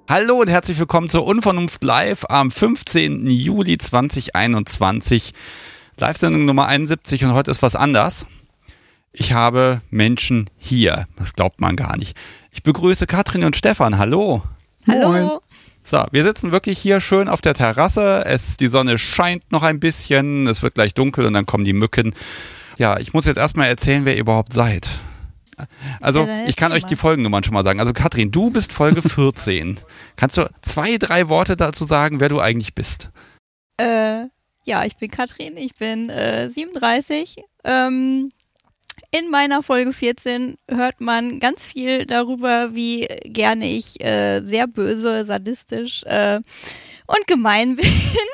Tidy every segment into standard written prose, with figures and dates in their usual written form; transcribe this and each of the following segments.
Hallo und herzlich willkommen zur Unvernunft Live am 15. Juli 2021. Live-Sendung Nummer 71 und heute ist was anders. Ich habe Menschen hier. Das glaubt man gar nicht. Ich begrüße Katrin und Stefan. Hallo. Hallo. So, wir sitzen wirklich hier schön auf der Terrasse. Die Sonne scheint noch ein bisschen. Es wird gleich dunkel und dann kommen die Mücken. Ja, ich muss jetzt erstmal erzählen, wer ihr überhaupt seid. Also, ich kann euch die Folgennummern schon mal sagen. Also, Katrin, du bist Folge 14. Kannst du 2, 3 Worte dazu sagen, wer du eigentlich bist? Ja, ich bin Katrin, ich bin 37. In meiner Folge 14 hört man ganz viel darüber, wie gerne ich sehr böse, sadistisch und gemein bin.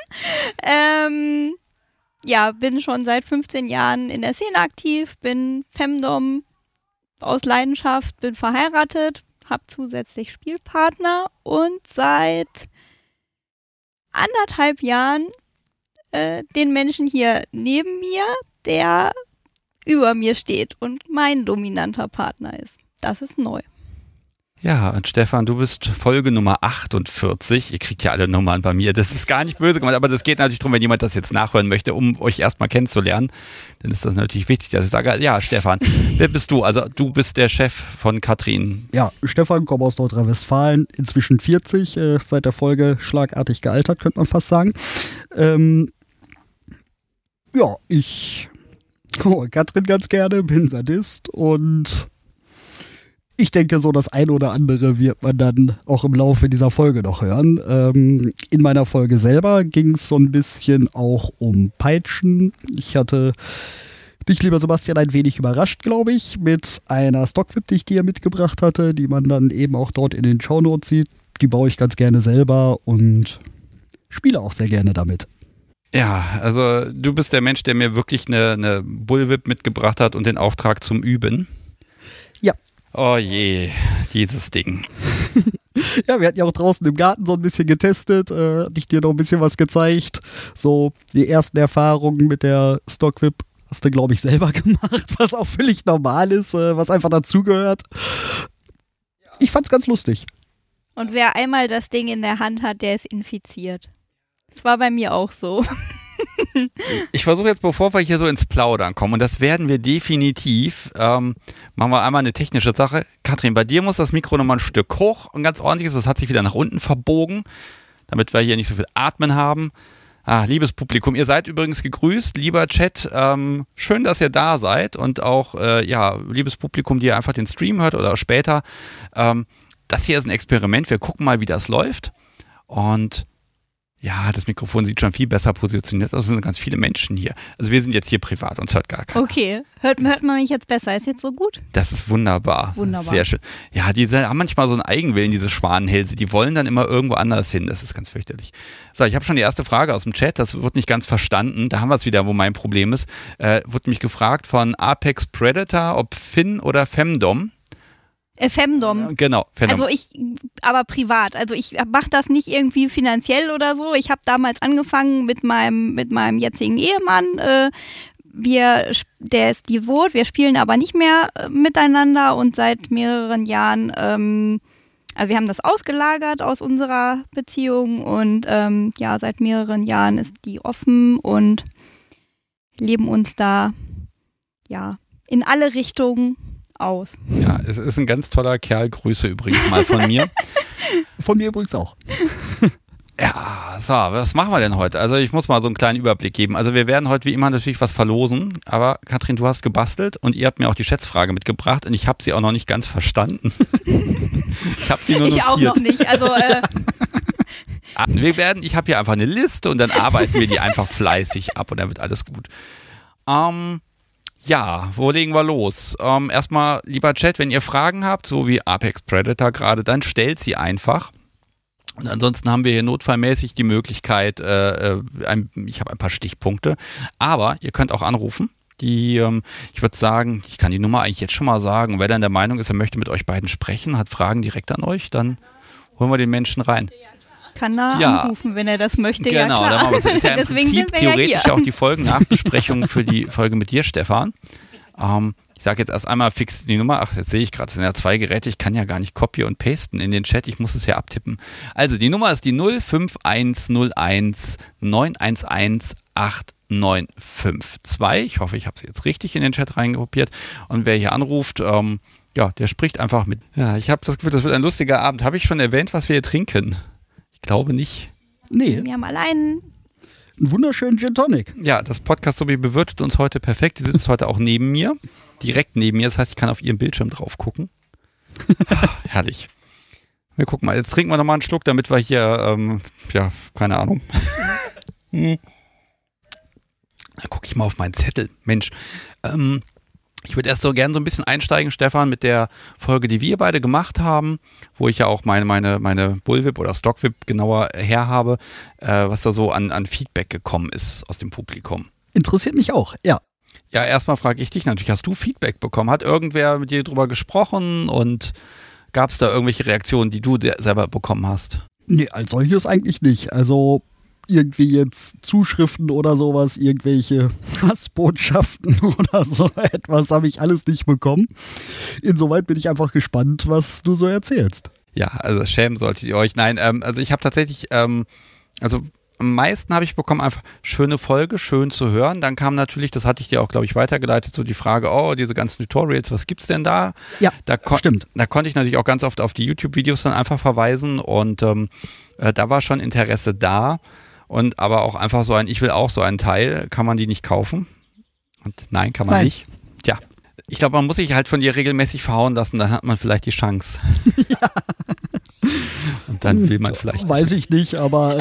Ja, bin schon seit 15 Jahren in der Szene aktiv, bin Femdom aus Leidenschaft, bin verheiratet, habe zusätzlich Spielpartner und seit 1,5 Jahren den Menschen hier neben mir, der über mir steht und mein dominanter Partner ist. Das ist neu. Ja, und Stefan, du bist Folge Nummer 48. Ihr kriegt ja alle Nummern bei mir. Das ist gar nicht böse gemeint, aber das geht natürlich darum, wenn jemand das jetzt nachhören möchte, um euch erstmal kennenzulernen, dann ist das natürlich wichtig, dass ich sage, ja, Stefan, wer bist du? Also du bist der Chef von Katrin. Ja, Stefan, komme aus Nordrhein-Westfalen, inzwischen 40, seit der Folge schlagartig gealtert, könnte man fast sagen. Ja, ich Katrin ganz gerne, bin Sadist und ich denke, so das ein oder andere wird man dann auch im Laufe dieser Folge noch hören. In meiner Folge selber ging es so ein bisschen auch um Peitschen. Ich hatte dich, lieber Sebastian, ein wenig überrascht, glaube ich, mit einer Stockwhip, die ich dir mitgebracht hatte, die man dann eben auch dort in den Shownotes sieht. Die baue ich ganz gerne selber und spiele auch sehr gerne damit. Ja, also du bist der Mensch, der mir wirklich eine Bullwhip mitgebracht hat und den Auftrag zum Üben. Ja. Oh je, dieses Ding. Ja, wir hatten ja auch draußen im Garten so ein bisschen getestet, hatte ich dir noch ein bisschen was gezeigt. So die ersten Erfahrungen mit der Stockwhip hast du, glaube ich, selber gemacht, was auch völlig normal ist, was einfach dazugehört. Ich fand's ganz lustig. Und wer einmal das Ding in der Hand hat, der ist infiziert. Das war bei mir auch so. Ich versuche jetzt, bevor wir hier so ins Plaudern kommen, und das werden wir definitiv, machen wir einmal eine technische Sache. Katrin, bei dir muss das Mikro nochmal ein Stück hoch und ganz ordentlich ist, das hat sich wieder nach unten verbogen, damit wir hier nicht so viel Atmen haben. Liebes Publikum, ihr seid übrigens gegrüßt, lieber Chat, schön, dass ihr da seid und auch, liebes Publikum, die ihr einfach den Stream hört oder später, das hier ist ein Experiment, wir gucken mal, wie das läuft und ja, das Mikrofon sieht schon viel besser positioniert aus. Es sind ganz viele Menschen hier. Also wir sind jetzt hier privat, uns hört gar keiner. Okay, hört man mich jetzt besser? Ist jetzt so gut? Das ist wunderbar. Wunderbar. Sehr schön. Ja, die haben manchmal so einen Eigenwillen, diese Schwanenhälse. Die wollen dann immer irgendwo anders hin. Das ist ganz fürchterlich. So, ich habe schon die erste Frage aus dem Chat. Das wird nicht ganz verstanden. Da haben wir es wieder, wo mein Problem ist. Wurde mich gefragt von Apex Predator, ob Finn oder Femdom. Femdom. Genau, Femdom. Also aber privat. Also ich mache das nicht irgendwie finanziell oder so. Ich habe damals angefangen mit meinem jetzigen Ehemann. Der ist devot, wir spielen aber nicht mehr miteinander und seit mehreren Jahren, also wir haben das ausgelagert aus unserer Beziehung und seit mehreren Jahren ist die offen und leben uns da in alle Richtungen aus. Ja, es ist ein ganz toller Kerl. Grüße übrigens mal von mir. Von mir übrigens auch. Ja, so, was machen wir denn heute? Also ich muss mal so einen kleinen Überblick geben. Also wir werden heute wie immer natürlich was verlosen, aber Katrin, du hast gebastelt und ihr habt mir auch die Schätzfrage mitgebracht und ich habe sie auch noch nicht ganz verstanden. Ich habe sie nur notiert. Ich auch noch nicht, also ich habe hier einfach eine Liste und dann arbeiten wir die einfach fleißig ab und dann wird alles gut. Ja, wo legen wir los? Erstmal, lieber Chat, wenn ihr Fragen habt, so wie Apex Predator gerade, dann stellt sie einfach. Und ansonsten haben wir hier notfallmäßig die Möglichkeit, ich habe ein paar Stichpunkte, aber ihr könnt auch anrufen. Ich würde sagen, ich kann die Nummer eigentlich jetzt schon mal sagen. Wer dann der Meinung ist, er möchte mit euch beiden sprechen, hat Fragen direkt an euch, dann holen wir den Menschen rein. Kann da anrufen, wenn er das möchte. Genau, ja, klar. Das ist ja im Prinzip theoretisch auch die Folgennachbesprechung für die Folge mit dir, Stefan. Ich sage jetzt erst einmal fix die Nummer. Ach, jetzt sehe ich gerade, es sind ja 2 Geräte. Ich kann ja gar nicht copy und pasten in den Chat. Ich muss es ja abtippen. Also die Nummer ist die 05101 911 8952. Ich hoffe, ich habe es jetzt richtig in den Chat reinkopiert. Und wer hier anruft, der spricht einfach mit. Ja, ich habe das Gefühl, das wird ein lustiger Abend. Habe ich schon erwähnt, was wir hier trinken? Ich glaube nicht. Nee. Wir haben allein einen wunderschönen Gin Tonic. Ja, das Podcast-Sobi bewirtet uns heute perfekt. Die sitzt heute auch neben mir. Direkt neben mir. Das heißt, ich kann auf ihren Bildschirm drauf gucken. Herrlich. Wir gucken mal. Jetzt trinken wir nochmal einen Schluck, damit wir hier, keine Ahnung. Dann gucke ich mal auf meinen Zettel. Mensch, ich würde erst so gerne so ein bisschen einsteigen, Stefan, mit der Folge, die wir beide gemacht haben, wo ich ja auch meine Bullwhip oder Stockwhip genauer her habe, was da so an Feedback gekommen ist aus dem Publikum. Interessiert mich auch, ja. Ja, erstmal frage ich dich natürlich, hast du Feedback bekommen? Hat irgendwer mit dir drüber gesprochen und gab es da irgendwelche Reaktionen, die du selber bekommen hast? Nee, als solches eigentlich nicht. Also irgendwie jetzt Zuschriften oder sowas, irgendwelche Hassbotschaften oder so etwas habe ich alles nicht bekommen. Insoweit bin ich einfach gespannt, was du so erzählst. Ja, also schämen solltet ihr euch. Nein, also ich habe tatsächlich, am meisten habe ich bekommen einfach schöne Folge, schön zu hören. Dann kam natürlich, das hatte ich dir auch, glaube ich, weitergeleitet, so die Frage, diese ganzen Tutorials, was gibt's denn da? Ja, stimmt. Da konnte ich natürlich auch ganz oft auf die YouTube-Videos dann einfach verweisen und da war schon Interesse da. Und aber auch einfach so ich will auch so einen Teil, kann man die nicht kaufen? Und nein, kann man nicht. Tja, ich glaube, man muss sich halt von dir regelmäßig verhauen lassen, dann hat man vielleicht die Chance. Ja. Und dann will man vielleicht. Weiß ich nicht, aber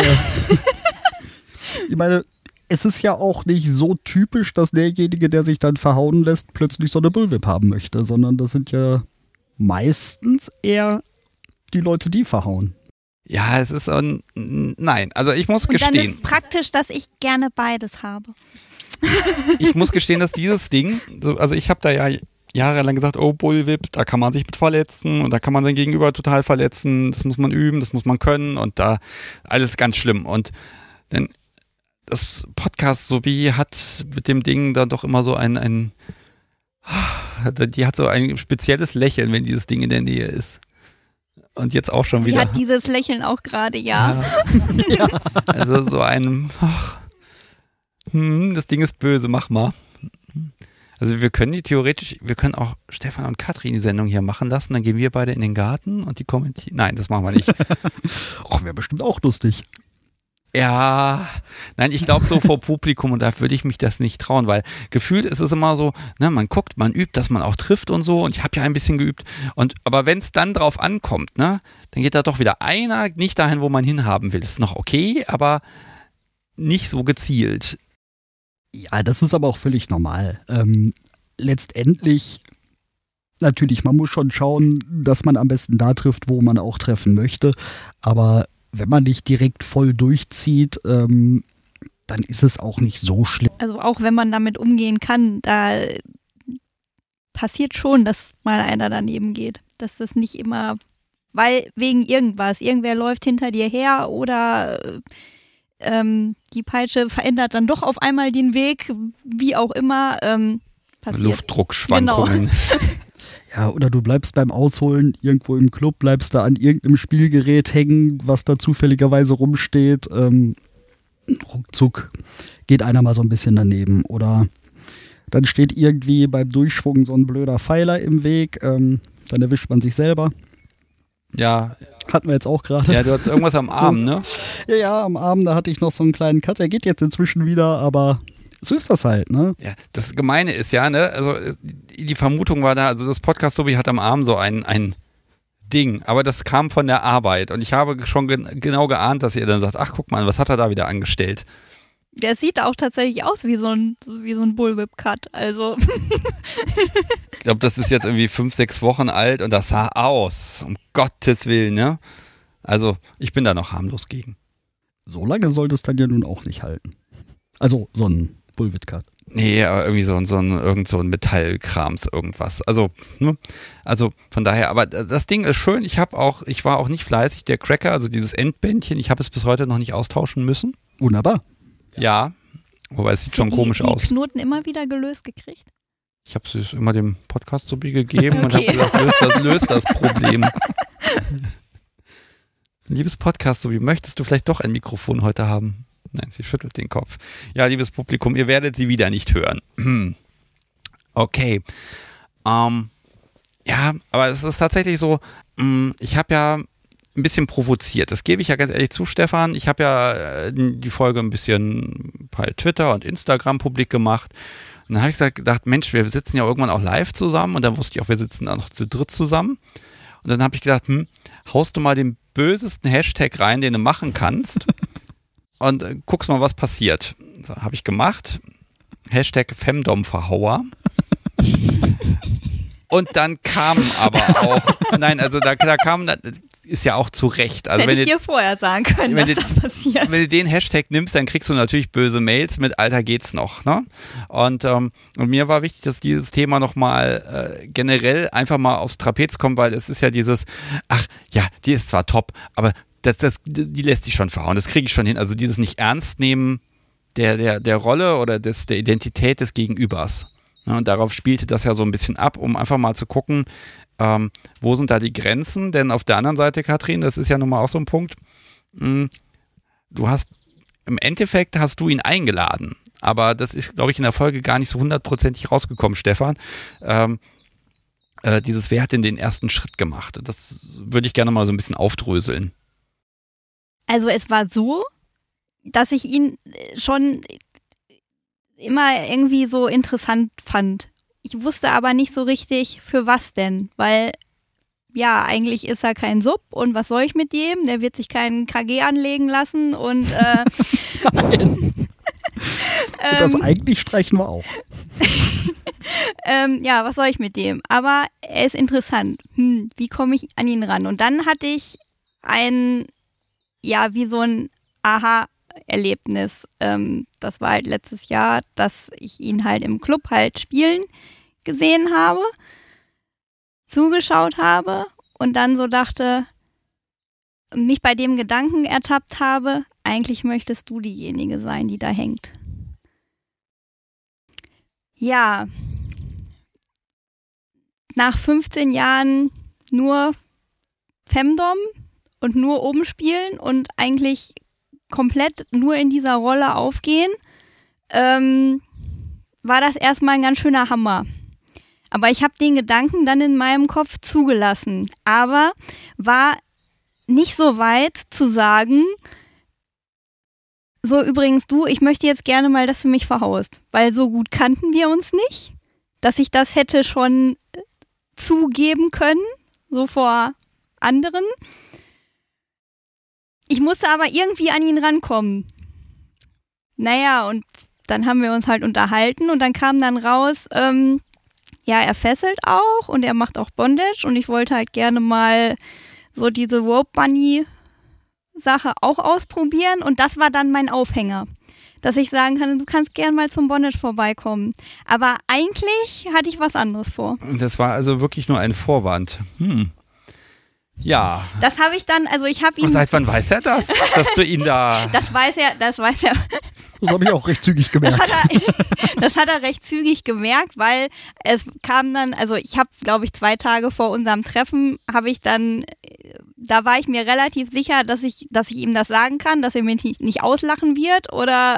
ich meine, es ist ja auch nicht so typisch, dass derjenige, der sich dann verhauen lässt, plötzlich so eine Bullwhip haben möchte, sondern das sind ja meistens eher die Leute, die verhauen. Ja, es ist nein, also ich muss gestehen. Dann ist praktisch, dass ich gerne beides habe. Ich muss gestehen, dass dieses Ding, also ich habe da ja jahrelang gesagt, Bullwhip, da kann man sich mit verletzen und da kann man sein Gegenüber total verletzen, das muss man üben, das muss man können und da alles ganz schlimm. Und denn das Podcast-Sobi hat mit dem Ding dann doch immer so die hat so ein spezielles Lächeln, wenn dieses Ding in der Nähe ist. Und jetzt auch schon wieder. Die hat dieses Lächeln auch gerade, ja. Ja. Also so das Ding ist böse, mach mal. Also wir können wir können auch Stefan und Katrin die Sendung hier machen lassen, dann gehen wir beide in den Garten und die kommentieren. Nein, das machen wir nicht. Ach, wäre bestimmt auch lustig. Ja, nein, ich glaube so vor Publikum und da würde ich mich das nicht trauen, weil gefühlt ist es immer so, ne, man guckt, man übt, dass man auch trifft und so und ich habe ja ein bisschen geübt aber wenn es dann drauf ankommt, ne, dann geht da doch wieder einer nicht dahin, wo man hinhaben will. Das ist noch okay, aber nicht so gezielt. Ja, das ist aber auch völlig normal. Letztendlich, natürlich, man muss schon schauen, dass man am besten da trifft, wo man auch treffen möchte, aber wenn man nicht direkt voll durchzieht, dann ist es auch nicht so schlimm. Also auch wenn man damit umgehen kann, da passiert schon, dass mal einer daneben geht. Dass das nicht immer, weil wegen irgendwer läuft hinter dir her oder die Peitsche verändert dann doch auf einmal den Weg, wie auch immer, passiert. Luftdruckschwankungen. Genau. Ja, oder du bleibst beim Ausholen irgendwo im Club, bleibst da an irgendeinem Spielgerät hängen, was da zufälligerweise rumsteht. Ruckzuck geht einer mal so ein bisschen daneben. Oder dann steht irgendwie beim Durchschwung so ein blöder Pfeiler im Weg. Dann erwischt man sich selber. Ja. Hatten wir jetzt auch gerade. Ja, du hast irgendwas am Arm, ne? Ja, am Arm, da hatte ich noch so einen kleinen Cut. Der geht jetzt inzwischen wieder, aber so ist das halt, ne? Ja, das Gemeine ist ja, ne, also die Vermutung war da, also das Podcast-Sobi hat am Arm so ein Ding, aber das kam von der Arbeit und ich habe schon genau geahnt, dass ihr dann sagt, ach guck mal, was hat er da wieder angestellt? Der sieht auch tatsächlich aus wie so ein Bullwhip-Cut, also. Ich glaube, das ist jetzt irgendwie 5-6 Wochen alt und das sah aus, um Gottes Willen, ne? Also, ich bin da noch harmlos gegen. So lange sollte es dann ja nun auch nicht halten. Also, so ein Bullwhip-Cut. Nee, aber irgendwie so ein Metallkrams, irgendwas. Also, ne? Also von daher, aber das Ding ist schön. Ich war auch nicht fleißig. Der Cracker, also dieses Endbändchen, ich habe es bis heute noch nicht austauschen müssen. Wunderbar. Ja, wobei es sieht schon komisch aus. Die Knoten immer wieder gelöst gekriegt? Ich habe es immer dem Podcast-Subi gegeben und habe gesagt, löst das Problem. Liebes Podcast-Subi, möchtest du vielleicht doch ein Mikrofon heute haben? Nein, sie schüttelt den Kopf. Ja, liebes Publikum, ihr werdet sie wieder nicht hören. Okay. Ja, aber es ist tatsächlich so, ich habe ja ein bisschen provoziert. Das gebe ich ja ganz ehrlich zu, Stefan. Ich habe ja die Folge ein bisschen bei Twitter und Instagram publik gemacht. Und dann habe ich gedacht, Mensch, wir sitzen ja irgendwann auch live zusammen. Und dann wusste ich auch, wir sitzen da noch zu dritt zusammen. Und dann habe ich gedacht, haust du mal den bösesten Hashtag rein, den du machen kannst. Und guckst mal, was passiert. So, habe ich gemacht. Hashtag Femdom-Verhauer. Und dann kam aber auch, nein, also da kam, ist ja auch zu Recht. Also hätte ich dir vorher sagen können, dass das passiert. Wenn du den Hashtag nimmst, dann kriegst du natürlich böse Mails mit Alter, geht's noch. Ne? Und mir war wichtig, dass dieses Thema nochmal generell einfach mal aufs Trapez kommt, weil es ist ja dieses, ach ja, die ist zwar top, aber die lässt sich schon verhauen, das kriege ich schon hin. Also dieses nicht ernst nehmen der Rolle oder der Identität des Gegenübers. Ja, und darauf spielte das ja so ein bisschen ab, um einfach mal zu gucken, wo sind da die Grenzen? Denn auf der anderen Seite, Katrin, das ist ja nun mal auch so ein Punkt, im Endeffekt hast du ihn eingeladen, aber das ist, glaube ich, in der Folge gar nicht so 100%ig rausgekommen, Stefan. Wer hat denn den ersten Schritt gemacht? Das würde ich gerne mal so ein bisschen aufdröseln. Also es war so, dass ich ihn schon immer irgendwie so interessant fand. Ich wusste aber nicht so richtig, für was denn, weil ja, eigentlich ist er kein Sub und was soll ich mit dem? Der wird sich keinen KG anlegen lassen und Nein. Und das eigentlich streichen wir auch. ja, was soll ich mit dem? Aber er ist interessant. Wie komme ich an ihn ran? Und dann hatte ich wie so ein Aha-Erlebnis. Das war halt letztes Jahr, dass ich ihn halt im Club halt spielen gesehen habe, zugeschaut habe und dann so dachte, mich bei dem Gedanken ertappt habe, eigentlich möchtest du diejenige sein, die da hängt. Ja, nach 15 Jahren nur Femdom und nur oben spielen und eigentlich komplett nur in dieser Rolle aufgehen, war das erstmal ein ganz schöner Hammer. Aber ich habe den Gedanken dann in meinem Kopf zugelassen, aber war nicht so weit zu sagen, so übrigens du, ich möchte jetzt gerne mal, dass du mich verhaust, weil so gut kannten wir uns nicht, dass ich das hätte schon zugeben können, so vor anderen. Ich musste aber irgendwie an ihn rankommen. Naja, und dann haben wir uns halt unterhalten und dann kam dann raus, er fesselt auch und er macht auch Bondage und ich wollte halt gerne mal so diese Rope Bunny Sache auch ausprobieren und das war dann mein Aufhänger, dass ich sagen kann, du kannst gerne mal zum Bondage vorbeikommen. Aber eigentlich hatte ich was anderes vor. Das war also wirklich nur ein Vorwand. Ja. Das habe ich dann, also ich habe ihn... Seit wann weiß er das, dass du ihn da... Das weiß er. Das habe ich auch recht zügig gemerkt. Das hat er recht zügig gemerkt, weil es kam dann, also ich habe, glaube ich, 2 Tage vor unserem Treffen, da war ich mir relativ sicher, dass ich ihm das sagen kann, dass er mich nicht auslachen wird oder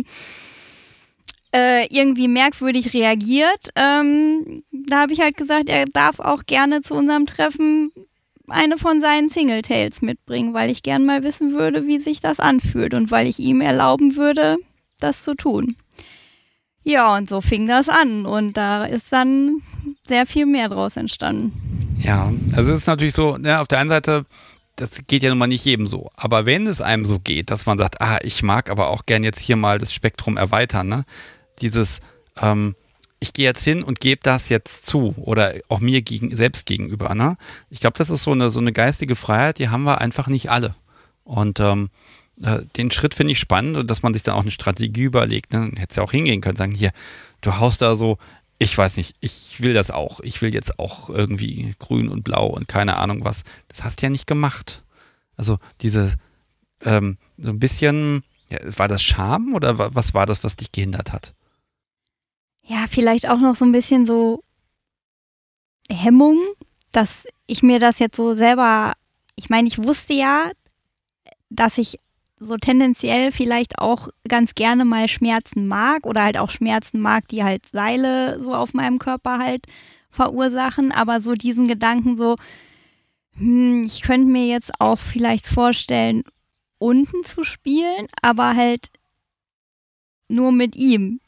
irgendwie merkwürdig reagiert. Da habe ich halt gesagt, er darf auch gerne zu unserem Treffen eine von seinen Singletails mitbringen, weil ich gern mal wissen würde, wie sich das anfühlt und weil ich ihm erlauben würde, das zu tun. Ja, und so fing das an und da ist dann sehr viel mehr draus entstanden. Ja, also es ist natürlich so, auf der einen Seite, das geht ja nun mal nicht jedem so, aber wenn es einem so geht, dass man sagt, ich mag aber auch gern jetzt hier mal das Spektrum erweitern, ne? Dieses, ich gehe jetzt hin und gebe das jetzt zu oder auch mir selbst gegenüber, ne? Ich glaube, das ist so eine geistige Freiheit, die haben wir einfach nicht alle. Und den Schritt finde ich spannend und dass man sich dann auch eine Strategie überlegt. Ne? Hättest ja auch hingehen können, sagen, hier, du haust da so, ich weiß nicht, ich will das auch. Ich will jetzt auch irgendwie grün und blau und keine Ahnung was. Das hast du ja nicht gemacht. Also diese, so ein bisschen, war das Scham oder was war das, was dich gehindert hat? ja, vielleicht auch noch so ein bisschen so Hemmung, dass ich mir das jetzt so selber, ich meine, ich wusste ja, dass ich so tendenziell vielleicht auch ganz gerne mal Schmerzen mag oder halt auch Schmerzen mag, die halt Seile so auf meinem Körper halt verursachen, aber so diesen Gedanken so, ich könnte mir jetzt auch vielleicht vorstellen, unten zu spielen, aber halt nur mit ihm.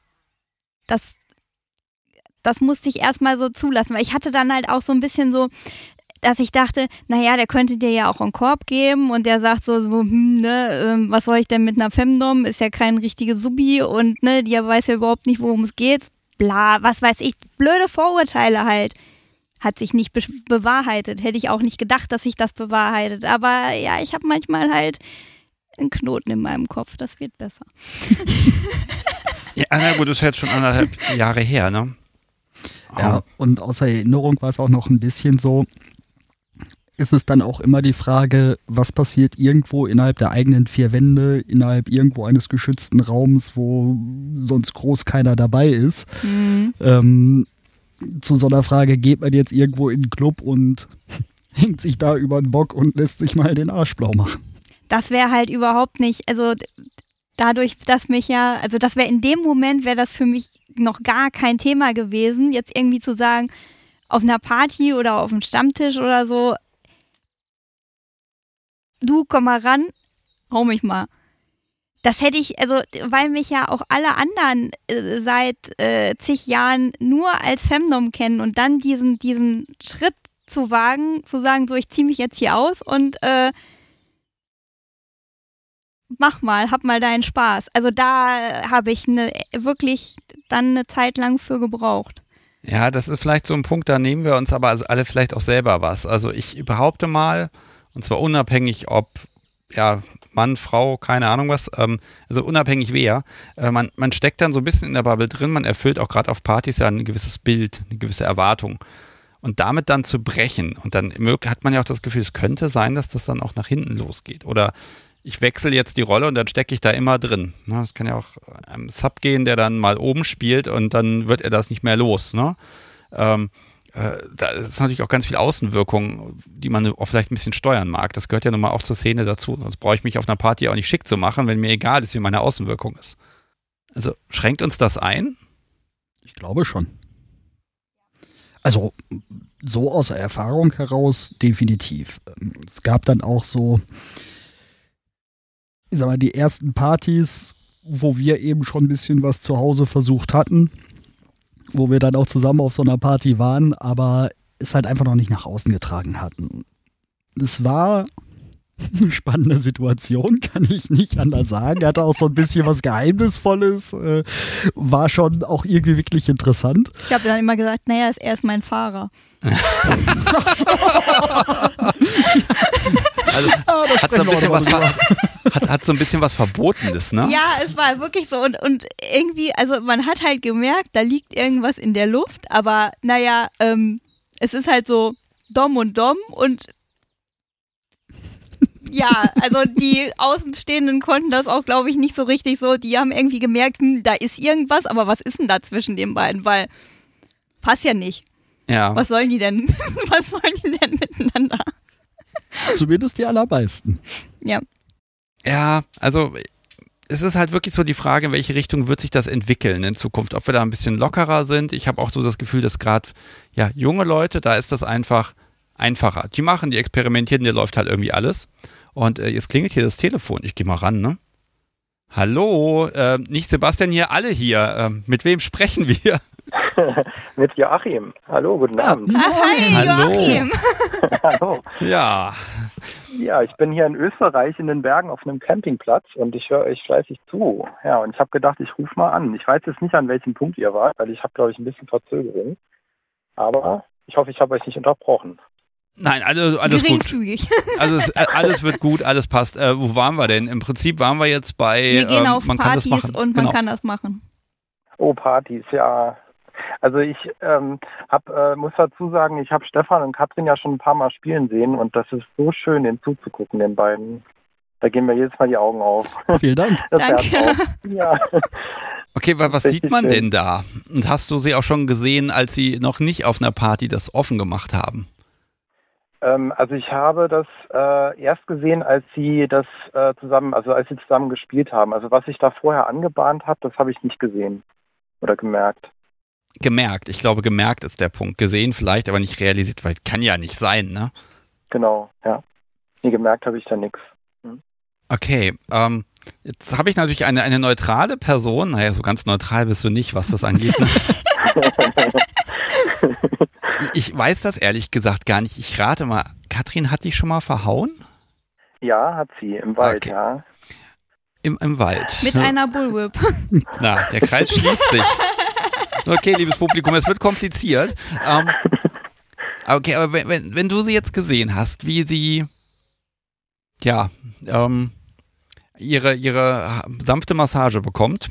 Das musste ich erstmal so zulassen, weil ich hatte dann halt auch so ein bisschen so, dass ich dachte, naja, der könnte dir ja auch einen Korb geben und der sagt so was soll ich denn mit einer Femdom, ist ja kein richtiges Subi und ne, die weiß ja überhaupt nicht, worum es geht, bla, was weiß ich, blöde Vorurteile halt. Hat sich nicht bewahrheitet, hätte ich auch nicht gedacht, dass sich das bewahrheitet, aber ja, ich habe manchmal halt einen Knoten in meinem Kopf, das wird besser. Ja, na gut, das ist jetzt schon 1,5 Jahre her, ne? Ja, und außer Erinnerung war es auch noch ein bisschen so, ist es dann auch immer die Frage, was passiert irgendwo innerhalb der eigenen 4 Wände, innerhalb irgendwo eines geschützten Raums, wo sonst groß keiner dabei ist. Zu so einer Frage, geht man jetzt irgendwo in den Club und hängt sich da über den Bock und lässt sich mal den Arsch blau machen. Das wäre halt überhaupt nicht, also dadurch, dass mich ja, also das wäre in dem Moment, wäre das für mich noch gar kein Thema gewesen, jetzt irgendwie zu sagen, auf einer Party oder auf einem Stammtisch oder so, du komm mal ran, hau mich mal. Das hätte ich, also weil mich ja auch alle anderen seit zig Jahren nur als Femdom kennen und dann diesen Schritt zu wagen, zu sagen, so ich ziehe mich jetzt hier aus und mach mal, hab mal deinen Spaß. Also da habe ich wirklich dann eine Zeit lang für gebraucht. Ja, das ist vielleicht so ein Punkt, da nehmen wir uns aber alle vielleicht auch selber was. Also ich behaupte mal, und zwar unabhängig ob, ja, Mann, Frau, keine Ahnung was, also unabhängig wer, man steckt dann so ein bisschen in der Bubble drin, man erfüllt auch gerade auf Partys ja ein gewisses Bild, eine gewisse Erwartung. Und damit dann zu brechen und dann hat man ja auch das Gefühl, es könnte sein, dass das dann auch nach hinten losgeht. Oder ich wechsle jetzt die Rolle und dann stecke ich da immer drin. Das kann ja auch einem Sub gehen, der dann mal oben spielt und dann wird er das nicht mehr los. Ne? Da ist natürlich auch ganz viel Außenwirkung, die man auch vielleicht ein bisschen steuern mag. Das gehört ja nun mal auch zur Szene dazu. Sonst brauche ich mich auf einer Party auch nicht schick zu machen, wenn mir egal ist, wie meine Außenwirkung ist. Also schränkt uns das ein? Ich glaube schon. Also so aus der Erfahrung heraus definitiv. Es gab dann auch so, ich sag mal, die ersten Partys, wo wir eben schon ein bisschen was zu Hause versucht hatten, wo wir dann auch zusammen auf so einer Party waren, aber es halt einfach noch nicht nach außen getragen hatten. Es war eine spannende Situation, kann ich nicht anders sagen. Hatte auch so ein bisschen was Geheimnisvolles, war schon auch irgendwie wirklich interessant. Ich habe dann immer gesagt, naja, er ist mein Fahrer. Also, hat so ein bisschen was Verbotenes, ne? Ja, es war wirklich so und irgendwie, also man hat halt gemerkt, da liegt irgendwas in der Luft, aber naja, es ist halt so Dom und ja, also die Außenstehenden konnten das auch, glaube ich, nicht so richtig so, die haben irgendwie gemerkt, da ist irgendwas, aber was ist denn da zwischen den beiden, weil passt ja nicht. Ja. Was sollen die denn miteinander? Zumindest die allermeisten. Ja. Ja, also es ist halt wirklich so die Frage, in welche Richtung wird sich das entwickeln in Zukunft, ob wir da ein bisschen lockerer sind. Ich habe auch so das Gefühl, dass gerade ja, junge Leute, da ist das einfach einfacher. Die experimentieren, dir läuft halt irgendwie alles. Und jetzt klingelt hier das Telefon. Ich gehe mal ran, ne? Hallo, nicht Sebastian hier, alle hier. Mit wem sprechen wir? Mit Joachim. Hallo, guten Abend. Ach, hi, Hallo. Joachim. Hallo. Ja. Ja, ich bin hier in Österreich in den Bergen auf einem Campingplatz und ich höre euch fleißig zu. Ja, und ich habe gedacht, ich rufe mal an. Ich weiß jetzt nicht, an welchem Punkt ihr wart, weil ich habe, glaube ich, ein bisschen Verzögerung. Aber ich hoffe, ich habe euch nicht unterbrochen. Nein, alles gut. Geringfügig. Also alles wird gut, alles passt. Wo waren wir denn? Im Prinzip waren wir jetzt bei Wir gehen auf man Partys kann das machen. und Genau. man kann das machen. Oh, Partys, ja. Also ich muss dazu sagen, ich habe Stefan und Katrin ja schon ein paar Mal spielen sehen und das ist so schön, denen zuzugucken, den beiden. Da gehen mir jedes Mal die Augen auf. Vielen Dank. Das Danke. Herz auf. Ja. Okay, was sieht man denn da? Und hast du sie auch schon gesehen, als sie noch nicht auf einer Party das offen gemacht haben? Also ich habe das erst gesehen, als sie das als sie zusammen gespielt haben. Also was sich da vorher angebahnt hat, das habe ich nicht gesehen oder gemerkt. Gemerkt. Ich glaube, gemerkt ist der Punkt. Gesehen vielleicht, aber nicht realisiert, weil kann ja nicht sein, ne? Genau, ja. Nee, gemerkt habe ich da nichts. Okay, jetzt habe ich natürlich eine neutrale Person. Naja, so ganz neutral bist du nicht, was das angeht. Ne? Ich weiß das ehrlich gesagt gar nicht. Ich rate mal, Katrin hat dich schon mal verhauen? Ja, hat sie, im Wald, Okay. ja. Im Wald. Mit einer Bullwhip. Na, der Kreis schließt sich. Okay, liebes Publikum, es wird kompliziert. Okay, aber wenn du sie jetzt gesehen hast, wie sie ihre sanfte Massage bekommt.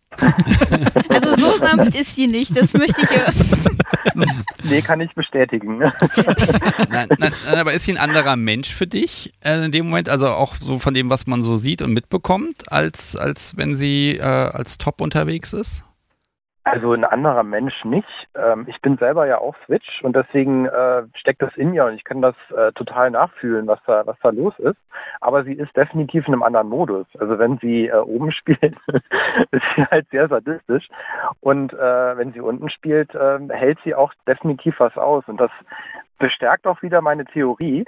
Also so sanft ist sie nicht, das möchte ich. Nee, kann ich bestätigen. Nein, aber ist sie ein anderer Mensch für dich in dem Moment? Also auch so von dem, was man so sieht und mitbekommt, als wenn sie als Top unterwegs ist? Also ein anderer Mensch nicht. Ich bin selber ja auch Switch und deswegen steckt das in mir und ich kann das total nachfühlen, was da los ist. Aber sie ist definitiv in einem anderen Modus. Also wenn sie oben spielt, ist sie halt sehr sadistisch. Und wenn sie unten spielt, hält sie auch definitiv was aus. Und das bestärkt auch wieder meine Theorie.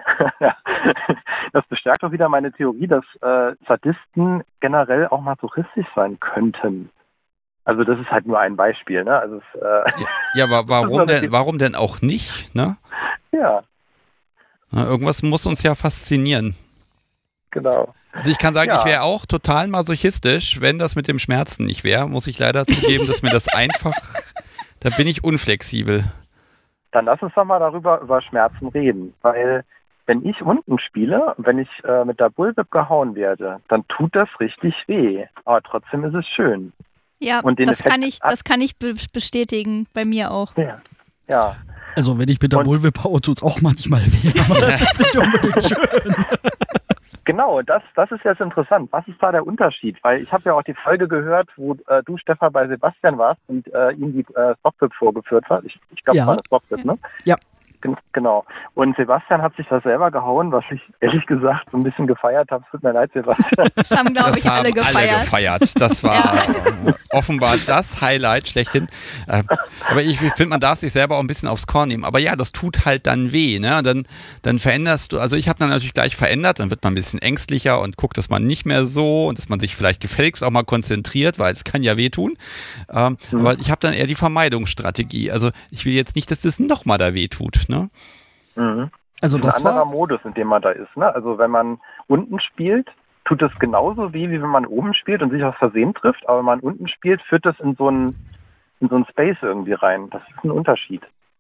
Das bestärkt auch wieder meine Theorie, dass Sadisten generell auch masochistisch sein könnten. Also das ist halt nur ein Beispiel, ne? Also aber warum denn auch nicht, ne? Ja. Na, irgendwas muss uns ja faszinieren. Genau. Also ich kann sagen, Ja. Ich wäre auch total masochistisch, wenn das mit dem Schmerzen nicht wäre, muss ich leider zugeben, dass mir das einfach, da bin ich unflexibel. Dann lass uns doch mal über Schmerzen reden, weil wenn ich unten spiele, wenn ich mit der Bullwhip gehauen werde, dann tut das richtig weh, aber trotzdem ist es schön. Ja, Und den das Effekt kann ich bestätigen, bei mir auch. Ja. Also wenn ich mit der Und- Bullwhip haue, tut's auch manchmal weh, aber das ist nicht unbedingt schön. Genau, das ist jetzt interessant. Was ist da der Unterschied? Weil ich habe ja auch die Folge gehört, wo du, Stefan, bei Sebastian warst und ihm die Stopwhip vorgeführt hast. Ich glaube, Ja. das war eine Stopwhip, ne? Ja. Genau. Und Sebastian hat sich das selber gehauen, was ich ehrlich gesagt so ein bisschen gefeiert habe. Es tut mir leid, Sebastian. Das haben, glaube ich, Das haben alle gefeiert. Das war offenbar das Highlight schlechthin. Aber ich finde, man darf sich selber auch ein bisschen aufs Korn nehmen. Aber ja, das tut halt dann weh. Ne? Dann veränderst du, also ich habe dann natürlich gleich verändert, dann wird man ein bisschen ängstlicher und guckt, dass man nicht mehr so und dass man sich vielleicht gefälligst auch mal konzentriert, weil es kann ja wehtun. Aber ich habe dann eher die Vermeidungsstrategie. Also ich will jetzt nicht, dass das nochmal da wehtut. Ne? Mhm. Also Ein das anderer war, Modus, in dem man da ist. Ne? Also wenn man unten spielt, tut es genauso weh, wie wenn man oben spielt und sich aus Versehen trifft. Aber wenn man unten spielt, führt das in so einen Space irgendwie rein. Das ist ein Unterschied.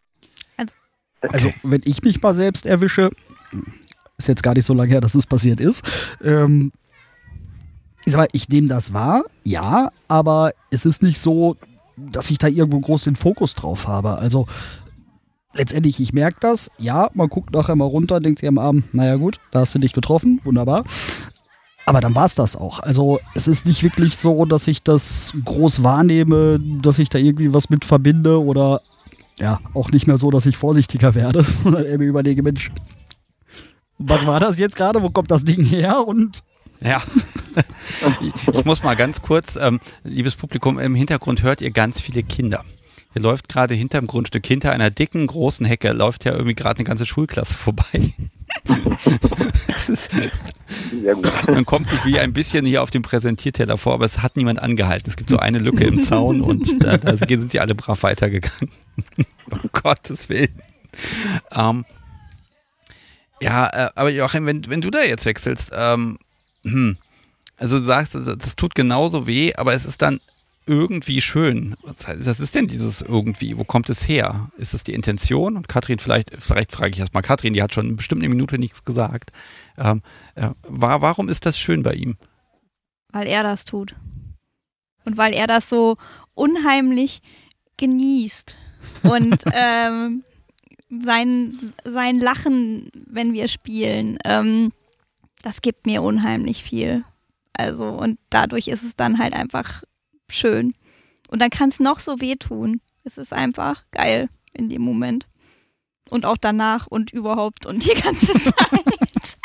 also wenn ich mich mal selbst erwische, ist jetzt gar nicht so lange her, dass es passiert ist, ich sag mal, ich nehme das wahr, ja, aber es ist nicht so, dass ich da irgendwo groß den Fokus drauf habe. Also letztendlich, ich merke das, ja, man guckt nachher mal runter, denkt sich am Abend, naja gut, da hast du dich getroffen, wunderbar. Aber dann war es das auch. Also es ist nicht wirklich so, dass ich das groß wahrnehme, dass ich da irgendwie was mit verbinde oder ja, auch nicht mehr so, dass ich vorsichtiger werde, sondern mir überlege, Mensch, was war das jetzt gerade? Wo kommt das Ding her? Und Ja, ich muss mal ganz kurz, liebes Publikum, im Hintergrund hört ihr ganz viele Kinder. Hier läuft gerade hinterm Grundstück, hinter einer dicken, großen Hecke, läuft ja irgendwie gerade eine ganze Schulklasse vorbei. Sehr gut. Man kommt sich wie ein bisschen hier auf dem Präsentierteller vor, aber es hat niemand angehalten. Es gibt so eine Lücke im Zaun und da sind die alle brav weitergegangen. Um Gottes Willen. Aber Joachim, wenn du da jetzt wechselst, also du sagst, das tut genauso weh, aber es ist dann irgendwie schön. Was ist denn dieses irgendwie? Wo kommt es her? Ist es die Intention? Und Katrin, vielleicht frage ich erstmal Katrin, die hat schon bestimmt eine Minute nichts gesagt. Warum ist das schön bei ihm? Weil er das tut. Und weil er das so unheimlich genießt. Und sein Lachen, wenn wir spielen, das gibt mir unheimlich viel. Also, und dadurch ist es dann halt einfach schön. Und dann kann es noch so wehtun. Es ist einfach geil in dem Moment. Und auch danach und überhaupt und die ganze Zeit.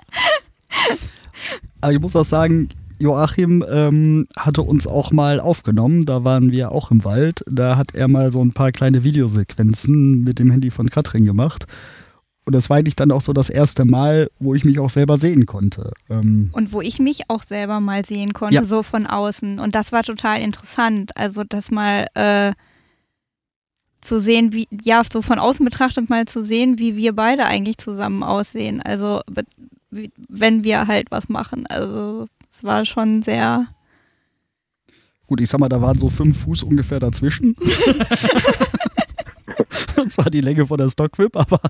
Aber ich muss auch sagen, Joachim hatte uns auch mal aufgenommen, da waren wir auch im Wald, da hat er mal so ein paar kleine Videosequenzen mit dem Handy von Katrin gemacht und das war eigentlich dann auch so das erste Mal, wo ich mich auch selber sehen konnte. Und wo ich mich auch selber mal sehen konnte, Ja. so von außen und das war total interessant, also das mal zu sehen, wie, ja, so von außen betrachtet mal zu sehen, wie wir beide eigentlich zusammen aussehen, also wenn wir halt was machen, also es war schon sehr... Gut, ich sag mal, da waren so 5 Fuß ungefähr dazwischen. Das war die Länge von der Stockwhip, aber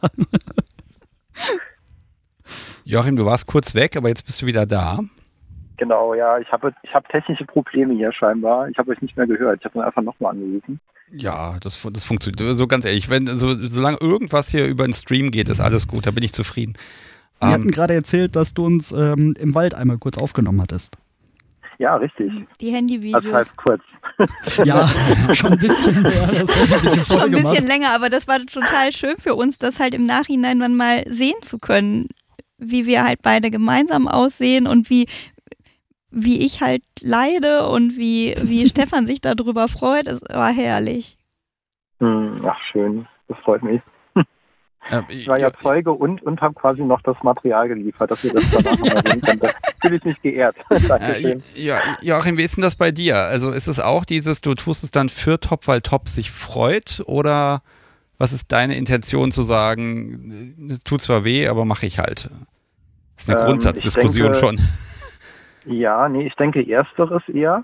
Joachim, du warst kurz weg, aber jetzt bist du wieder da. Genau, ja, ich hab technische Probleme hier scheinbar. Ich habe euch nicht mehr gehört. Ich habe dann einfach nochmal angerufen. Ja, das funktioniert. So ganz ehrlich, solange irgendwas hier über den Stream geht, ist alles gut, da bin ich zufrieden. wir hatten gerade erzählt, dass du uns im Wald einmal kurz aufgenommen hattest. Ja, richtig. Die Handyvideos. Das heißt kurz. Ja, schon ein bisschen mehr, das hat ein bisschen voll Schon ein gemacht. bisschen länger, aber das war total schön für uns, das halt im Nachhinein dann mal sehen zu können, wie wir halt beide gemeinsam aussehen und wie ich halt leide und wie Stefan sich darüber freut. Es war herrlich. Ach, schön. Das freut mich. Ich war ja Zeuge und habe quasi noch das Material geliefert, dass ihr das danach mal sehen könnt. Da fühle ich mich geehrt. Dankeschön. Joachim, wie ist denn das bei dir? Also ist es auch dieses, du tust es dann für Top, weil Top sich freut? Oder was ist deine Intention zu sagen, es tut zwar weh, aber mache ich halt? Das ist eine Grundsatzdiskussion ich denke, schon. Ja, nee, ich denke ersteres eher.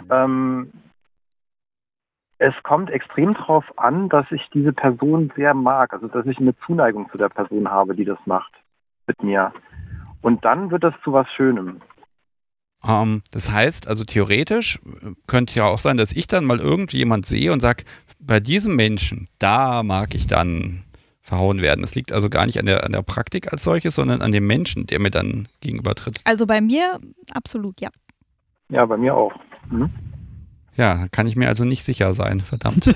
Es kommt extrem darauf an, dass ich diese Person sehr mag, also dass ich eine Zuneigung zu der Person habe, die das macht mit mir. Und dann wird das zu was Schönem. Das heißt, also theoretisch könnte ja auch sein, dass ich dann mal irgendjemand sehe und sage, bei diesem Menschen, da mag ich dann verhauen werden. Das liegt also gar nicht an der Praktik als solches, sondern an dem Menschen, der mir dann gegenübertritt. Also bei mir absolut, ja. Ja, bei mir auch. Mhm. Ja, kann ich mir also nicht sicher sein, verdammt.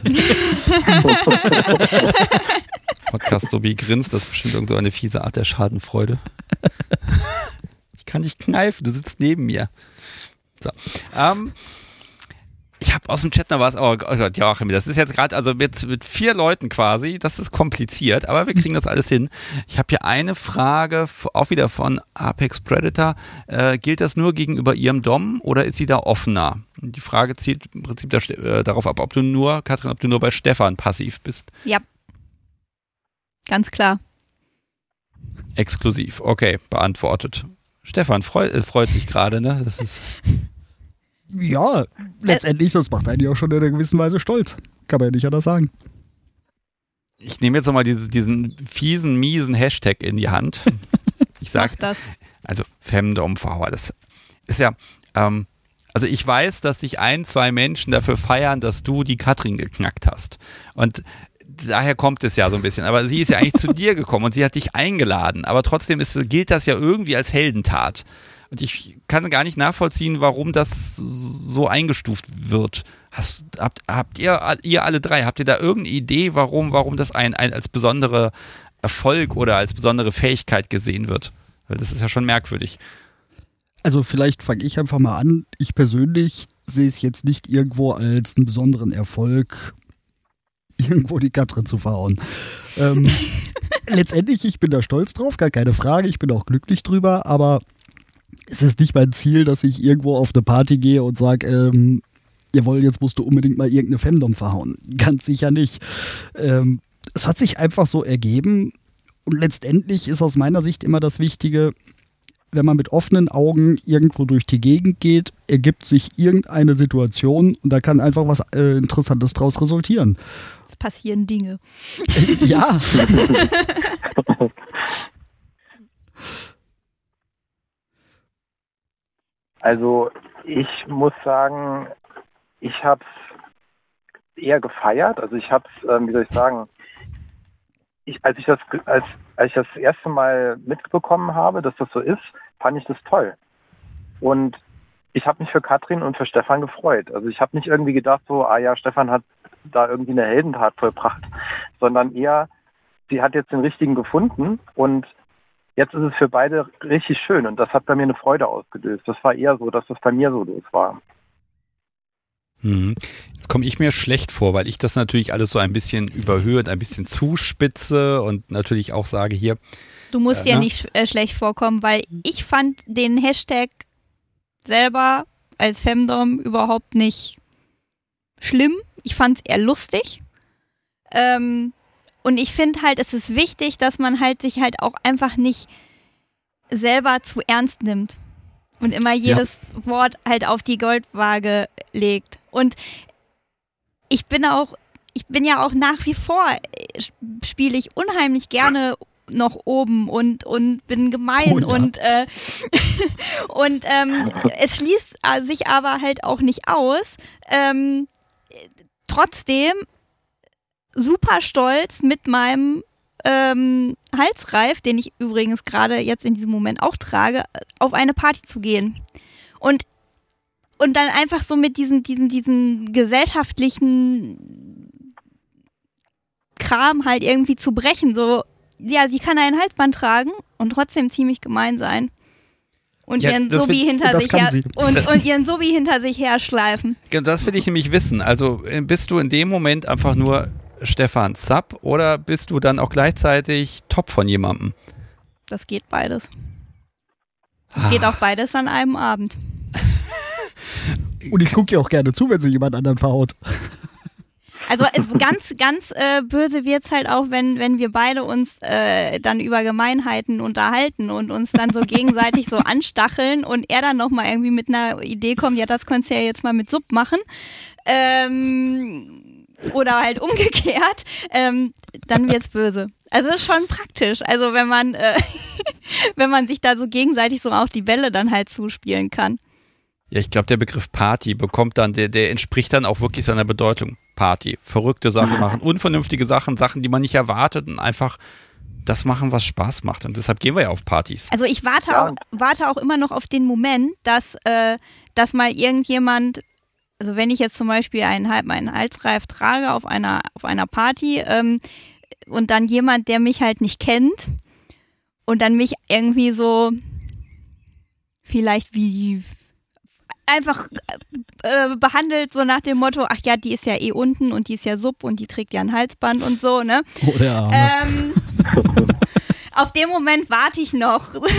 Podcast so wie grinst, das ist bestimmt irgend so eine fiese Art der Schadenfreude. Ich kann dich kneifen, du sitzt neben mir. So. Ich habe aus dem Chat noch was, oh Gott, Joachim, das ist jetzt gerade, also mit 4 Leuten quasi, das ist kompliziert, aber wir kriegen das alles hin. Ich habe hier eine Frage, auch wieder von Apex Predator. Gilt das nur gegenüber ihrem Dom oder ist sie da offener? Die Frage zielt im Prinzip darauf ab, Katrin, ob du nur bei Stefan passiv bist. Ja. Ganz klar. Exklusiv, okay, beantwortet. Stefan freut sich gerade, ne? Das ist... Ja, letztendlich, das macht einen ja auch schon in einer gewissen Weise stolz. Kann man ja nicht anders sagen. Ich nehme jetzt nochmal diesen fiesen, miesen Hashtag in die Hand. Ich sage, also Femdom-Power, das ist ja, also ich weiß, dass dich 1-2 Menschen dafür feiern, dass du die Katrin geknackt hast. Und daher kommt es ja so ein bisschen. Aber sie ist ja eigentlich zu dir gekommen und sie hat dich eingeladen. Aber trotzdem gilt das ja irgendwie als Heldentat. Und ich kann gar nicht nachvollziehen, warum das so eingestuft wird. Habt ihr alle 3, habt ihr da irgendeine Idee, warum das ein als besonderer Erfolg oder als besondere Fähigkeit gesehen wird? Weil das ist ja schon merkwürdig. Also vielleicht fange ich einfach mal an. Ich persönlich sehe es jetzt nicht irgendwo als einen besonderen Erfolg, irgendwo die Katrin zu verhauen. Letztendlich, ich bin da stolz drauf, gar keine Frage. Ich bin auch glücklich drüber, aber es ist nicht mein Ziel, dass ich irgendwo auf eine Party gehe und sage, jawohl, jetzt musst du unbedingt mal irgendeine Femdom verhauen. Ganz sicher nicht. Es hat sich einfach so ergeben und letztendlich ist aus meiner Sicht immer das Wichtige, wenn man mit offenen Augen irgendwo durch die Gegend geht, ergibt sich irgendeine Situation und da kann einfach was Interessantes draus resultieren. Es passieren Dinge. Ja. Also ich muss sagen, ich habe es eher gefeiert. Also ich habe es, wie soll ich sagen, als ich das erste Mal mitbekommen habe, dass das so ist, fand ich das toll. Und ich habe mich für Katrin und für Stefan gefreut. Also ich habe nicht irgendwie gedacht, so, Stefan hat da irgendwie eine Heldentat vollbracht, sondern eher, sie hat jetzt den richtigen gefunden und jetzt ist es für beide richtig schön und das hat bei mir eine Freude ausgelöst. Das war eher so, dass das bei mir so los war. Jetzt komme ich mir schlecht vor, weil ich das natürlich alles so ein bisschen überhöhe, ein bisschen zuspitze und natürlich auch sage hier. Du musst dir nicht schlecht vorkommen, weil ich fand den Hashtag selber als Femdom überhaupt nicht schlimm. Ich fand es eher lustig. Und ich finde halt, es ist wichtig, dass man halt sich halt auch einfach nicht selber zu ernst nimmt und immer jedes Wort halt auf die Goldwaage legt. Und ich bin ja auch nach wie vor, spiele ich unheimlich gerne noch oben und bin gemein und es schließt sich aber halt auch nicht aus. Trotzdem super stolz mit meinem Halsreif, den ich übrigens gerade jetzt in diesem Moment auch trage, auf eine Party zu gehen. Und dann einfach so mit diesen gesellschaftlichen Kram halt irgendwie zu brechen. So, ja, sie kann ein Halsband tragen und trotzdem ziemlich gemein sein. Und ihren Sobi hinter sich her schleifen. Das will ich nämlich wissen. Also bist du in dem Moment einfach nur Stefan Sub oder bist du dann auch gleichzeitig top von jemandem? Das geht beides. Das geht auch beides an einem Abend. Und ich gucke ihr auch gerne zu, wenn sie jemand anderen verhaut. Also ganz, ganz böse wird's halt auch, wenn wir beide uns dann über Gemeinheiten unterhalten und uns dann so gegenseitig so anstacheln und er dann nochmal irgendwie mit einer Idee kommt, ja, das könntest du ja jetzt mal mit Sub machen. Oder halt umgekehrt, dann wird's böse. Also das ist schon praktisch. Also wenn man sich da so gegenseitig so auch die Bälle dann halt zuspielen kann. Ja, ich glaube, der Begriff Party bekommt dann, der entspricht dann auch wirklich seiner Bedeutung. Party. Verrückte Sachen machen, unvernünftige Sachen, die man nicht erwartet und einfach das machen, was Spaß macht. Und deshalb gehen wir ja auf Partys. Also ich warte auch immer noch auf den Moment, dass mal irgendjemand, also wenn ich jetzt zum Beispiel meinen Halsreif trage auf einer Party und dann jemand, der mich halt nicht kennt und dann mich irgendwie so vielleicht wie einfach behandelt, so nach dem Motto, ach ja, die ist ja eh unten und die ist ja Sub und die trägt ja ein Halsband und so, ne? Oh, der Arme. Auf den Moment warte ich noch. Du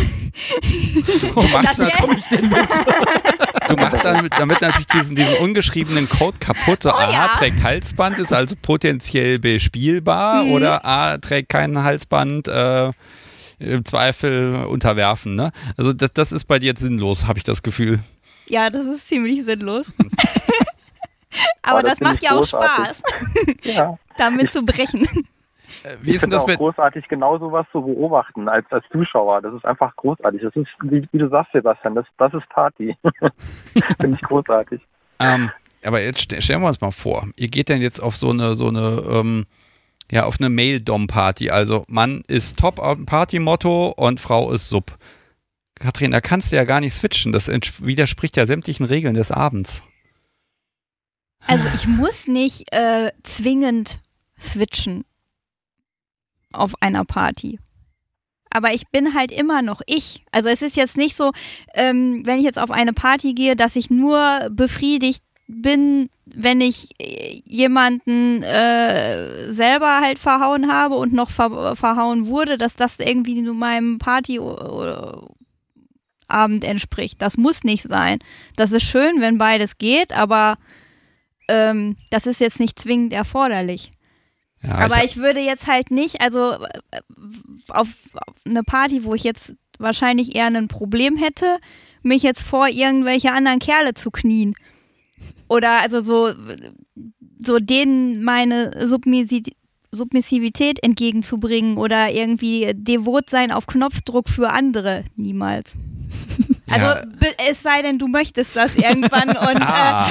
machst damit natürlich diesen ungeschriebenen Code kaputt. So, A trägt Halsband, ist also potenziell bespielbar oder A trägt kein Halsband, im Zweifel unterwerfen, ne? Also das ist bei dir jetzt sinnlos, habe ich das Gefühl. Ja, das ist ziemlich sinnlos. Aber das macht ja auch Spaß, damit zu brechen. Wie ist denn das auch großartig, genau sowas zu beobachten als Zuschauer. Das ist einfach großartig. Das ist, wie du sagst, Sebastian, das ist Party. Finde ich großartig. Aber jetzt stellen wir uns mal vor, ihr geht denn jetzt auf auf eine Mail-Dom-Party. Also Mann ist top auf dem Party-Motto und Frau ist Sub. Katrin, da kannst du ja gar nicht switchen. Das widerspricht ja sämtlichen Regeln des Abends. Also ich muss nicht zwingend switchen auf einer Party. Aber ich bin halt immer noch ich. Also es ist jetzt nicht so, wenn ich jetzt auf eine Party gehe, dass ich nur befriedigt bin, wenn ich jemanden selber halt verhauen habe und noch verhauen wurde, dass das irgendwie nur meinem Partyabend entspricht. Das muss nicht sein. Das ist schön, wenn beides geht, aber das ist jetzt nicht zwingend erforderlich. Ja, aber ich würde jetzt halt nicht, also auf eine Party, wo ich jetzt wahrscheinlich eher ein Problem hätte, mich jetzt vor irgendwelche anderen Kerle zu knien. Oder also so denen meine Submissivität entgegenzubringen oder irgendwie devot sein auf Knopfdruck für andere. Niemals. Also es sei denn, du möchtest das irgendwann und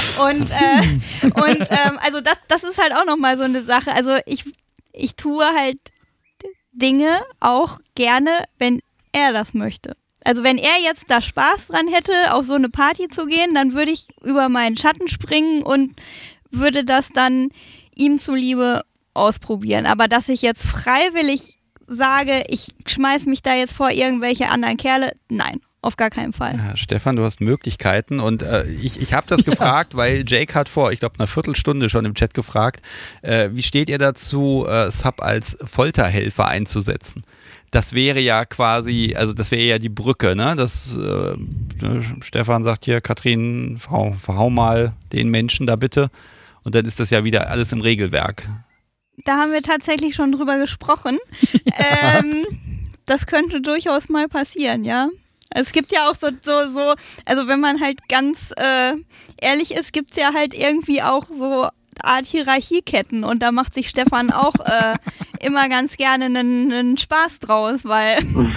also das ist halt auch nochmal so eine Sache. Also ich tue halt Dinge auch gerne, wenn er das möchte. Also wenn er jetzt da Spaß dran hätte, auf so eine Party zu gehen, dann würde ich über meinen Schatten springen und würde das dann ihm zuliebe ausprobieren. Aber dass ich jetzt freiwillig sage, ich schmeiß mich da jetzt vor irgendwelche anderen Kerle, nein, auf gar keinen Fall. Ja, Stefan, du hast Möglichkeiten und ich habe das gefragt, weil Jake hat vor, ich glaube, einer Viertelstunde schon im Chat gefragt, wie steht ihr dazu, Sub als Folterhelfer einzusetzen? Das wäre ja quasi, also das wäre ja die Brücke, ne? Das Stefan sagt hier, Katrin, verhau mal den Menschen da bitte und dann ist das ja wieder alles im Regelwerk. Da haben wir tatsächlich schon drüber gesprochen. Das könnte durchaus mal passieren, ja. Also es gibt ja auch so, also wenn man halt ganz ehrlich ist, gibt es ja halt irgendwie auch so Art Hierarchieketten und da macht sich Stefan auch immer ganz gerne einen Spaß draus, weil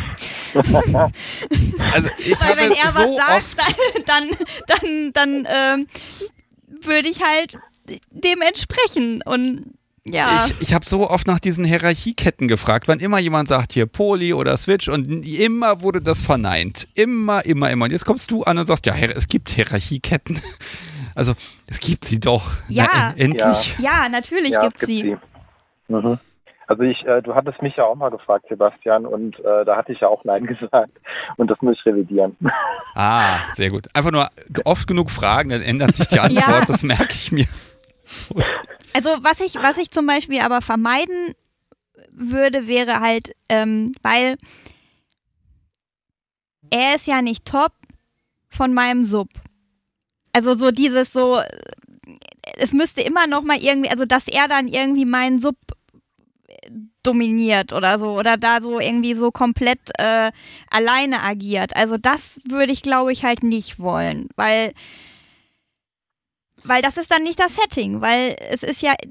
also ich weil wenn er so was sagt, dann würde ich halt dem entsprechen und ja. Ich habe so oft nach diesen Hierarchieketten gefragt, wann immer jemand sagt hier Poly oder Switch und immer wurde das verneint. Immer. Und jetzt kommst du an und sagst, ja, es gibt Hierarchieketten. Also, es gibt sie doch. Ja. Na, endlich. Ja, natürlich Ja, gibt's sie. Mhm. Also du hattest mich ja auch mal gefragt, Sebastian, und da hatte ich ja auch Nein gesagt und das muss ich revidieren. Ah, sehr gut. Einfach nur oft genug fragen, dann ändert sich die Antwort, Ja. Das merke ich mir. Also was ich zum Beispiel aber vermeiden würde, wäre halt, weil er ist ja nicht top von meinem Sub. Also so dieses so, es müsste immer noch mal irgendwie, also dass er dann irgendwie meinen Sub dominiert oder so oder da so irgendwie so komplett alleine agiert. Also das würde ich, glaube ich, halt nicht wollen, weil das ist dann nicht das Setting, weil es ist ja,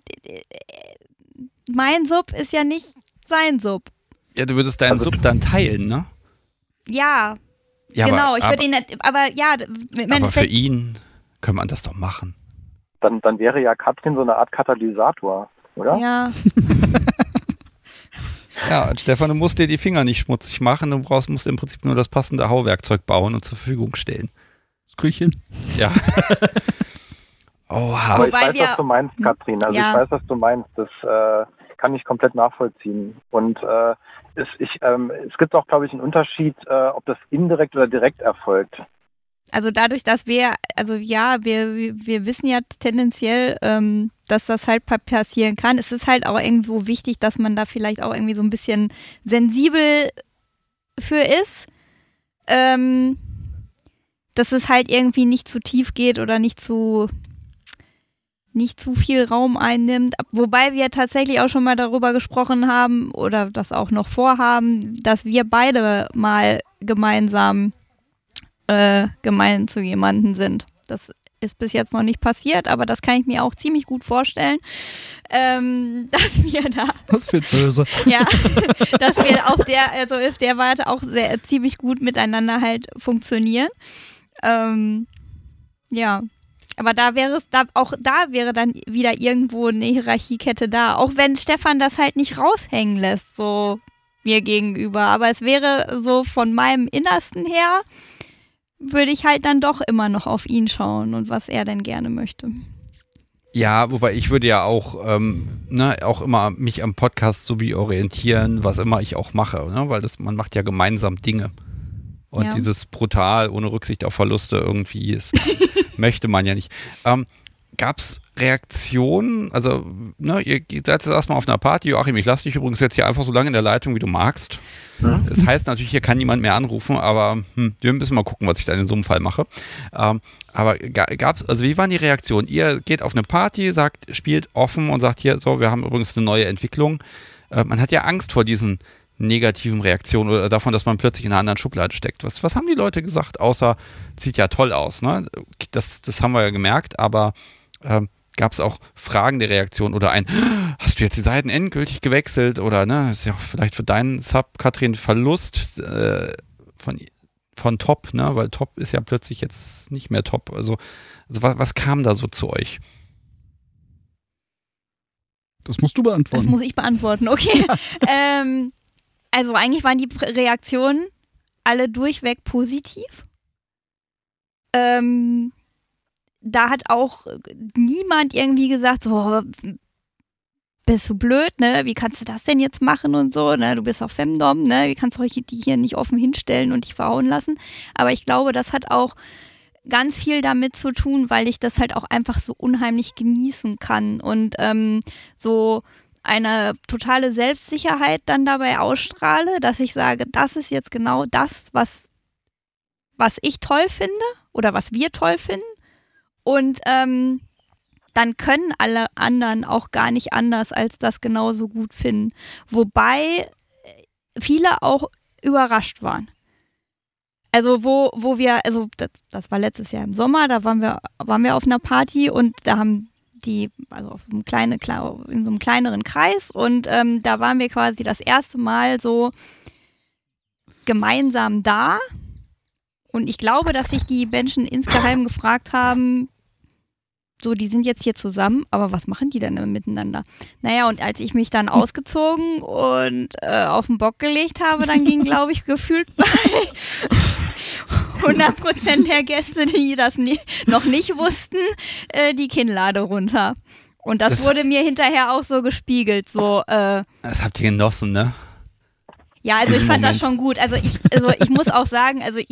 mein Sub ist ja nicht sein Sub. Ja, du würdest deinen Sub dann teilen, ne? Ja, Ja, genau, ich würde ihn nicht, aber ja, aber für ihn kann man das doch machen. Dann wäre ja Katrin so eine Art Katalysator, oder? ja, Ja, Stefan, du musst dir die Finger nicht schmutzig machen, du musst im Prinzip nur das passende Hauwerkzeug bauen und zur Verfügung stellen. Das Küchen. Ja. Oha. Aber ich Wobei weiß, was du meinst, Katrin. Also Ja. ich weiß, was du meinst. Das kann ich komplett nachvollziehen. Und es gibt auch, glaube ich, einen Unterschied, ob das indirekt oder direkt erfolgt. also dadurch, dass wir wissen ja tendenziell, dass das halt passieren kann. Es ist halt auch irgendwo wichtig, dass man da vielleicht auch irgendwie so ein bisschen sensibel für ist. Dass es halt irgendwie nicht zu tief geht oder nicht zu viel Raum einnimmt. Wobei wir tatsächlich auch schon mal darüber gesprochen haben oder das auch noch vorhaben, dass wir beide mal gemeinsam gemein zu jemandem sind. Das ist bis jetzt noch nicht passiert, aber das kann ich mir auch ziemlich gut vorstellen, dass wir da Das wird böse. ja, dass wir auf der Warte auch ziemlich gut miteinander halt funktionieren. Ja, aber da wäre dann wieder irgendwo eine Hierarchiekette da, auch wenn Stefan das halt nicht raushängen lässt, so mir gegenüber. Aber es wäre so von meinem Innersten her, würde ich halt dann doch immer noch auf ihn schauen und was er denn gerne möchte. Ja, wobei ich würde ja auch, auch immer mich am Podcast sowie orientieren, was immer ich auch mache, ne? Weil man macht ja gemeinsam Dinge. Und Ja. dieses brutal, ohne Rücksicht auf Verluste irgendwie, das möchte man ja nicht. Gab es Reaktionen? Also, ihr seid jetzt erstmal auf einer Party. Joachim, ich lasse dich übrigens jetzt hier einfach so lange in der Leitung, wie du magst. Das heißt natürlich, hier kann niemand mehr anrufen, aber wir müssen mal gucken, was ich da in so einem Fall mache. Aber gab's, also wie waren die Reaktionen? Ihr geht auf eine Party, spielt offen und sagt hier, so, wir haben übrigens eine neue Entwicklung. Man hat ja Angst vor diesen negativen Reaktionen oder davon, dass man plötzlich in einer anderen Schublade steckt. Was haben die Leute gesagt? Außer, sieht ja toll aus, ne? Das haben wir ja gemerkt, aber gab es auch fragende Reaktionen oder hast du jetzt die Seiten endgültig gewechselt oder ist ja vielleicht für deinen Sub, Katrin, Verlust von Top, ne? Weil Top ist ja plötzlich jetzt nicht mehr Top. Also was kam da so zu euch? Das musst du beantworten. Das muss ich beantworten, okay. Also eigentlich waren die Reaktionen alle durchweg positiv. Da hat auch niemand irgendwie gesagt, so, bist du blöd, ne? Wie kannst du das denn jetzt machen und so, ne? Du bist auch Femdom, ne? Wie kannst du die hier nicht offen hinstellen und dich verhauen lassen? Aber ich glaube, das hat auch ganz viel damit zu tun, weil ich das halt auch einfach so unheimlich genießen kann und so eine totale Selbstsicherheit dann dabei ausstrahle, dass ich sage, das ist jetzt genau das, was ich toll finde oder was wir toll finden. Und dann können alle anderen auch gar nicht anders, als das genauso gut finden. Wobei viele auch überrascht waren. Also wo wir, also das war letztes Jahr im Sommer, da waren wir auf einer Party und da haben die, also auf so in so einem kleineren Kreis und da waren wir quasi das erste Mal so gemeinsam da und ich glaube, dass sich die Menschen insgeheim gefragt haben, so, die sind jetzt hier zusammen, aber was machen die denn miteinander? Naja, und als ich mich dann ausgezogen und auf den Bock gelegt habe, dann ging, glaube ich, gefühlt bei 100% der Gäste, die das noch nicht wussten, die Kinnlade runter. Und das wurde mir hinterher auch so gespiegelt. So, das habt ihr genossen, ne? Ja, also ich fand das schon gut. Also ich muss auch sagen, also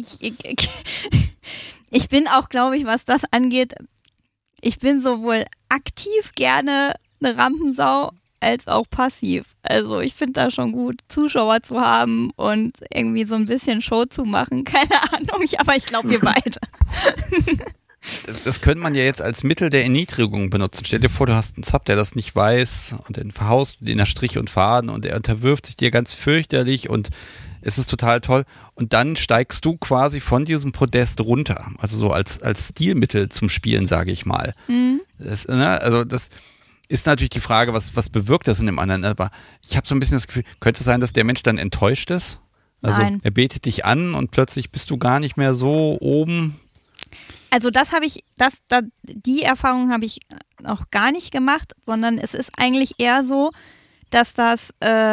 ich bin auch, glaube ich, was das angeht, ich bin sowohl aktiv gerne eine Rampensau als auch passiv. Also ich finde das schon gut, Zuschauer zu haben und irgendwie so ein bisschen Show zu machen. Keine Ahnung, aber ich glaube, wir beide. Das könnte man ja jetzt als Mittel der Erniedrigung benutzen. Stell dir vor, du hast einen Sub, der das nicht weiß und den verhaust du in der Strich und Faden und er unterwirft sich dir ganz fürchterlich und es ist total toll. Und dann steigst du quasi von diesem Podest runter. Also so als Stilmittel zum Spielen, sage ich mal. Mhm. Also das ist natürlich die Frage, was bewirkt das in dem anderen. Aber ich habe so ein bisschen das Gefühl, könnte es sein, dass der Mensch dann enttäuscht ist? Also Nein. Er betet dich an und plötzlich bist du gar nicht mehr so oben. Also die Erfahrung habe ich noch gar nicht gemacht, sondern es ist eigentlich eher so, dass das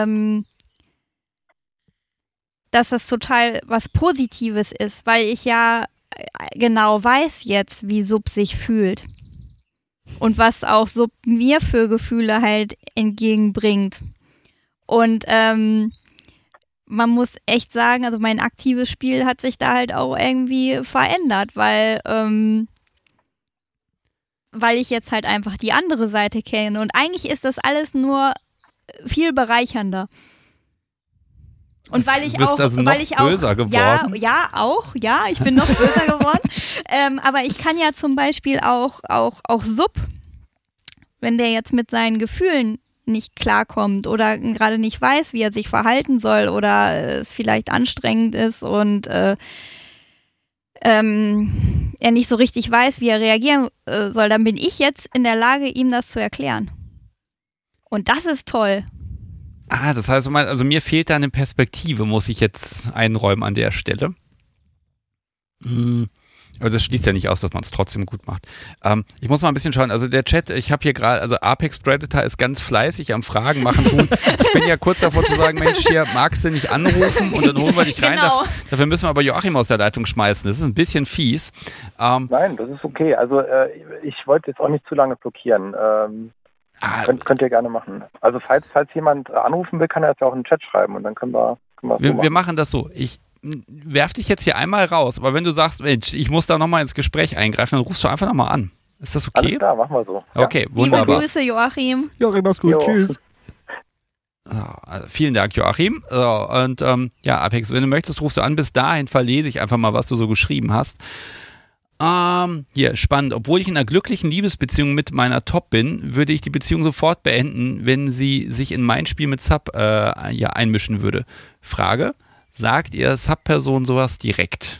total was Positives ist, weil ich ja genau weiß jetzt, wie Sub sich fühlt und was auch Sub mir für Gefühle halt entgegenbringt. Und man muss echt sagen, also mein aktives Spiel hat sich da halt auch irgendwie verändert, weil ich jetzt halt einfach die andere Seite kenne. Und eigentlich ist das alles nur viel bereichernder. Und weil ich auch böser geworden. Ja, ich bin noch böser geworden. Aber ich kann ja zum Beispiel auch Sub, wenn der jetzt mit seinen Gefühlen nicht klarkommt oder gerade nicht weiß, wie er sich verhalten soll oder es vielleicht anstrengend ist und er nicht so richtig weiß, wie er reagieren soll, dann bin ich jetzt in der Lage, ihm das zu erklären. Und das ist toll. Das heißt, also mir fehlt da eine Perspektive, muss ich jetzt einräumen an der Stelle. Aber das schließt ja nicht aus, dass man es trotzdem gut macht. Ich muss mal ein bisschen schauen, also der Chat, ich habe hier gerade, also Apex Predator ist ganz fleißig am Fragen machen tun. Ich bin ja kurz davor zu sagen, Mensch, hier magst du nicht anrufen und dann holen wir dich rein. Genau. Dafür müssen wir aber Joachim aus der Leitung schmeißen. Das ist ein bisschen fies. Nein, das ist okay. Also ich wollte jetzt auch nicht zu lange blockieren. Könnt ihr gerne machen. Also falls jemand anrufen will, kann er jetzt ja auch in den Chat schreiben und dann können wir wir machen das so. Ich werf dich jetzt hier einmal raus, aber wenn du sagst, Mensch, ich muss da nochmal ins Gespräch eingreifen, dann rufst du einfach nochmal an. Ist das okay? Alles klar, machen wir so. Okay, wunderbar. Liebe Grüße, Joachim. Joachim, mach's gut. Jo. Tschüss. So, also vielen Dank, Joachim. So, und Apex, wenn du möchtest, rufst du an. Bis dahin verlese ich einfach mal, was du so geschrieben hast. Hier, spannend. Obwohl ich in einer glücklichen Liebesbeziehung mit meiner Top bin, würde ich die Beziehung sofort beenden, wenn sie sich in mein Spiel mit Sub einmischen würde. Frage, sagt ihr Sub-Person sowas direkt?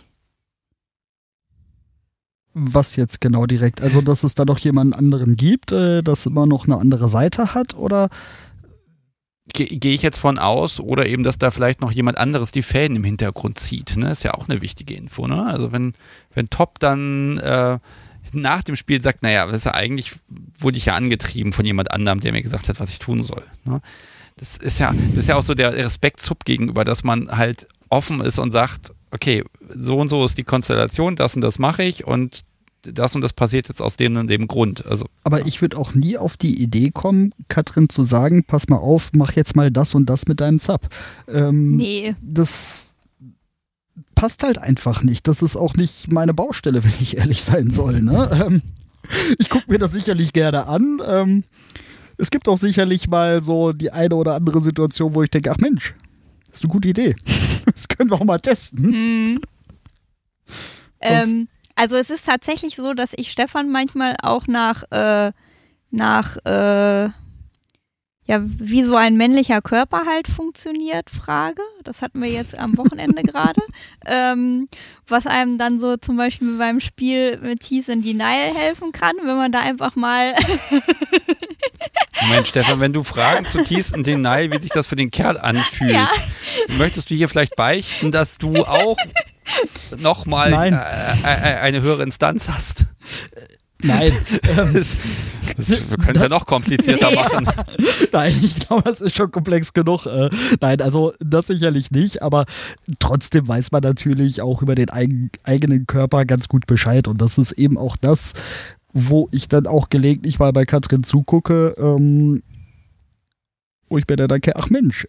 Was jetzt genau direkt? Also, dass es da noch jemanden anderen gibt, dass man noch eine andere Seite hat, oder? Gehe ich jetzt von aus, oder eben, dass da vielleicht noch jemand anderes die Fäden im Hintergrund zieht, ne? Ist ja auch eine wichtige Info, ne? Also wenn Top dann nach dem Spiel sagt, naja, das ist ja eigentlich, wurde ich ja angetrieben von jemand anderem, der mir gesagt hat, was ich tun soll, ne? Das ist ja auch so der Respekt Sub gegenüber, dass man halt offen ist und sagt, okay, so und so ist die Konstellation, das und das mache ich und das passiert jetzt aus dem und dem Grund. Also, aber ich würde auch nie auf die Idee kommen, Katrin zu sagen, pass mal auf, mach jetzt mal das und das mit deinem Sub. Nee. Das passt halt einfach nicht. Das ist auch nicht meine Baustelle, wenn ich ehrlich sein soll. Ne? Ich gucke mir das sicherlich gerne an. Es gibt auch sicherlich mal so die eine oder andere Situation, wo ich denke, ach Mensch, das ist eine gute Idee. Das können wir auch mal testen. Also es ist tatsächlich so, dass ich Stefan manchmal auch nach wie so ein männlicher Körper halt funktioniert, frage. Das hatten wir jetzt am Wochenende gerade. Was einem dann so zum Beispiel beim Spiel mit Tease in Denial helfen kann, wenn man da einfach mal Moment, Stefan, wenn du Fragen zu Tease in Denial, wie sich das für den Kerl anfühlt, möchtest du hier vielleicht beichten, dass du auch nochmal eine höhere Instanz hast? Nein. Wir können es ja noch komplizierter machen. Nein, ich glaube, das ist schon komplex genug. Nein, also das sicherlich nicht, aber trotzdem weiß man natürlich auch über den eigenen Körper ganz gut Bescheid und das ist eben auch das, wo ich dann auch gelegentlich mal bei Katrin zugucke, wo ich mir dann denke, ach Mensch,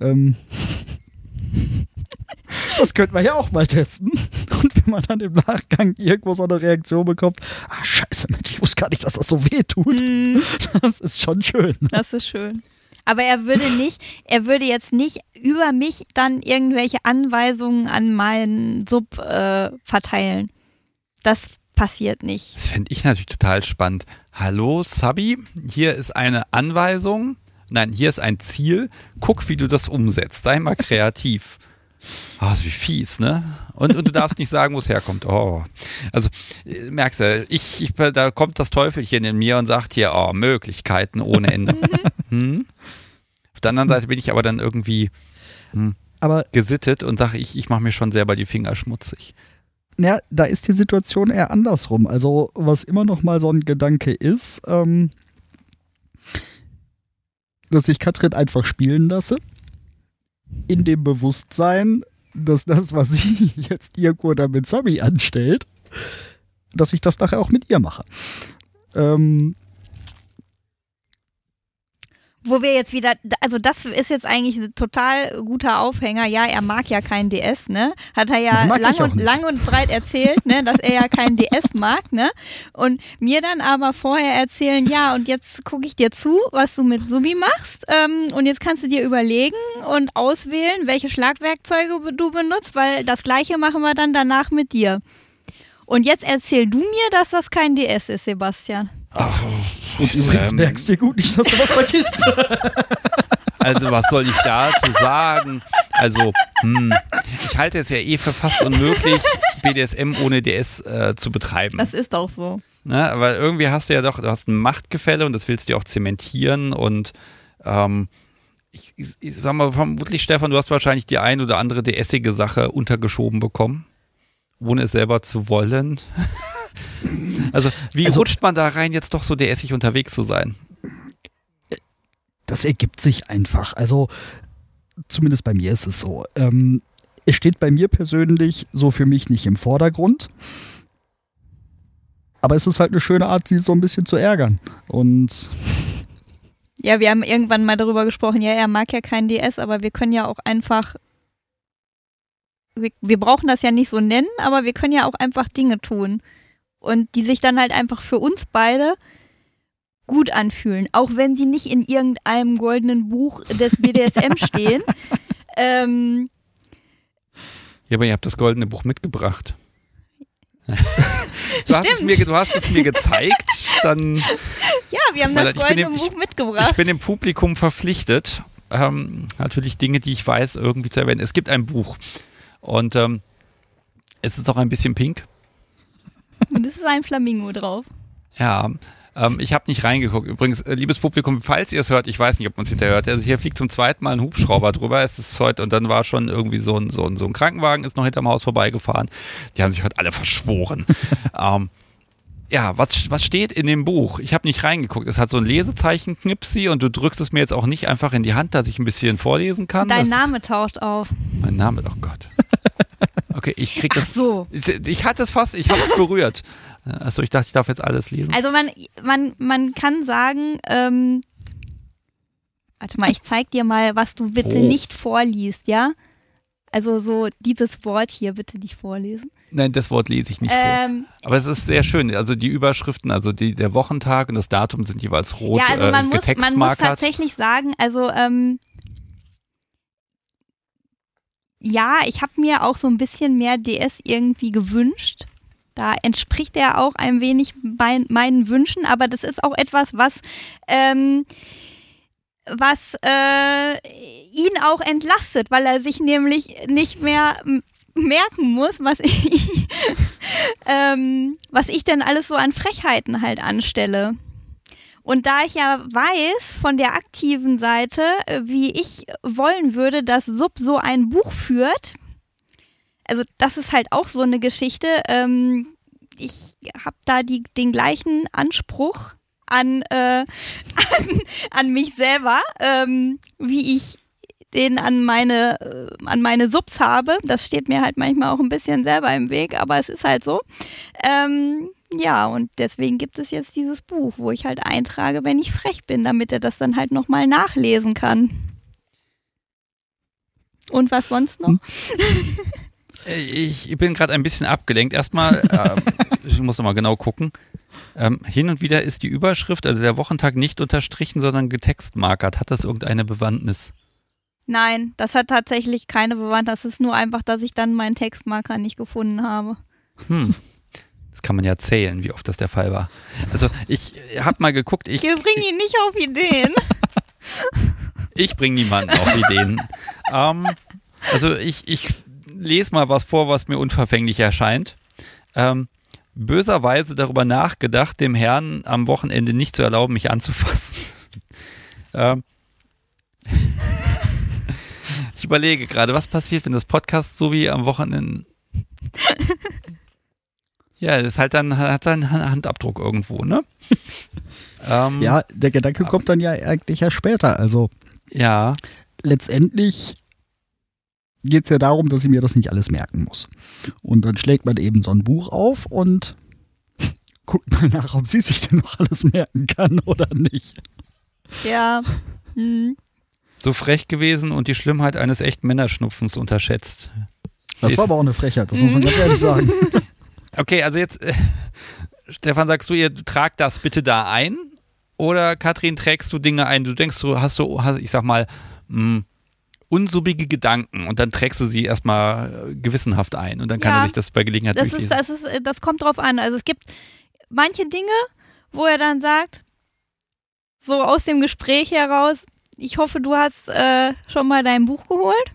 das könnten wir ja auch mal testen. Und wenn man dann im Nachgang irgendwo so eine Reaktion bekommt, ah scheiße, Mensch, ich wusste gar nicht, dass das so weh tut. Das ist schon schön. Das ist schön. Aber er würde jetzt nicht über mich dann irgendwelche Anweisungen an meinen Sub verteilen. Das passiert nicht. Das fände ich natürlich total spannend. Hallo, Sabi, hier ist eine Anweisung. Nein, hier ist ein Ziel. Guck, wie du das umsetzt. Sei mal kreativ. Oh, ist wie fies, ne? Und du darfst nicht sagen, wo es herkommt. Oh. Also, merkst du, da kommt das Teufelchen in mir und sagt hier, oh, Möglichkeiten ohne Ende. Auf der anderen Seite bin ich aber dann irgendwie gesittet und sage, ich mache mir schon selber die Finger schmutzig. Ja, da ist die Situation eher andersrum. Also, was immer noch mal so ein Gedanke ist, dass ich Katrin einfach spielen lasse. In dem Bewusstsein, dass das, was sie jetzt irgendwo da mit Sabi anstellt, dass ich das nachher auch mit ihr mache. Wo wir jetzt wieder, also das ist jetzt eigentlich ein total guter Aufhänger. Ja, er mag ja keinen DS, ne? Hat er ja lang und breit erzählt, ne, dass er ja keinen DS mag, ne? Und mir dann aber vorher erzählen, ja, und jetzt gucke ich dir zu, was du mit Subi machst. Und jetzt kannst du dir überlegen und auswählen, welche Schlagwerkzeuge du benutzt, weil das Gleiche machen wir dann danach mit dir. Und jetzt erzähl du mir, dass das kein DS ist, Sebastian. Ach, und übrigens merkst du dir gut nicht, dass du was vergisst. Also was soll ich dazu sagen? Also, ich halte es ja für fast unmöglich, BDSM ohne DS zu betreiben. Das ist auch so. Ne? Weil irgendwie hast du ja doch, du hast ein Machtgefälle und das willst du ja auch zementieren und ich sag mal, vermutlich, Stefan, du hast wahrscheinlich die ein oder andere DS-ige Sache untergeschoben bekommen, ohne es selber zu wollen. Also, wie rutscht man da rein, jetzt doch so DS-ig unterwegs zu sein? Das ergibt sich einfach. Also, zumindest bei mir ist es so. Es steht bei mir persönlich so für mich nicht im Vordergrund. Aber es ist halt eine schöne Art, sie so ein bisschen zu ärgern. Und ja, wir haben irgendwann mal darüber gesprochen, ja, er mag ja keinen DS, aber wir können ja auch einfach, wir brauchen das ja nicht so nennen, aber wir können ja auch einfach Dinge tun. Und die sich dann halt einfach für uns beide gut anfühlen. Auch wenn sie nicht in irgendeinem goldenen Buch des BDSM stehen. Ja, aber ihr habt das goldene Buch mitgebracht. Du hast es mir gezeigt. Dann, ja, wir haben das goldene Buch mitgebracht. Ich bin dem Publikum verpflichtet, natürlich Dinge, die ich weiß, irgendwie zu erwähnen. Es gibt ein Buch und es ist auch ein bisschen pink. Und es ist ein Flamingo drauf. Ja, ich habe nicht reingeguckt. Übrigens, liebes Publikum, falls ihr es hört, ich weiß nicht, ob man es hinterher hört, also hier fliegt zum zweiten Mal ein Hubschrauber drüber. Es ist heute, und dann war schon irgendwie so ein Krankenwagen, ist noch hinterm Haus vorbeigefahren. Die haben sich heute alle verschworen. Ja, was steht in dem Buch? Ich habe nicht reingeguckt. Es hat so ein Lesezeichen-Knipsi und du drückst es mir jetzt auch nicht einfach in die Hand, dass ich ein bisschen vorlesen kann. Dein Name taucht auf. Mein Name, oh Gott. Okay, ich krieg das. Ach so. Ich hatte es fast, ich habe es berührt. Achso, ich dachte, ich darf jetzt alles lesen. Also man kann sagen, warte mal, ich zeig dir mal, was du bitte nicht vorliest, ja? Also so dieses Wort hier bitte nicht vorlesen. Nein, das Wort lese ich nicht vor. Aber es ist sehr schön. Also die Überschriften, also der Wochentag und das Datum sind jeweils rot ja, also man muss tatsächlich sagen, also ja, ich habe mir auch so ein bisschen mehr DS irgendwie gewünscht. Da entspricht er auch ein wenig meinen Wünschen, aber das ist auch etwas, was ihn auch entlastet, weil er sich nämlich nicht mehr merken muss, was ich denn alles so an Frechheiten halt anstelle. Und da ich ja weiß von der aktiven Seite, wie ich wollen würde, dass Sub so ein Buch führt, also das ist halt auch so eine Geschichte, ich habe da den gleichen Anspruch an mich selber, wie ich den an meine Subs habe. Das steht mir halt manchmal auch ein bisschen selber im Weg, aber es ist halt so. Ja, und deswegen gibt es jetzt dieses Buch, wo ich halt eintrage, wenn ich frech bin, damit er das dann halt nochmal nachlesen kann. Und was sonst noch? Ich bin gerade ein bisschen abgelenkt. Erstmal, ich muss nochmal genau gucken. Hin und wieder ist die Überschrift, also der Wochentag, nicht unterstrichen, sondern getextmarkert. Hat das irgendeine Bewandtnis? Nein, das hat tatsächlich keine Bewandtnis. Das ist nur einfach, dass ich dann meinen Textmarker nicht gefunden habe. Das kann man ja zählen, wie oft das der Fall war. Also ich habe mal geguckt. Wir bringen ihn nicht auf Ideen. Ich bringe niemanden auf Ideen. Also ich lese mal was vor, was mir unverfänglich erscheint. Böserweise darüber nachgedacht, dem Herrn am Wochenende nicht zu erlauben, mich anzufassen. Ich überlege gerade, was passiert, wenn das Podcast so wie am Wochenende... Ja, das halt dann hat seinen Handabdruck irgendwo, ne? Ja, der Gedanke kommt dann ja eigentlich ja später. Also ja, letztendlich geht es ja darum, dass ich mir das nicht alles merken muss. Und dann schlägt man eben so ein Buch auf und guckt mal nach, ob sie sich denn noch alles merken kann oder nicht. Ja. So frech gewesen und die Schlimmheit eines echten Männerschnupfens unterschätzt. Das war aber auch eine Frechheit, das muss man ganz ehrlich sagen. Okay, also jetzt, Stefan, sagst du, ihr tragt das bitte da ein? Oder Katrin, trägst du Dinge ein? Du denkst, hast ich sag mal, unsubbige Gedanken und dann trägst du sie erstmal gewissenhaft ein und dann kann er sich das bei Gelegenheit durchlesen. Das kommt drauf an. Also es gibt manche Dinge, wo er dann sagt, so aus dem Gespräch heraus, ich hoffe, du hast schon mal dein Buch geholt.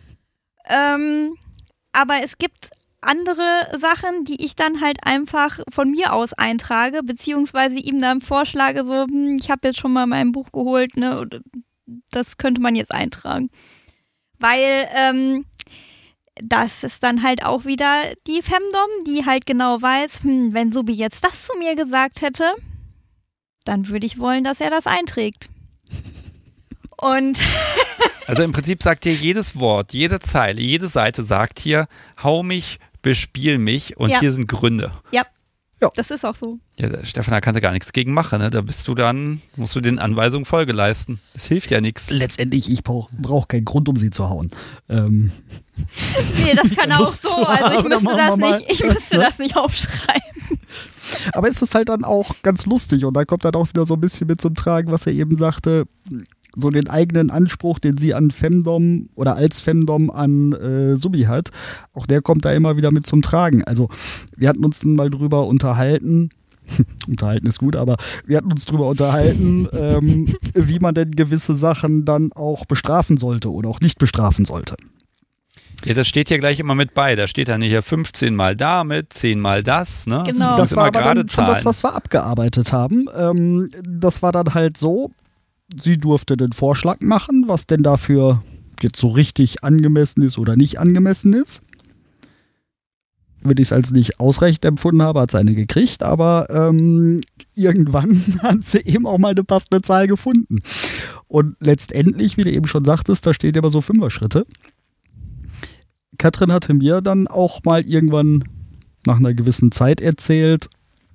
Aber es gibt andere Sachen, die ich dann halt einfach von mir aus eintrage, beziehungsweise ihm dann vorschlage, so, ich habe jetzt schon mal mein Buch geholt, ne, das könnte man jetzt eintragen. Weil das ist dann halt auch wieder die Femdom, die halt genau weiß, wenn Subi jetzt das zu mir gesagt hätte, dann würde ich wollen, dass er das einträgt. Und also im Prinzip sagt hier jedes Wort, jede Zeile, jede Seite sagt hier, hau mich, bespiel mich und hier sind Gründe. Ja, das ist auch so. Ja, Stefan, da kannst du gar nichts gegen machen, ne? Da musst du den Anweisungen Folge leisten. Das hilft ja nichts. Letztendlich, ich brauch keinen Grund, um sie zu hauen. Nee, das kann auch so. Also ich müsste das nicht aufschreiben. Aber es ist halt dann auch ganz lustig und da kommt dann auch wieder so ein bisschen mit zum Tragen, was er eben sagte, so den eigenen Anspruch, den sie an Femdom oder als Femdom an Subi hat, auch der kommt da immer wieder mit zum Tragen. Also wir hatten uns dann mal drüber unterhalten, unterhalten ist gut, aber wir hatten uns drüber unterhalten, wie man denn gewisse Sachen dann auch bestrafen sollte oder auch nicht bestrafen sollte. Ja, das steht hier gleich immer mit bei. Da steht dann hier 15 Mal damit, 10 Mal das. Ne? Genau. Das war aber dann schon das, was wir abgearbeitet haben. Das war dann halt so, sie durfte den Vorschlag machen, was denn dafür jetzt so richtig angemessen ist oder nicht angemessen ist. Wenn ich es als nicht ausreichend empfunden habe, hat sie eine gekriegt, aber irgendwann hat sie eben auch mal eine passende Zahl gefunden. Und letztendlich, wie du eben schon sagtest, da stehen immer so 5er-Schritte. Katrin hatte mir dann auch mal irgendwann nach einer gewissen Zeit erzählt,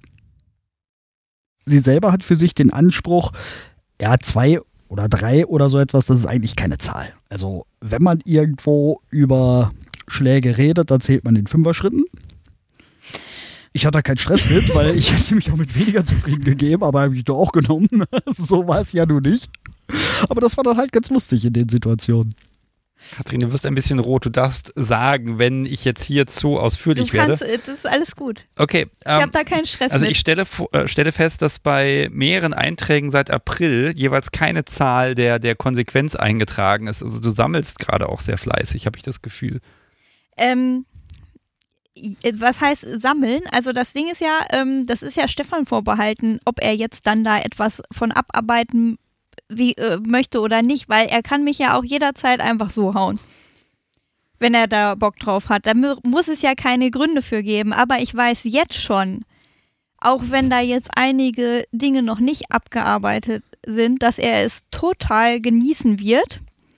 sie selber hat für sich den Anspruch, 2 oder 3 oder so etwas, das ist eigentlich keine Zahl. Also wenn man irgendwo über Schläge redet, dann zählt man in 5er-Schritten. Ich hatte da keinen Stress mit, weil ich hätte mich auch mit weniger zufrieden gegeben, aber habe ich doch auch genommen. So war es ja nun nicht. Aber das war dann halt ganz lustig in den Situationen. Katrin, du wirst ein bisschen rot. Du darfst sagen, wenn ich jetzt hier zu ausführlich werde. Das ist alles gut. Okay. Ich habe da keinen Stress also mit. ich stelle fest, dass bei mehreren Einträgen seit April jeweils keine Zahl der Konsequenz eingetragen ist. Also du sammelst gerade auch sehr fleißig, habe ich das Gefühl. Was heißt sammeln? Also das Ding ist ja, das ist ja Stefan vorbehalten, ob er jetzt dann da etwas von abarbeiten möchte oder nicht, weil er kann mich ja auch jederzeit einfach so hauen, wenn er da Bock drauf hat. Da muss es ja keine Gründe für geben, aber ich weiß jetzt schon, auch wenn da jetzt einige Dinge noch nicht abgearbeitet sind, dass er es total genießen wird,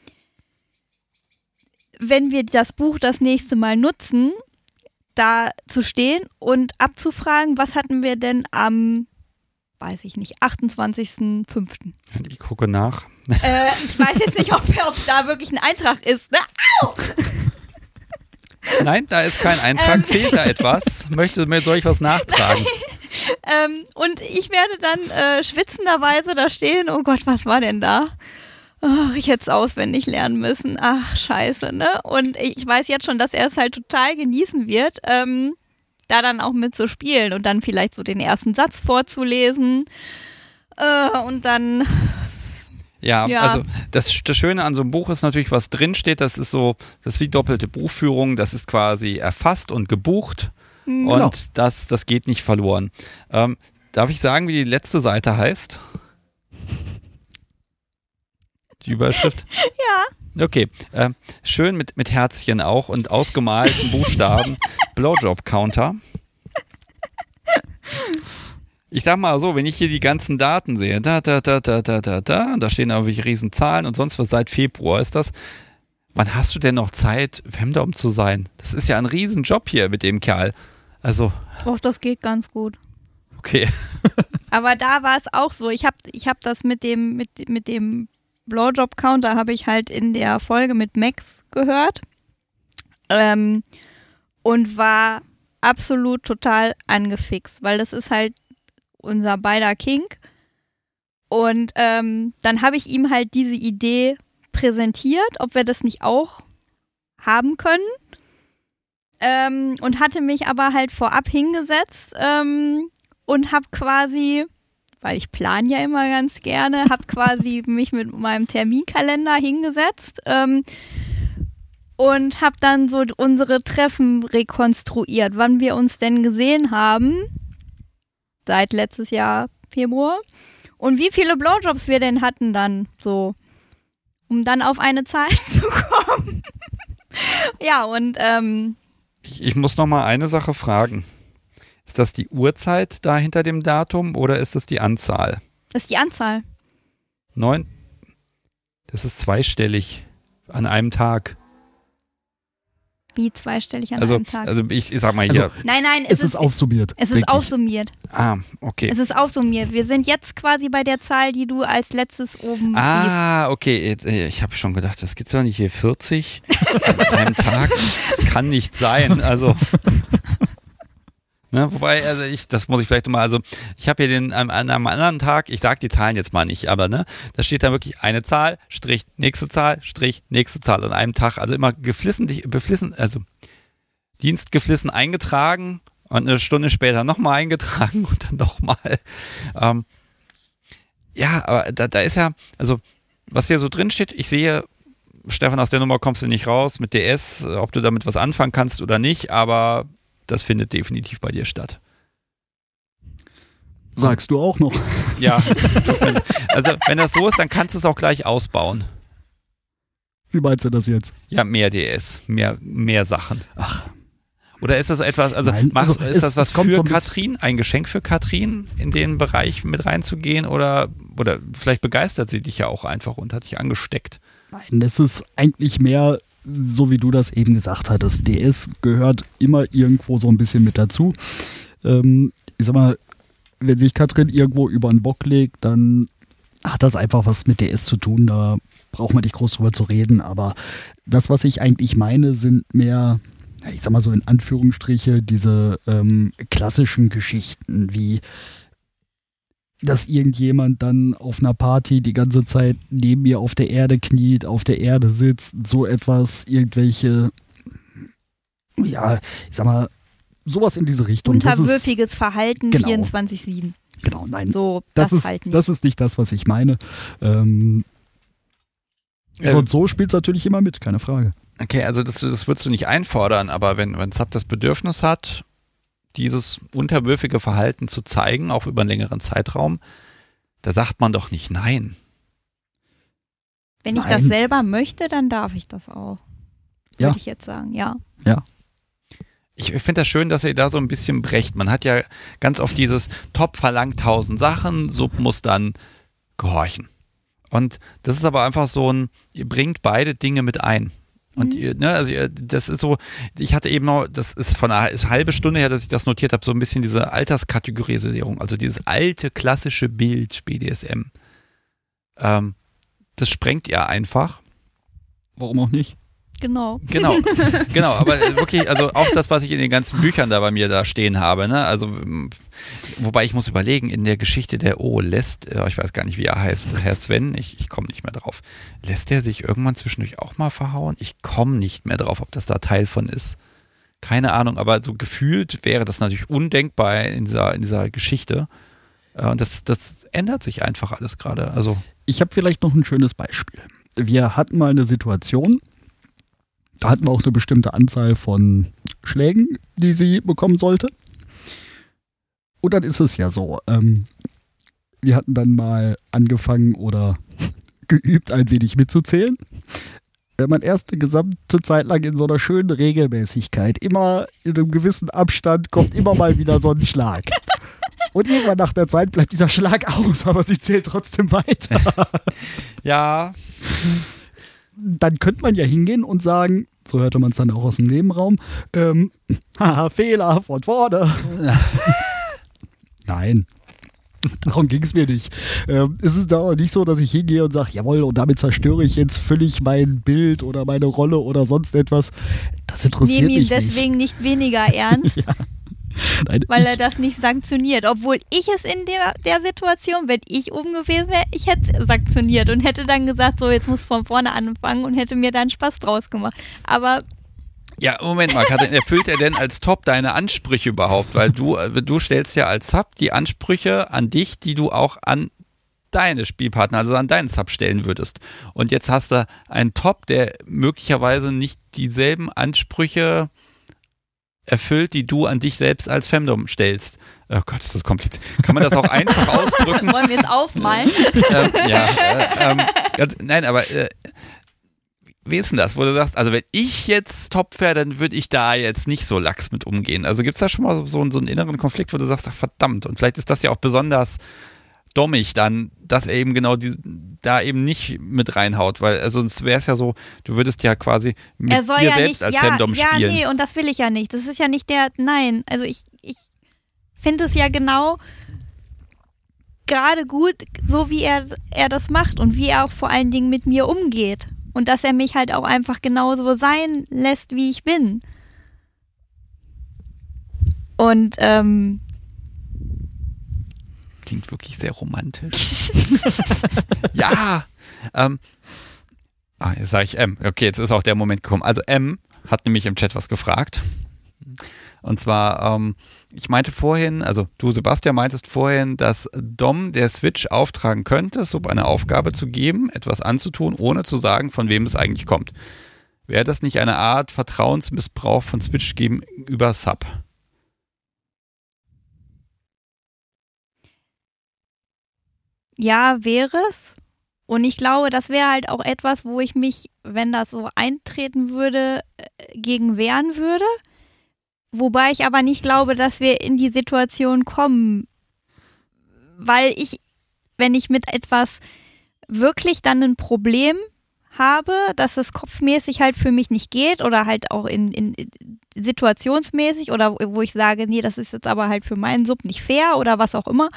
wenn wir das Buch das nächste Mal nutzen, da zu stehen und abzufragen, was hatten wir denn am, weiß ich nicht, 28.05. Ich gucke nach. Ich weiß jetzt nicht, ob da wirklich ein Eintrag ist. Ne? Au! Nein, da ist kein Eintrag. Fehlt da etwas? Soll ich was nachtragen? Und ich werde dann schwitzenderweise da stehen. Oh Gott, was war denn da? Oh, ich hätte es auswendig lernen müssen. Ach, scheiße, ne? Und ich weiß jetzt schon, dass er es halt total genießen wird, da dann auch mit zu spielen und dann vielleicht so den ersten Satz vorzulesen und dann... Ja, also das Schöne an so einem Buch ist natürlich, was drinsteht, das ist wie doppelte Buchführung, das ist quasi erfasst und gebucht und das geht nicht verloren. Darf ich sagen, wie die letzte Seite heißt? Die Überschrift? Ja. Okay, schön mit Herzchen auch und ausgemalten Buchstaben. Blowjob-Counter. Ich sag mal so, wenn ich hier die ganzen Daten sehe, da stehen da wirklich riesen Zahlen und sonst was, seit Februar ist das. Wann hast du denn noch Zeit, Femdom zu sein? Das ist ja ein Riesenjob hier mit dem Kerl. Also. Doch, das geht ganz gut. Okay. Aber da war es auch so, ich hab das mit dem Blowjob-Counter habe ich halt in der Folge mit Max gehört und war absolut total angefixt, weil das ist halt unser beider Kink und dann habe ich ihm halt diese Idee präsentiert, ob wir das nicht auch haben können und hatte mich aber halt vorab hingesetzt und habe quasi, weil ich plane ja immer ganz gerne, habe quasi mich mit meinem Terminkalender hingesetzt und habe dann so unsere Treffen rekonstruiert, wann wir uns denn gesehen haben, seit letztes Jahr Februar, und wie viele Blowjobs wir denn hatten dann so, um dann auf eine Zahl zu kommen. Ja, und ich muss noch mal eine Sache fragen. Ist das die Uhrzeit da hinter dem Datum oder ist das die Anzahl? Das ist die Anzahl. 9? Das ist zweistellig an einem Tag. Wie zweistellig an einem Tag? Also ich sag mal hier. Nein, es ist aufsummiert. Es ist aufsummiert. Ah, okay. Es ist aufsummiert. Wir sind jetzt quasi bei der Zahl, die du als letztes oben siehst. Ah, okay. Ich habe schon gedacht, das gibt's doch nicht hier 40 an einem Tag. Das kann nicht sein. Also ne, wobei, also das muss ich vielleicht nochmal, also ich habe hier an einem anderen Tag, ich sage die Zahlen jetzt mal nicht, aber ne, da steht dann wirklich eine Zahl, Strich, nächste Zahl, Strich, nächste Zahl an einem Tag, also immer dienstgeflissen eingetragen und eine Stunde später nochmal eingetragen und dann nochmal. Ja, aber da ist ja, also was hier so drin steht, ich sehe, Stefan, aus der Nummer kommst du nicht raus mit DS, ob du damit was anfangen kannst oder nicht, aber das findet definitiv bei dir statt. Sagst du auch noch? Ja. Also wenn das so ist, dann kannst du es auch gleich ausbauen. Wie meinst du das jetzt? Ja, mehr DS, mehr Sachen. Ach. Oder ist das etwas, also, Nein, ist das was für so Katrin, ein Geschenk für Katrin, in den Bereich mit reinzugehen oder vielleicht begeistert sie dich ja auch einfach und hat dich angesteckt? Nein, das ist eigentlich mehr so wie du das eben gesagt hattest, DS gehört immer irgendwo so ein bisschen mit dazu. Ich sag mal, wenn sich Katrin irgendwo über einen Bock legt, dann hat das einfach was mit DS zu tun. Da braucht man nicht groß drüber zu reden. Aber das, was ich eigentlich meine, sind mehr, ich sag mal so in Anführungsstriche, diese klassischen Geschichten, wie dass irgendjemand dann auf einer Party die ganze Zeit neben mir auf der Erde kniet, auf der Erde sitzt, so etwas, irgendwelche, ja, ich sag mal, sowas in diese Richtung. Unterwürfiges Verhalten, genau. 24/7. Genau, nein. So, das ist halt nicht. Das ist nicht das, was ich meine. So spielt es natürlich immer mit, keine Frage. Okay, also das würdest du nicht einfordern, aber wenn Sub das Bedürfnis hat, dieses unterwürfige Verhalten zu zeigen, auch über einen längeren Zeitraum, da sagt man doch nicht nein. Wenn ich das selber möchte, dann darf ich das auch. Ja. Würde ich jetzt sagen, ja. Ja. Ich finde das schön, dass ihr da so ein bisschen brecht. Man hat ja ganz oft dieses Top verlangt 1000 Sachen, Sub muss dann gehorchen. Und das ist aber einfach so ihr bringt beide Dinge mit ein. Und das ist so, ich hatte eben noch, das ist von einer halben Stunde her, dass ich das notiert habe, so ein bisschen diese Alterskategorisierung, also dieses alte klassische Bild BDSM. Das sprengt ihr einfach. Warum auch nicht? Genau, aber wirklich, also auch das, was ich in den ganzen Büchern da bei mir da stehen habe, ne, also, wobei ich muss überlegen, in der Geschichte der lässt, ich weiß gar nicht, wie er heißt, Herr Sven, ich komme nicht mehr drauf, lässt er sich irgendwann zwischendurch auch mal verhauen? Ich komme nicht mehr drauf, ob das da Teil von ist. Keine Ahnung, aber so gefühlt wäre das natürlich undenkbar in dieser Geschichte. Und das ändert sich einfach alles gerade, also. Ich habe vielleicht noch ein schönes Beispiel. Wir hatten mal eine Situation, da hatten wir auch eine bestimmte Anzahl von Schlägen, die sie bekommen sollte. Und dann ist es ja so, wir hatten dann mal angefangen oder geübt, ein wenig mitzuzählen. Man erst eine gesamte Zeit lang in so einer schönen Regelmäßigkeit, immer in einem gewissen Abstand kommt immer mal wieder so ein Schlag. Und irgendwann nach der Zeit bleibt dieser Schlag aus, aber sie zählt trotzdem weiter. Ja. Dann könnte man ja hingehen und sagen, so hörte man es dann auch aus dem Nebenraum, Fehler von vorne. Nein, darum ging es mir nicht. Es ist da auch nicht so, dass ich hingehe und sage, jawohl, und damit zerstöre ich jetzt völlig mein Bild oder meine Rolle oder sonst etwas. Das interessiert mich nicht. Nehme ihn deswegen nicht weniger ernst. Ja. Nein, weil er das nicht sanktioniert. Obwohl ich es in der Situation, wenn ich oben gewesen wäre, ich hätte sanktioniert und hätte dann gesagt, so jetzt muss von vorne anfangen und hätte mir dann Spaß draus gemacht. Aber ja, Moment mal, Katrin, erfüllt er denn als Top deine Ansprüche überhaupt? Weil du stellst ja als Sub die Ansprüche an dich, die du auch an deine Spielpartner, also an deinen Sub stellen würdest. Und jetzt hast du einen Top, der möglicherweise nicht dieselben Ansprüche erfüllt, die du an dich selbst als Femdom stellst. Oh Gott, ist das kompliziert. Kann man das auch einfach ausdrücken? Wollen wir jetzt aufmalen? Nein, aber wie ist denn das, wo du sagst, also wenn ich jetzt Top wäre, dann würde ich da jetzt nicht so lax mit umgehen. Also gibt es da schon mal so einen inneren Konflikt, wo du sagst, ach verdammt, und vielleicht ist das ja auch besonders dommig dann, dass er eben genau da eben nicht mit reinhaut, weil sonst wäre es ja so, du würdest ja quasi mit dir ja selbst nicht, als Femdom spielen. Ja, nee, und das will ich ja nicht. Das ist ja nicht nein, also ich finde es ja genau gerade gut, so wie er das macht und wie er auch vor allen Dingen mit mir umgeht. Und dass er mich halt auch einfach genauso sein lässt, wie ich bin. Und klingt wirklich sehr romantisch. Ja. Jetzt sage ich M. Okay, jetzt ist auch der Moment gekommen. Also M hat nämlich im Chat was gefragt. Und zwar, ich meinte vorhin, also du Sebastian meintest vorhin, dass Dom der Switch auftragen könnte, Sub eine Aufgabe zu geben, etwas anzutun, ohne zu sagen, von wem es eigentlich kommt. Wäre das nicht eine Art Vertrauensmissbrauch von Switch gegenüber Sub? ja, wäre es. Und ich glaube, das wäre halt auch etwas, wo ich mich, wenn das so eintreten würde, gegen wehren würde. Wobei ich aber nicht glaube, dass wir in die Situation kommen, weil wenn ich mit etwas wirklich dann ein Problem habe, dass es kopfmäßig halt für mich nicht geht oder halt auch in situationsmäßig oder wo ich sage, nee, das ist jetzt aber halt für meinen Sub nicht fair oder was auch immer,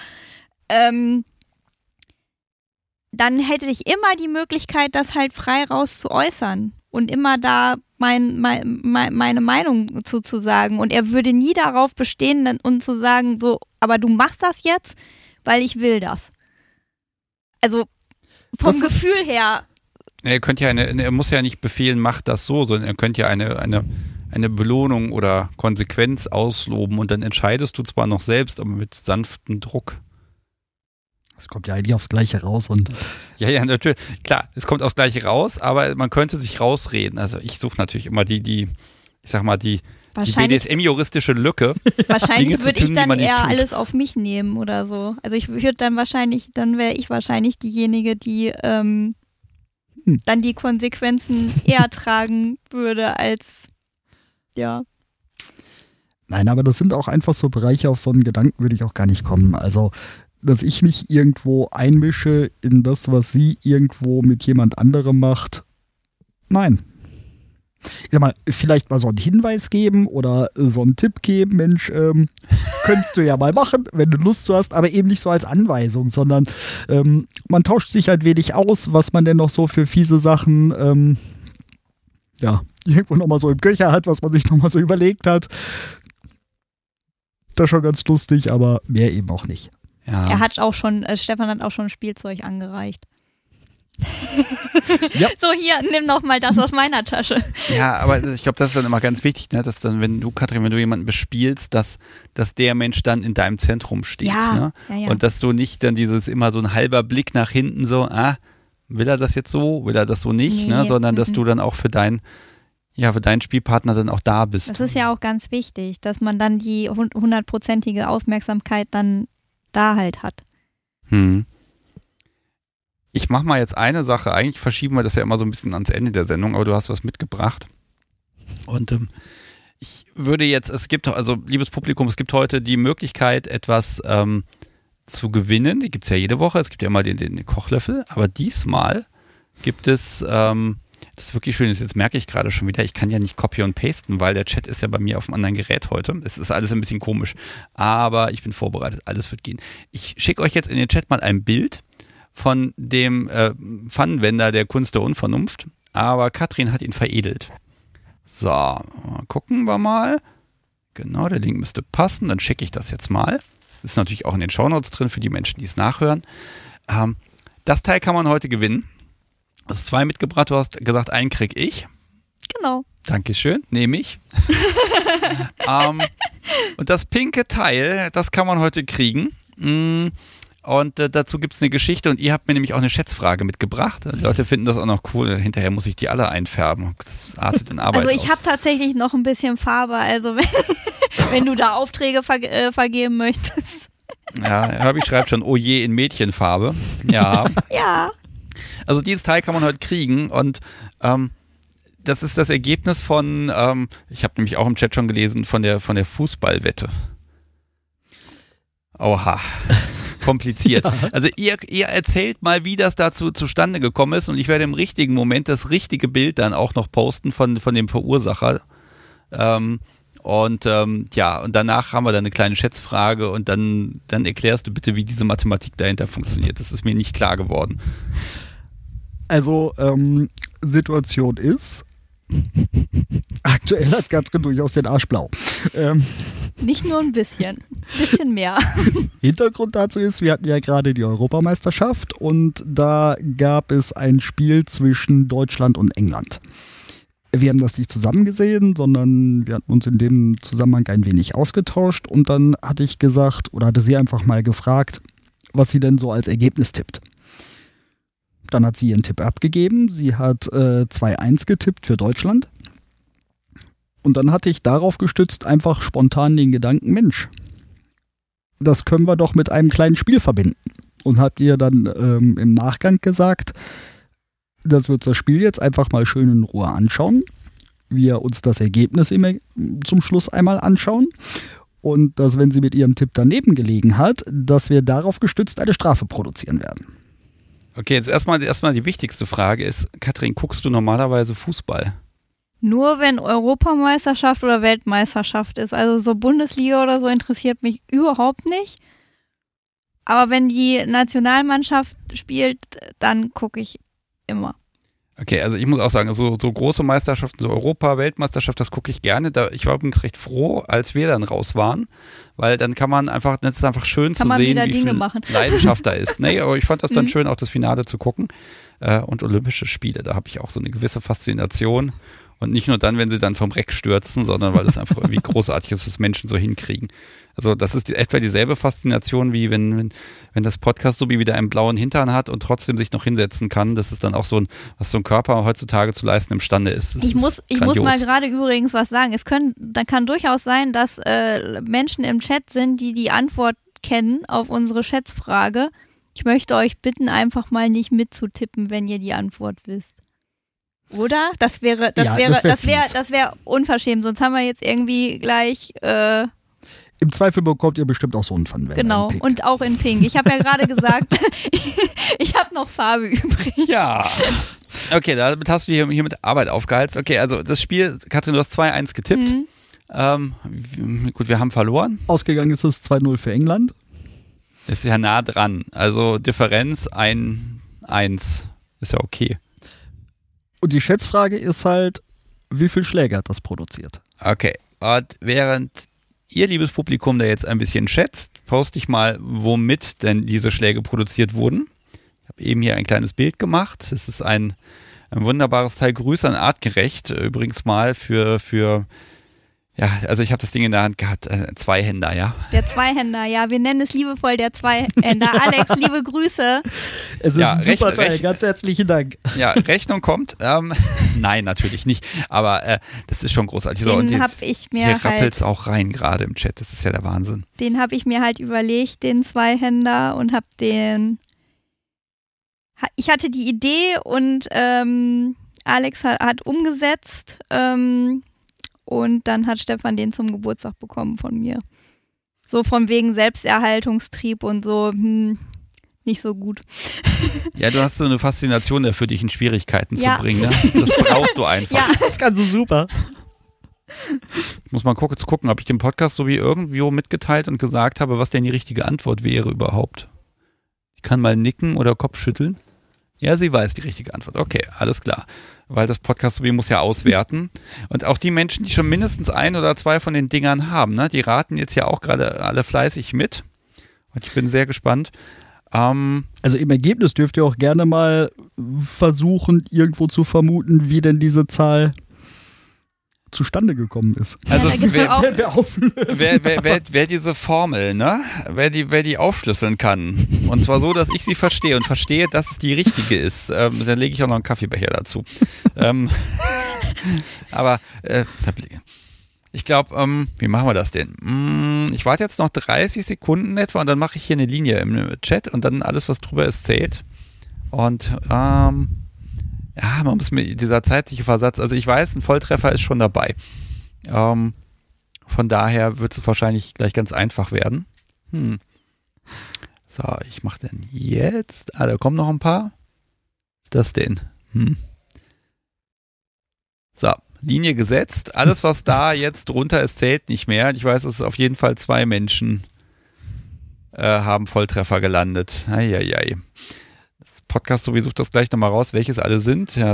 dann hätte ich immer die Möglichkeit, das halt frei raus zu äußern und immer da meine Meinung zu sagen. Und er würde nie darauf bestehen und zu sagen, so, aber du machst das jetzt, weil ich will das. Also vom Gefühl her. Er muss ja nicht befehlen, mach das so, sondern er könnte ja eine Belohnung oder Konsequenz ausloben und dann entscheidest du zwar noch selbst, aber mit sanftem Druck. Es kommt ja eigentlich aufs Gleiche raus und. Ja, natürlich. Klar, es kommt aufs Gleiche raus, aber man könnte sich rausreden. Also ich suche natürlich immer die BDSM-juristische Lücke. Wahrscheinlich würde ich dann eher alles auf mich nehmen oder so. Also ich würde dann wäre ich wahrscheinlich diejenige, die dann die Konsequenzen eher tragen würde als, ja. Nein, aber das sind auch einfach so Bereiche, auf so einen Gedanken würde ich auch gar nicht kommen. Also dass ich mich irgendwo einmische in das, was sie irgendwo mit jemand anderem macht. Nein. Ich sag mal, vielleicht mal so einen Hinweis geben oder so einen Tipp geben, Mensch, könntest du ja mal machen, wenn du Lust zu hast, aber eben nicht so als Anweisung, sondern man tauscht sich halt wenig aus, was man denn noch so für fiese Sachen irgendwo nochmal so im Köcher hat, was man sich nochmal so überlegt hat. Das ist schon ganz lustig, aber mehr eben auch nicht. Ja. Stefan hat auch schon Spielzeug angereicht. Ja. So, hier, nimm doch mal das aus meiner Tasche. Ja, aber ich glaube, das ist dann immer ganz wichtig, ne, dass dann, wenn du jemanden bespielst, dass der Mensch dann in deinem Zentrum steht. Ja, ne? ja. Und dass du nicht dann immer so ein halber Blick nach hinten so, will er das jetzt so, will er das so nicht, ne? Sondern dass du dann auch für deinen Spielpartner dann auch da bist. Das ist ja auch ganz wichtig, dass man dann die 100%ige Aufmerksamkeit dann da halt hat. Ich mache mal jetzt eine Sache, eigentlich verschieben wir das ja immer so ein bisschen ans Ende der Sendung, aber du hast was mitgebracht. Und ich würde jetzt, liebes Publikum, es gibt heute die Möglichkeit, etwas zu gewinnen. Die gibt es ja jede Woche, es gibt ja immer den Kochlöffel, aber diesmal gibt es, das ist wirklich schön, jetzt merke ich gerade schon wieder, ich kann ja nicht copy und pasten, weil der Chat ist ja bei mir auf einem anderen Gerät heute. Es ist alles ein bisschen komisch, aber ich bin vorbereitet, alles wird gehen. Ich schicke euch jetzt in den Chat mal ein Bild von dem Pfannenwender der Kunst der Unvernunft, aber Katrin hat ihn veredelt. So, gucken wir mal. Genau, der Link müsste passen, dann schicke ich das jetzt mal. Das ist natürlich auch in den Shownotes drin für die Menschen, die es nachhören. Das Teil kann man heute gewinnen. Du hast 2 mitgebracht, du hast gesagt, einen krieg ich. Genau. Dankeschön, nehme ich. Und das pinke Teil, das kann man heute kriegen. Und dazu gibt es eine Geschichte und ihr habt mir nämlich auch eine Schätzfrage mitgebracht. Die Leute finden das auch noch cool. Hinterher muss ich die alle einfärben. Das artet in Arbeit aus. Also ich habe tatsächlich noch ein bisschen Farbe, also wenn du da Aufträge vergeben möchtest. Ja, Herbie schreibt schon, oh je, in Mädchenfarbe. Ja. Ja. Also dieses Teil kann man heute kriegen und das ist das Ergebnis von, ich habe nämlich auch im Chat schon gelesen, von der Fußballwette. Oha, kompliziert. Ja. Also ihr erzählt mal, wie das dazu zustande gekommen ist und ich werde im richtigen Moment das richtige Bild dann auch noch posten von dem Verursacher. Und danach haben wir dann eine kleine Schätzfrage und dann erklärst du bitte, wie diese Mathematik dahinter funktioniert. Das ist mir nicht klar geworden. Also, Situation ist, aktuell hat Katrin durchaus den Arsch blau. Nicht nur ein bisschen mehr. Hintergrund dazu ist, wir hatten ja gerade die Europameisterschaft und da gab es ein Spiel zwischen Deutschland und England. Wir haben das nicht zusammen gesehen, sondern wir hatten uns in dem Zusammenhang ein wenig ausgetauscht und dann hatte ich gesagt, oder hatte sie einfach mal gefragt, was sie denn so als Ergebnis tippt. Dann hat sie ihren Tipp abgegeben. Sie hat 2-1 getippt für Deutschland. Und dann hatte ich darauf gestützt einfach spontan den Gedanken, Mensch, das können wir doch mit einem kleinen Spiel verbinden. Und habt ihr dann im Nachgang gesagt, dass wir uns das Spiel jetzt einfach mal schön in Ruhe anschauen. Wir uns das Ergebnis zum Schluss einmal anschauen. Und dass, wenn sie mit ihrem Tipp daneben gelegen hat, dass wir darauf gestützt eine Strafe produzieren werden. Okay, jetzt erstmal die wichtigste Frage ist, Katrin, guckst du normalerweise Fußball? Nur wenn Europameisterschaft oder Weltmeisterschaft ist. Also so Bundesliga oder so interessiert mich überhaupt nicht. Aber wenn die Nationalmannschaft spielt, dann gucke ich immer. Okay, also ich muss auch sagen, so große Meisterschaften, so Europa, Weltmeisterschaft, das gucke ich gerne. Ich war übrigens recht froh, als wir dann raus waren, weil dann kann man einfach, das ist einfach schön zu sehen, wie viel Leidenschaft da ist. Nee, aber ich fand das dann schön, auch das Finale zu gucken. Und Olympische Spiele, da habe ich auch so eine gewisse Faszination. Und nicht nur dann, wenn sie dann vom Reck stürzen, sondern weil es einfach irgendwie großartig ist, dass Menschen so hinkriegen. Also das ist etwa dieselbe Faszination, wie wenn das Podcast so wie wieder einen blauen Hintern hat und trotzdem sich noch hinsetzen kann. Das ist dann auch so was so ein Körper heutzutage zu leisten imstande ist. Ich muss mal gerade übrigens was sagen. Da kann durchaus sein, dass Menschen im Chat sind, die die Antwort kennen auf unsere Schätzfrage. Ich möchte euch bitten, einfach mal nicht mitzutippen, wenn ihr die Antwort wisst. Oder? Das wäre unverschämt, sonst haben wir jetzt irgendwie gleich. Im Zweifel bekommt ihr bestimmt auch so einen Pfannenwender. Genau, und auch in Pink. Ich habe ja gerade gesagt, ich habe noch Farbe übrig. Ja. Okay, damit hast du hier mit Arbeit aufgeheizt. Okay, also das Spiel, Katrin, du hast 2-1 getippt. Gut, wir haben verloren. Ausgegangen ist es 2-0 für England. Das ist ja nah dran. Also Differenz 1-1. Ist ja okay. Und die Schätzfrage ist halt, wie viel Schläge hat das produziert? Okay, und während ihr, liebes Publikum, da jetzt ein bisschen schätzt, poste ich mal, womit denn diese Schläge produziert wurden. Ich habe eben hier ein kleines Bild gemacht. Es ist ein wunderbares Teil. Grüße an Artgerecht. Übrigens mal für ja, also ich habe das Ding in der Hand gehabt. Zweihänder, ja. Der Zweihänder, ja. Wir nennen es liebevoll der Zweihänder. Alex, liebe Grüße. Es ist ein super Teil. Ganz herzlichen Dank. Ja, Rechnung kommt. Nein, natürlich nicht. Aber das ist schon großartig. So, und jetzt, hier rappelt es auch rein gerade im Chat. Das ist ja der Wahnsinn. Den habe ich mir halt überlegt, den Zweihänder, und habe den. Ich hatte die Idee und Alex hat umgesetzt. Und dann hat Stefan den zum Geburtstag bekommen von mir. So von wegen Selbsterhaltungstrieb und so, nicht so gut. Ja, du hast so eine Faszination dafür, dich in Schwierigkeiten zu bringen. Ne? Das brauchst du einfach. Ja, das kannst du super. Ich muss mal gucken, ob ich den Podcast so wie irgendwo mitgeteilt und gesagt habe, was denn die richtige Antwort wäre überhaupt. Ich kann mal nicken oder Kopf schütteln. Ja, sie weiß die richtige Antwort. Okay, alles klar. Weil das Podcast muss ja auswerten. Und auch die Menschen, die schon mindestens 1 oder 2 von den Dingern haben, ne, die raten jetzt ja auch gerade alle fleißig mit. Und ich bin sehr gespannt. Also im Ergebnis dürft ihr auch gerne mal versuchen, irgendwo zu vermuten, wie denn diese Zahl zustande gekommen ist. Also wer diese Formel, ne, wer die aufschlüsseln kann, und zwar so, dass ich sie verstehe und verstehe, dass es die richtige ist, dann lege ich auch noch einen Kaffeebecher dazu. Aber ich glaube, wie machen wir das denn? Ich warte jetzt noch 30 Sekunden etwa und dann mache ich hier eine Linie im Chat und dann alles, was drüber ist, zählt. Und ja, man muss mit dieser zeitliche Versatz, also ich weiß, ein Volltreffer ist schon dabei. Von daher wird es wahrscheinlich gleich ganz einfach werden. So, ich mache dann jetzt, da kommen noch ein paar. Was ist das denn? So, Linie gesetzt. Alles, was da jetzt drunter ist, zählt nicht mehr. Ich weiß, dass auf jeden Fall 2 Menschen haben Volltreffer gelandet. Eieiei. Podcast, so wie sucht das gleich nochmal raus, welches alle sind. Ja,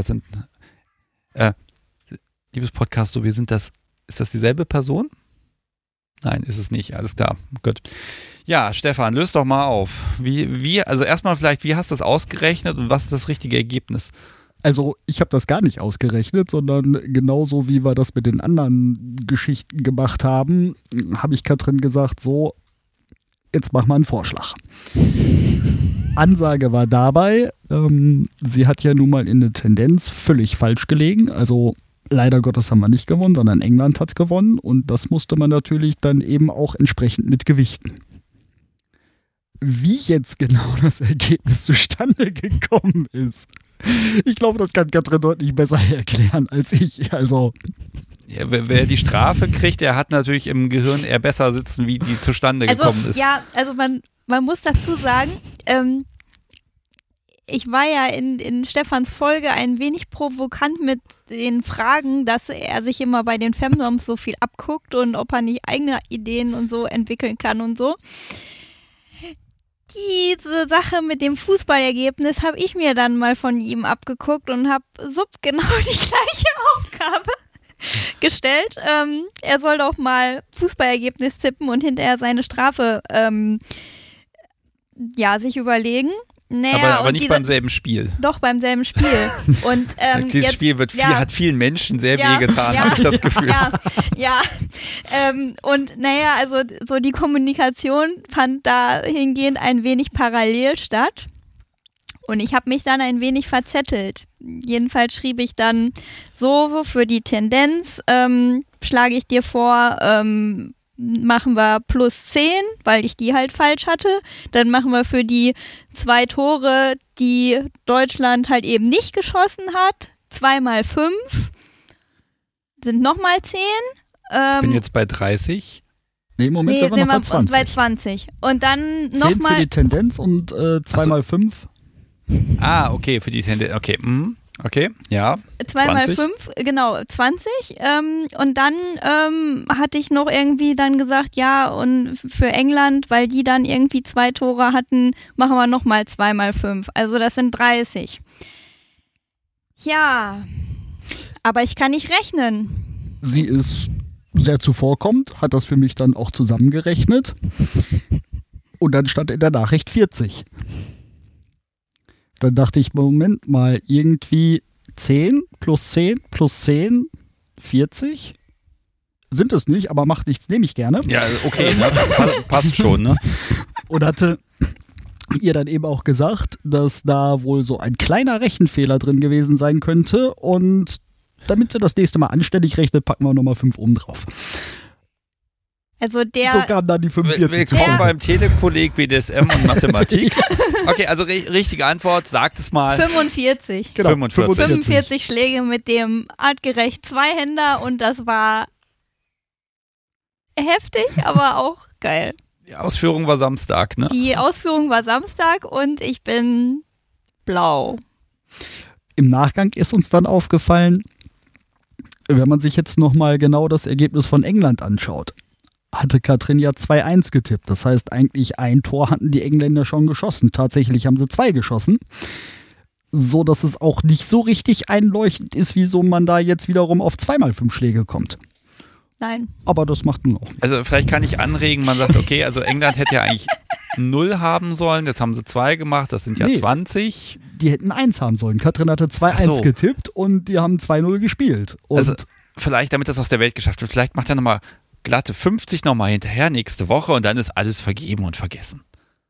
liebes Podcast, so wie ist das dieselbe Person? Nein, ist es nicht, alles klar, gut. Ja, Stefan, löst doch mal auf. Also erstmal vielleicht, wie hast du das ausgerechnet und was ist das richtige Ergebnis? Also ich habe das gar nicht ausgerechnet, sondern genauso wie wir das mit den anderen Geschichten gemacht haben, habe ich Katrin gesagt, so, jetzt mach mal einen Vorschlag. Ansage war dabei, sie hat ja nun mal in der Tendenz völlig falsch gelegen. Also leider Gottes haben wir nicht gewonnen, sondern England hat gewonnen. Und das musste man natürlich dann eben auch entsprechend mit gewichten. Wie jetzt genau das Ergebnis zustande gekommen ist, ich glaube, das kann Katrin deutlich besser erklären als ich. Also ja, wer die Strafe kriegt, der hat natürlich im Gehirn eher besser sitzen, wie die zustande gekommen ist. Ja, also man muss dazu sagen, ich war ja in Stefans Folge ein wenig provokant mit den Fragen, dass er sich immer bei den Femdoms so viel abguckt und ob er nicht eigene Ideen und so entwickeln kann und so. Diese Sache mit dem Fußballergebnis habe ich mir dann mal von ihm abgeguckt und habe genau die gleiche Aufgabe gestellt. Er soll doch mal Fußballergebnis tippen und hinterher seine Strafe sich überlegen. Naja, aber nicht beim selben Spiel. Doch, beim selben Spiel. Und, dieses Spiel hat vielen Menschen sehr wehgetan, habe ich das Gefühl. Und naja, also so die Kommunikation fand dahingehend ein wenig parallel statt. Und ich habe mich dann ein wenig verzettelt. Jedenfalls schrieb ich dann so, für die Tendenz schlage ich dir vor, machen wir +10, weil ich die halt falsch hatte. Dann machen wir für die 2 Tore, die Deutschland halt eben nicht geschossen hat, 2 mal 5 sind nochmal 10. Ich bin jetzt bei 30. Nee, im Moment sind wir noch bei 20. Und dann 10 nochmal für die Tendenz und 2 mal 5. Okay, für die Tendenz. Okay, okay, ja. 2 mal 5, genau, 20. Und dann hatte ich noch irgendwie dann gesagt, ja, und für England, weil die dann irgendwie 2 Tore hatten, machen wir nochmal 2 mal 5. Also das sind 30. Ja, aber ich kann nicht rechnen. Sie ist sehr zuvorkommend, hat das für mich dann auch zusammengerechnet. Und dann stand in der Nachricht 40. Dann dachte ich, Moment mal, irgendwie 10 plus 10 plus 10, 40? Sind es nicht, aber macht nichts, nehme ich gerne. Ja, okay, passt schon, ne? Und hatte ihr dann eben auch gesagt, dass da wohl so ein kleiner Rechenfehler drin gewesen sein könnte und damit sie das nächste Mal anständig rechnet, packen wir nochmal 5 oben drauf. Also so kam dann die 45 Willkommen beim Telekolleg BDSM und Mathematik. Okay, also richtige Antwort, sagt es mal. 45. Genau, 45 Schläge mit dem artgerecht Zweihänder und das war heftig, aber auch geil. Die Ausführung war Samstag, ne? Die Ausführung war Samstag und ich bin blau. Im Nachgang ist uns dann aufgefallen, wenn man sich jetzt nochmal genau das Ergebnis von England anschaut, hatte Katrin ja 2-1 getippt. Das heißt, eigentlich ein Tor hatten die Engländer schon geschossen. Tatsächlich haben sie 2 geschossen. So, dass es auch nicht so richtig einleuchtend ist, wieso man da jetzt wiederum auf 2 mal 5 Schläge kommt. Nein. Aber das macht nun auch nichts. Also vielleicht kann ich anregen, man sagt, okay, also England hätte ja eigentlich 0 haben sollen, jetzt haben sie 2 gemacht, das sind ja 20. Die hätten 1 haben sollen. Katrin hatte 2-1 getippt und die haben 2-0 gespielt. Und also vielleicht, damit das aus der Welt geschafft wird, vielleicht macht er nochmal glatte 50 nochmal hinterher nächste Woche und dann ist alles vergeben und vergessen.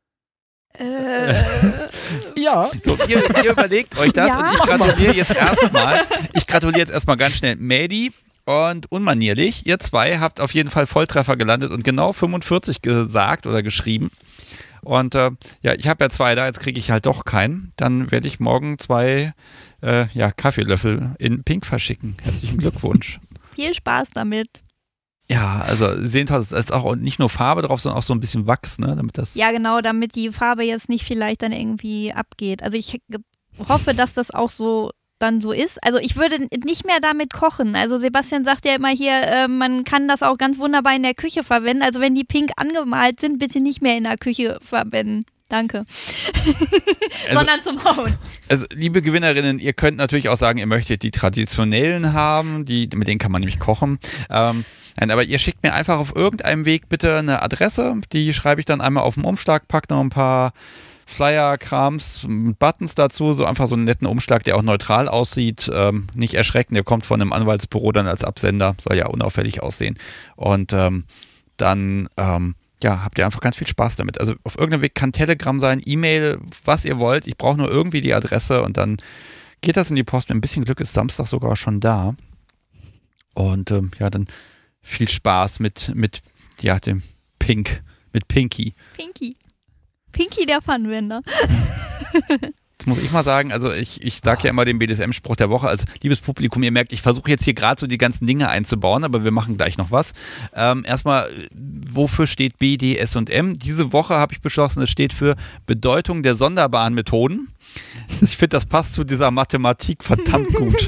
Ja. So, ihr überlegt euch das und ich gratuliere jetzt erstmal ganz schnell Mädi und unmanierlich. Ihr 2 habt auf jeden Fall Volltreffer gelandet und genau 45 gesagt oder geschrieben. Und ich habe ja 2 da, jetzt kriege ich halt doch keinen. Dann werde ich morgen 2 Kaffeelöffel in Pink verschicken. Herzlichen Glückwunsch. Viel Spaß damit. Ja, also sehen toll, es ist auch nicht nur Farbe drauf, sondern auch so ein bisschen Wachs, ne? Damit das ja, genau, damit die Farbe jetzt nicht vielleicht dann irgendwie abgeht. Also ich hoffe, dass das auch so dann so ist. Also ich würde nicht mehr damit kochen. Also Sebastian sagt ja immer hier, man kann das auch ganz wunderbar in der Küche verwenden. Also wenn die pink angemalt sind, bitte nicht mehr in der Küche verwenden. Danke. Sondern zum Hauen. Also, liebe Gewinnerinnen, ihr könnt natürlich auch sagen, ihr möchtet die traditionellen haben, mit denen kann man nämlich kochen. Nein, aber ihr schickt mir einfach auf irgendeinem Weg bitte eine Adresse, die schreibe ich dann einmal auf den Umschlag, pack noch ein paar Flyer-Krams, Buttons dazu, so einfach so einen netten Umschlag, der auch neutral aussieht, nicht erschrecken, der kommt von einem Anwaltsbüro dann als Absender, soll ja unauffällig aussehen. Und dann habt ihr einfach ganz viel Spaß damit. Also auf irgendeinem Weg kann Telegram sein, E-Mail, was ihr wollt. Ich brauche nur irgendwie die Adresse und dann geht das in die Post. Mit ein bisschen Glück ist Samstag sogar schon da. Und dann viel Spaß mit dem Pink, mit Pinky. Pinky der Pfannenwender. Jetzt muss ich mal sagen, also ich sage ja immer den BDSM-Spruch der Woche, als liebes Publikum, ihr merkt, ich versuche jetzt hier gerade so die ganzen Dinge einzubauen, aber wir machen gleich noch was. Erstmal, wofür steht BDS&M? Diese Woche habe ich beschlossen, es steht für Bedeutung der sonderbaren Methoden. Ich finde, das passt zu dieser Mathematik verdammt gut.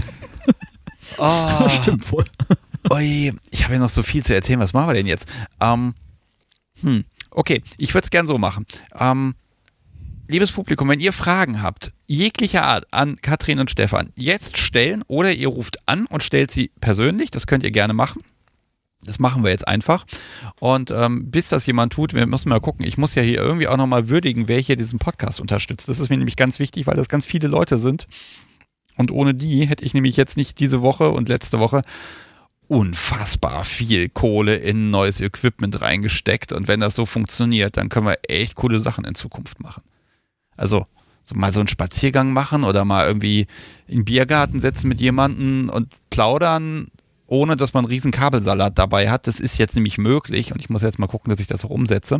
Das stimmt wohl. Ui, ich habe ja noch so viel zu erzählen. Was machen wir denn jetzt? Okay, ich würde es gern so machen. Liebes Publikum, wenn ihr Fragen habt, jeglicher Art an Katrin und Stefan, jetzt stellen oder ihr ruft an und stellt sie persönlich. Das könnt ihr gerne machen. Das machen wir jetzt einfach. Und bis das jemand tut, wir müssen mal gucken. Ich muss ja hier irgendwie auch nochmal würdigen, wer hier diesen Podcast unterstützt. Das ist mir nämlich ganz wichtig, weil das ganz viele Leute sind. Und ohne die hätte ich nämlich jetzt nicht diese Woche und letzte Woche unfassbar viel Kohle in neues Equipment reingesteckt. Und wenn das so funktioniert, dann können wir echt coole Sachen in Zukunft machen. Also mal so einen Spaziergang machen oder mal irgendwie in den Biergarten setzen mit jemandem und plaudern, ohne dass man einen riesen Kabelsalat dabei hat. Das ist jetzt nämlich möglich und ich muss jetzt mal gucken, dass ich das auch umsetze.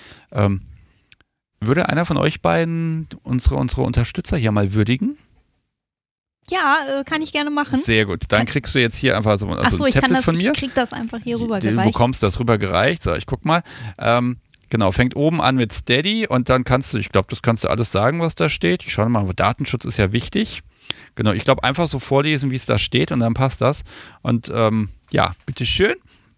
Würde einer von euch beiden unsere Unterstützer hier mal würdigen? Ja, kann ich gerne machen. Sehr gut. Dann kriegst du jetzt hier einfach so ein Tablet von mir. Ich krieg das einfach hier rübergereicht. Du bekommst das rübergereicht. So, ich guck mal. Genau, fängt oben an mit Steady und dann kannst du, ich glaube, das kannst du alles sagen, was da steht. Ich schaue mal, Datenschutz ist ja wichtig. Genau, ich glaube, einfach so vorlesen, wie es da steht und dann passt das. Und ja, bitteschön.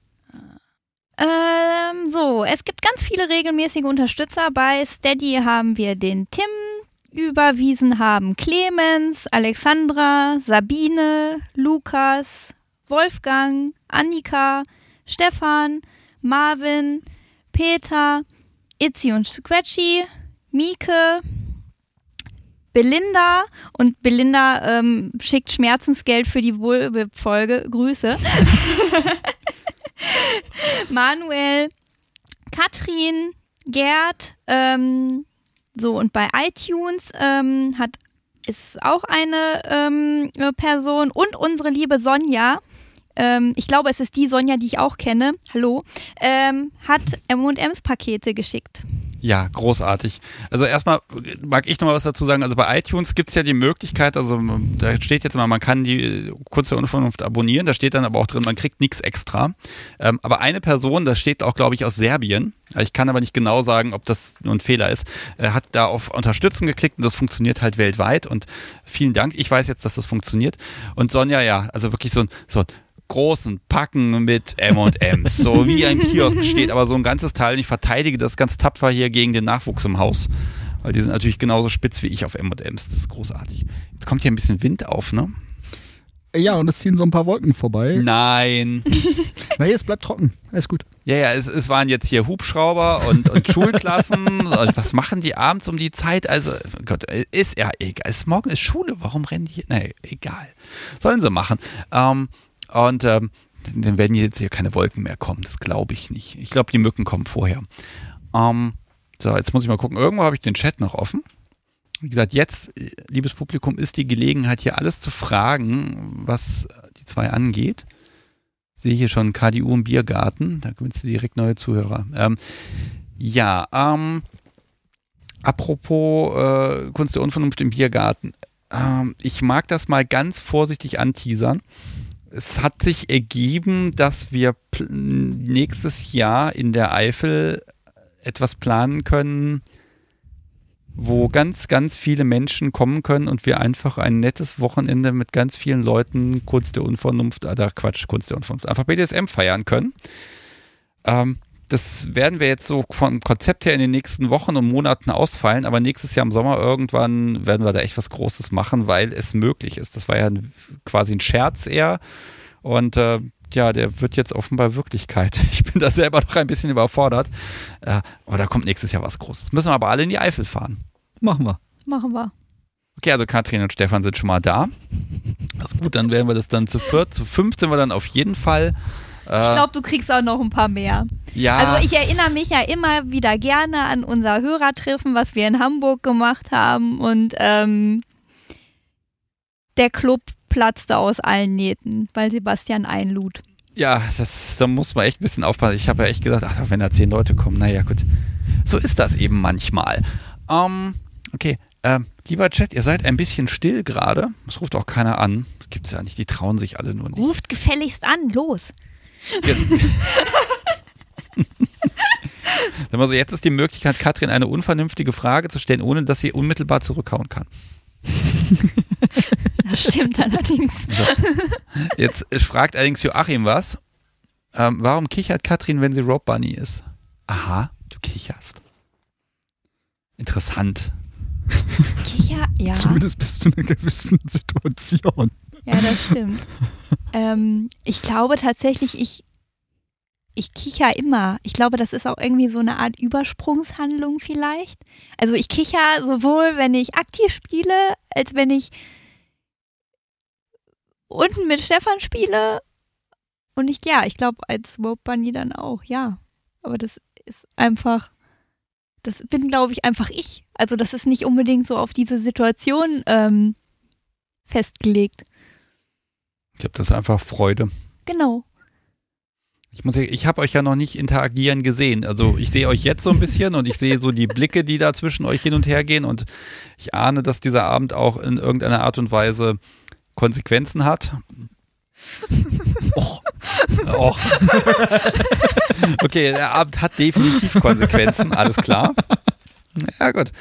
So, es gibt ganz viele regelmäßige Unterstützer. Bei Steady haben wir den Tim, überwiesen haben Clemens, Alexandra, Sabine, Lukas, Wolfgang, Annika, Stefan, Marvin, Peter, Itzy und Scratchy, Mieke, Belinda und Belinda schickt Schmerzensgeld für die Wohlfolge. Grüße. Manuel, Katrin, Gerd, so und bei iTunes ist auch eine Person und unsere liebe Sonja. Ich glaube, es ist die Sonja, die ich auch kenne. Hallo. Hat M&M's Pakete geschickt. Ja, großartig. Also erstmal mag ich noch mal was dazu sagen. Also bei iTunes gibt es ja die Möglichkeit, also da steht jetzt immer, man kann die Kunst der Unvernunft abonnieren, da steht dann aber auch drin, man kriegt nichts extra. Aber eine Person, das steht auch, glaube ich, aus Serbien, ich kann aber nicht genau sagen, ob das nur ein Fehler ist, hat da auf Unterstützen geklickt und das funktioniert halt weltweit und vielen Dank. Ich weiß jetzt, dass das funktioniert. Und Sonja, ja, also wirklich so ein großen Packen mit M&M's, so wie ein Kiosk steht, aber so ein ganzes Teil. Und ich verteidige das ganz tapfer hier gegen den Nachwuchs im Haus, weil die sind natürlich genauso spitz wie ich auf M&M's. Das ist großartig. Jetzt kommt hier ein bisschen Wind auf, ne? Ja, und es ziehen so ein paar Wolken vorbei. Nein. Nee, es bleibt trocken. Alles gut. Ja, es waren jetzt hier Hubschrauber und Schulklassen. Und was machen die abends um die Zeit? Also, Gott, ist ja egal. Morgen ist Schule. Warum rennen die hier? Nee, egal. Sollen sie machen. Und dann werden jetzt hier keine Wolken mehr kommen. Das glaube ich nicht. Ich glaube, die Mücken kommen vorher. So, jetzt muss ich mal gucken. Irgendwo habe ich den Chat noch offen. Wie gesagt, jetzt, liebes Publikum, ist die Gelegenheit, hier alles zu fragen, was die zwei angeht. Ich sehe hier schon KDU im Biergarten. Da gewinnst du direkt neue Zuhörer. Apropos Kunst der Unvernunft im Biergarten. Ich mag das mal ganz vorsichtig anteasern. Es hat sich ergeben, dass wir nächstes Jahr in der Eifel etwas planen können, wo ganz, ganz viele Menschen kommen können und wir einfach ein nettes Wochenende mit ganz vielen Leuten Kunst der Unvernunft, einfach BDSM feiern können. Das werden wir jetzt so vom Konzept her in den nächsten Wochen und Monaten ausfallen, aber nächstes Jahr im Sommer irgendwann werden wir da echt was Großes machen, weil es möglich ist. Das war ja quasi ein Scherz eher und ja, der wird jetzt offenbar Wirklichkeit. Ich bin da selber noch ein bisschen überfordert, aber da kommt nächstes Jahr was Großes. Müssen wir aber alle in die Eifel fahren. Machen wir. Okay, also Katrin und Stefan sind schon mal da. Das ist gut, dann werden wir das dann zu 5 sind wir dann auf jeden Fall. Ich glaube, du kriegst auch noch ein paar mehr. Ja. Also ich erinnere mich ja immer wieder gerne an unser Hörertreffen, was wir in Hamburg gemacht haben und der Club platzte aus allen Nähten, weil Sebastian einlud. Ja, da muss man echt ein bisschen aufpassen. Ich habe ja echt gedacht, wenn da 10 Leute kommen, naja gut. So ist das eben manchmal. Okay, lieber Chat, ihr seid ein bisschen still gerade. Es ruft auch keiner an. Das gibt's ja nicht, die trauen sich alle nur nicht. Ruft gefälligst an, los. Sag mal so, jetzt ist die Möglichkeit, Katrin eine unvernünftige Frage zu stellen, ohne dass sie unmittelbar zurückhauen kann. Das stimmt allerdings. So. Jetzt fragt allerdings Joachim was. Warum kichert Katrin, wenn sie Rope Bunny ist? Aha, du kicherst. Interessant. Kicher, ja. Zumindest bis zu einer gewissen Situation. Ja, das stimmt. Ich glaube tatsächlich, ich kicher immer. Ich glaube, das ist auch irgendwie so eine Art Übersprungshandlung vielleicht. Also ich kicher sowohl, wenn ich aktiv spiele, als wenn ich unten mit Stefan spiele. Und ich glaube, als Rope Bunny dann auch, ja. Aber das ist einfach, das bin, glaube ich, einfach ich. Also das ist nicht unbedingt so auf diese Situation festgelegt. Ich glaube, das ist einfach Freude. Genau. Ich habe euch ja noch nicht interagieren gesehen. Also ich sehe euch jetzt so ein bisschen und ich sehe so die Blicke, die da zwischen euch hin und her gehen und ich ahne, dass dieser Abend auch in irgendeiner Art und Weise Konsequenzen hat. Och. Okay, der Abend hat definitiv Konsequenzen, alles klar. Ja, gut.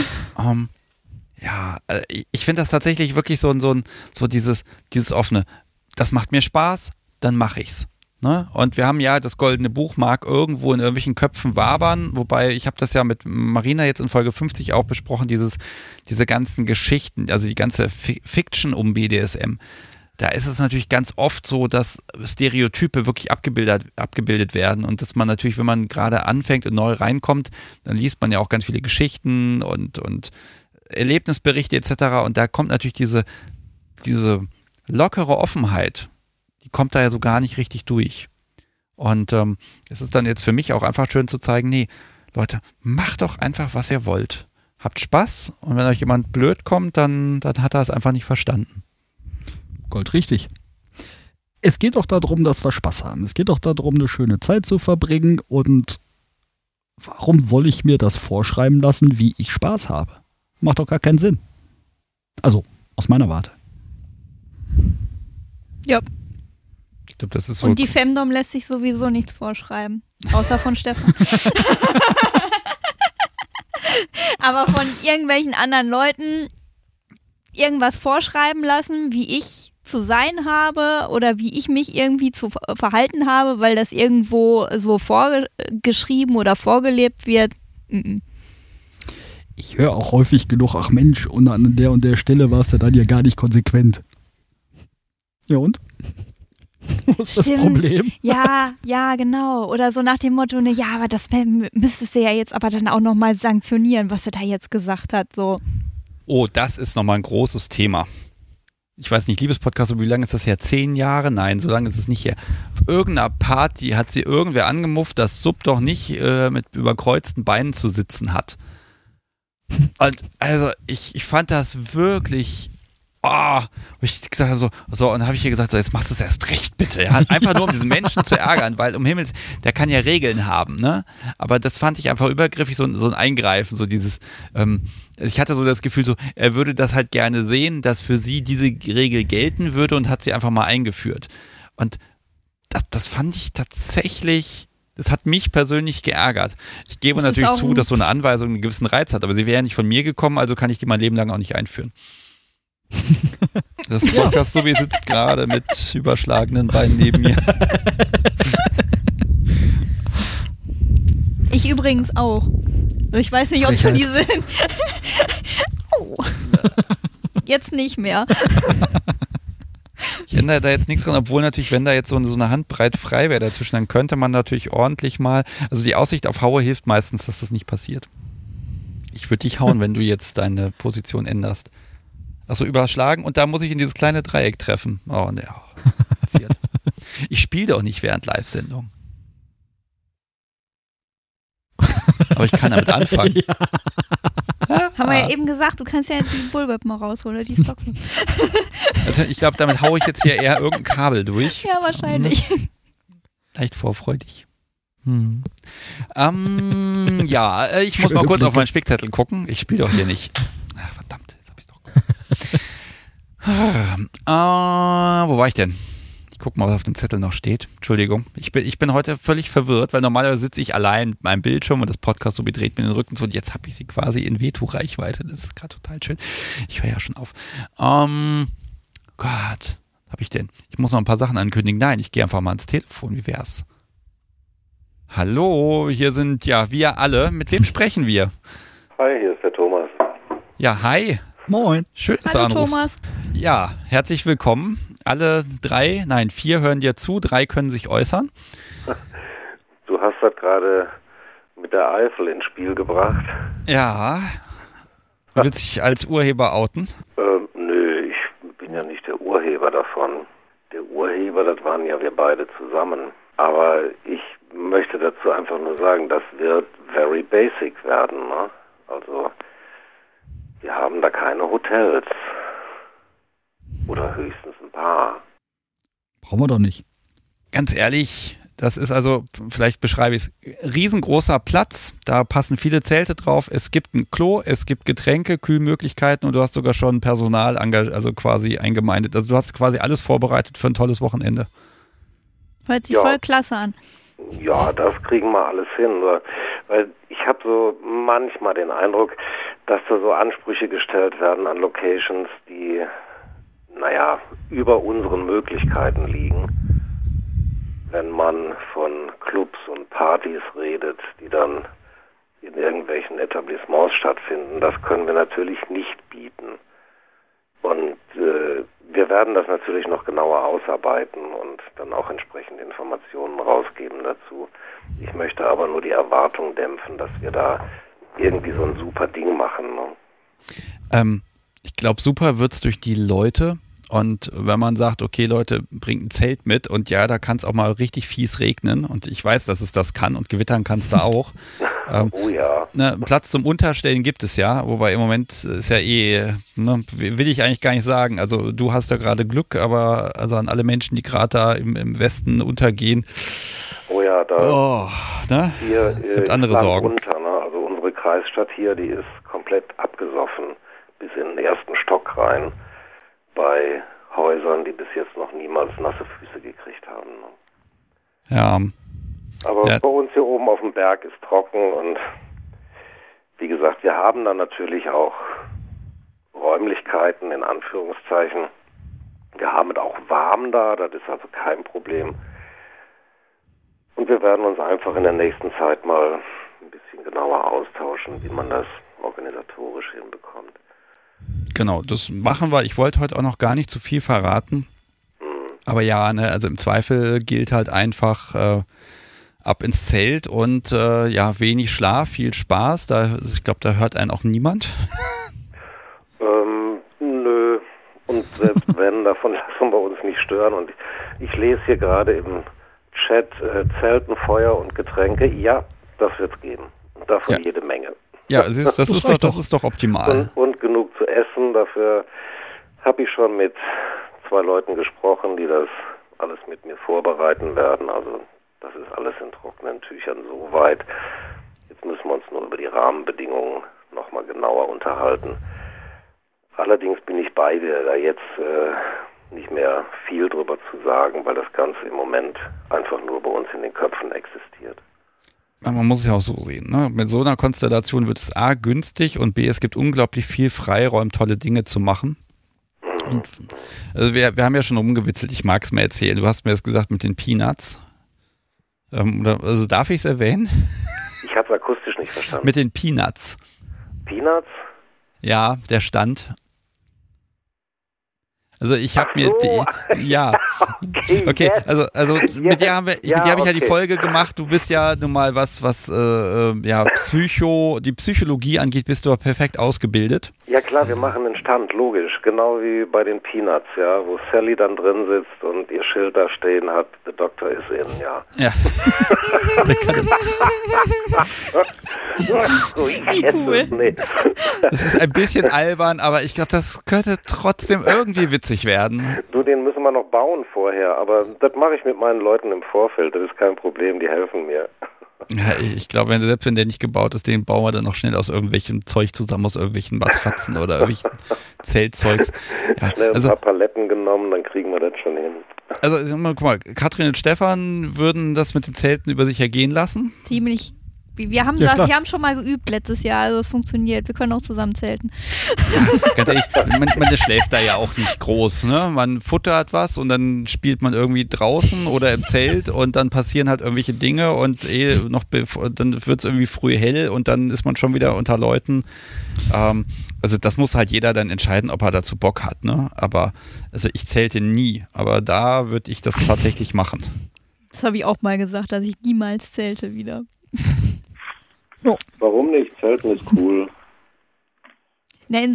Ja, ich finde das tatsächlich wirklich so dieses offene, das macht mir Spaß, dann mache ich's. Ne? Und wir haben ja das Goldene Buch, mag irgendwo in irgendwelchen Köpfen wabern, wobei ich habe das ja mit Marina jetzt in Folge 50 auch besprochen, diese ganzen Geschichten, also die ganze Fiction um BDSM. Da ist es natürlich ganz oft so, dass Stereotype wirklich abgebildet werden und dass man natürlich, wenn man gerade anfängt und neu reinkommt, dann liest man ja auch ganz viele Geschichten und Erlebnisberichte etc. Und da kommt natürlich diese lockere Offenheit, die kommt da ja so gar nicht richtig durch. Und es ist dann jetzt für mich auch einfach schön zu zeigen, nee, Leute, macht doch einfach, was ihr wollt. Habt Spaß und wenn euch jemand blöd kommt, dann hat er es einfach nicht verstanden. Goldrichtig. Es geht doch darum, dass wir Spaß haben. Es geht doch darum, eine schöne Zeit zu verbringen. Und warum soll ich mir das vorschreiben lassen, wie ich Spaß habe? Macht doch gar keinen Sinn. Also, aus meiner Warte. Ja. Ich glaube, das ist so. Und die Femdom lässt sich sowieso nichts vorschreiben. Außer von Stefan. Aber von irgendwelchen anderen Leuten irgendwas vorschreiben lassen, wie ich zu sein habe oder wie ich mich irgendwie zu verhalten habe, weil das irgendwo so vorgeschrieben oder vorgelebt wird. Ich höre auch häufig genug, ach Mensch, und an der und der Stelle warst du dann ja gar nicht konsequent. Ja und? Wo ist das Problem? Ja, genau. Oder so nach dem Motto, ne, ja, aber das müsstest du ja jetzt aber dann auch nochmal sanktionieren, was er da jetzt gesagt hat. So. Oh, das ist nochmal ein großes Thema. Ich weiß nicht, Liebespodcast, wie lange ist das her? 10 Jahre? Nein, so lange ist es nicht her. Auf irgendeiner Party hat sie irgendwer angemufft, dass Sub doch nicht mit überkreuzten Beinen zu sitzen hat. Und also ich fand das wirklich, wo ich gesagt habe, so, und dann habe ich ihr gesagt, so, jetzt machst du es erst recht, bitte. Ja? Einfach nur, um diesen Menschen zu ärgern, weil der kann ja Regeln haben, ne? Aber das fand ich einfach übergriffig, so ein Eingreifen, so dieses, ich hatte so das Gefühl, so, er würde das halt gerne sehen, dass für sie diese Regel gelten würde und hat sie einfach mal eingeführt. Und das fand ich tatsächlich, das hat mich persönlich geärgert. Ich gebe natürlich zu, dass so eine Anweisung einen gewissen Reiz hat, aber sie wäre ja nicht von mir gekommen, also kann ich die mein Leben lang auch nicht einführen. Das Podcast so wie sitzt gerade mit überschlagenen Beinen neben mir. Ich übrigens auch. Ich weiß nicht, ob du diese... Jetzt nicht mehr. Ich ändere da jetzt nichts dran, obwohl natürlich, wenn da jetzt so eine Handbreit frei wäre dazwischen, dann könnte man natürlich ordentlich mal, also die Aussicht auf Haue hilft meistens, dass das nicht passiert. Ich würde dich hauen, wenn du jetzt deine Position änderst. Achso, überschlagen und da muss ich in dieses kleine Dreieck treffen. Oh, ne, passiert. Ich spiele doch nicht während Live-Sendung. Aber ich kann damit anfangen. Ja. Haben wir ja eben gesagt, du kannst ja die Bullwhip mal rausholen, oder die Stockwhip. Also ich glaube, damit haue ich jetzt hier eher irgendein Kabel durch. Ja, wahrscheinlich. Leicht vorfreudig. Ja, ich muss mal kurz auf meinen Spickzettel gucken. Ich spiele doch hier nicht. Ach, verdammt, jetzt habe ich doch. Wo war ich denn? guck mal, was auf dem Zettel noch steht. Entschuldigung. Ich bin heute völlig verwirrt, weil normalerweise sitze ich allein mit meinem Bildschirm und das Podcast so bedreht mir den Rücken zu und jetzt habe ich sie quasi in Veto-Reichweite. Das ist gerade total schön. Ich höre ja schon auf. Gott, was habe ich denn? Ich muss noch ein paar Sachen ankündigen. Nein, ich gehe einfach mal ans Telefon. Wie wär's? Hallo, hier sind ja wir alle. Mit wem sprechen wir? Hi, hier ist der Thomas. Ja, hi. Moin. Schön, dass Hallo du anrufst. Thomas. Ja, herzlich willkommen. Alle 4 hören dir zu, 3 können sich äußern. Du hast das gerade mit der Eifel ins Spiel gebracht. Ja. Willst dich als Urheber outen? Nö, ich bin ja nicht der Urheber davon. Der Urheber, das waren ja wir beide zusammen. Aber ich möchte dazu einfach nur sagen, das wird very basic werden, ne? Also, wir haben da keine Hotels. Oder höchstens ein paar. Brauchen wir doch nicht. Ganz ehrlich, das ist also, vielleicht beschreibe ich es, riesengroßer Platz, da passen viele Zelte drauf, es gibt ein Klo, es gibt Getränke, Kühlmöglichkeiten und du hast sogar schon Personal also quasi eingemeindet. Also du hast quasi alles vorbereitet für ein tolles Wochenende. Hört sich Ja. voll klasse an. Ja, das kriegen wir alles hin. Weil ich habe so manchmal den Eindruck, dass da so Ansprüche gestellt werden an Locations, die, über unseren Möglichkeiten liegen. Wenn man von Clubs und Partys redet, die dann in irgendwelchen Etablissements stattfinden, das können wir natürlich nicht bieten. Und wir werden das natürlich noch genauer ausarbeiten und dann auch entsprechende Informationen rausgeben dazu. Ich möchte aber nur die Erwartung dämpfen, dass wir da irgendwie so ein super Ding machen. Ne? Ich glaube, super wird's durch die Leute. Und wenn man sagt, okay Leute, bringt ein Zelt mit und ja, da kann es auch mal richtig fies regnen und ich weiß, dass es das kann und gewittern kann es da auch. Oh ja. Ne, Platz zum Unterstellen gibt es ja, wobei im Moment ist ja will ich eigentlich gar nicht sagen. Also du hast ja gerade Glück, aber also an alle Menschen, die gerade da im Westen untergehen. Oh ja, da hier gibt andere Sorgen. Runter, ne? Also unsere Kreisstadt hier, die ist komplett abgesoffen bis in den ersten Stock rein. Bei Häusern, die bis jetzt noch niemals nasse Füße gekriegt haben. Ne? Ja. Aber bei uns hier oben auf dem Berg ist trocken und wie gesagt, wir haben dann natürlich auch Räumlichkeiten in Anführungszeichen. Wir haben es auch warm da, das ist also kein Problem. Und wir werden uns einfach in der nächsten Zeit mal ein bisschen genauer austauschen, wie man das organisatorisch hinbekommt. Genau, das machen wir. Ich wollte heute auch noch gar nicht zu viel verraten. Aber ja, ne, also im Zweifel gilt halt einfach ab ins Zelt und wenig Schlaf, viel Spaß. Ich glaube, da hört einen auch niemand. Nö. Und selbst wenn, davon lassen wir uns nicht stören. Und ich lese hier gerade im Chat Zelten, Feuer und Getränke. Ja, das wird's geben. Und davon jede Menge. Ja, das ist doch optimal. Und genug zu essen. Dafür habe ich schon mit 2 Leuten gesprochen, die das alles mit mir vorbereiten werden. Also das ist alles in trockenen Tüchern soweit. Jetzt müssen wir uns nur über die Rahmenbedingungen nochmal genauer unterhalten. Allerdings bin ich bei dir, da jetzt nicht mehr viel drüber zu sagen, weil das Ganze im Moment einfach nur bei uns in den Köpfen existiert. Man muss es ja auch so sehen, ne? Mit so einer Konstellation wird es A, günstig und B, es gibt unglaublich viel Freiraum, tolle Dinge zu machen. Und, also wir haben ja schon rumgewitzelt, ich mag es mir erzählen. Du hast mir das gesagt mit den Peanuts. Also darf ich es erwähnen? Ich habe es akustisch nicht verstanden. Mit den Peanuts. Peanuts? Ja, der Stand. Also ich habe mir okay, also mit dir habe ich ja die Folge gemacht. Du bist ja nun mal was die Psychologie angeht, bist du perfekt ausgebildet. Ja klar, wir machen einen Stand, logisch, genau wie bei den Peanuts, ja, wo Sally dann drin sitzt und ihr Schild da stehen hat, the doctor is in, ja. Ja. Das ist ein bisschen albern, aber ich glaube, das könnte trotzdem irgendwie witzig werden. Du, den müssen wir noch bauen vorher, aber das mache ich mit meinen Leuten im Vorfeld, das ist kein Problem, die helfen mir. Ja, ich glaube, selbst wenn der nicht gebaut ist, den bauen wir dann noch schnell aus irgendwelchem Zeug zusammen, aus irgendwelchen Matratzen oder irgendwelchen Zeltzeugs. Ja, schnell ein paar Paletten genommen, dann kriegen wir das schon hin. Also guck mal, Katrin und Stefan würden das mit dem Zelten über sich ergehen lassen? Ziemlich. Wir haben schon mal geübt letztes Jahr, also es funktioniert. Wir können auch zusammen zelten. Ganz ehrlich, man schläft da ja auch nicht groß, ne? Man futtert was und dann spielt man irgendwie draußen oder im Zelt und dann passieren halt irgendwelche Dinge und dann wird es irgendwie früh hell und dann ist man schon wieder unter Leuten. Also das muss halt jeder dann entscheiden, ob er dazu Bock hat, ne? Aber also ich zelte nie, aber da würde ich das tatsächlich machen. Das habe ich auch mal gesagt, dass ich niemals zelte wieder. Warum nicht? Zelten ist cool. Na, mit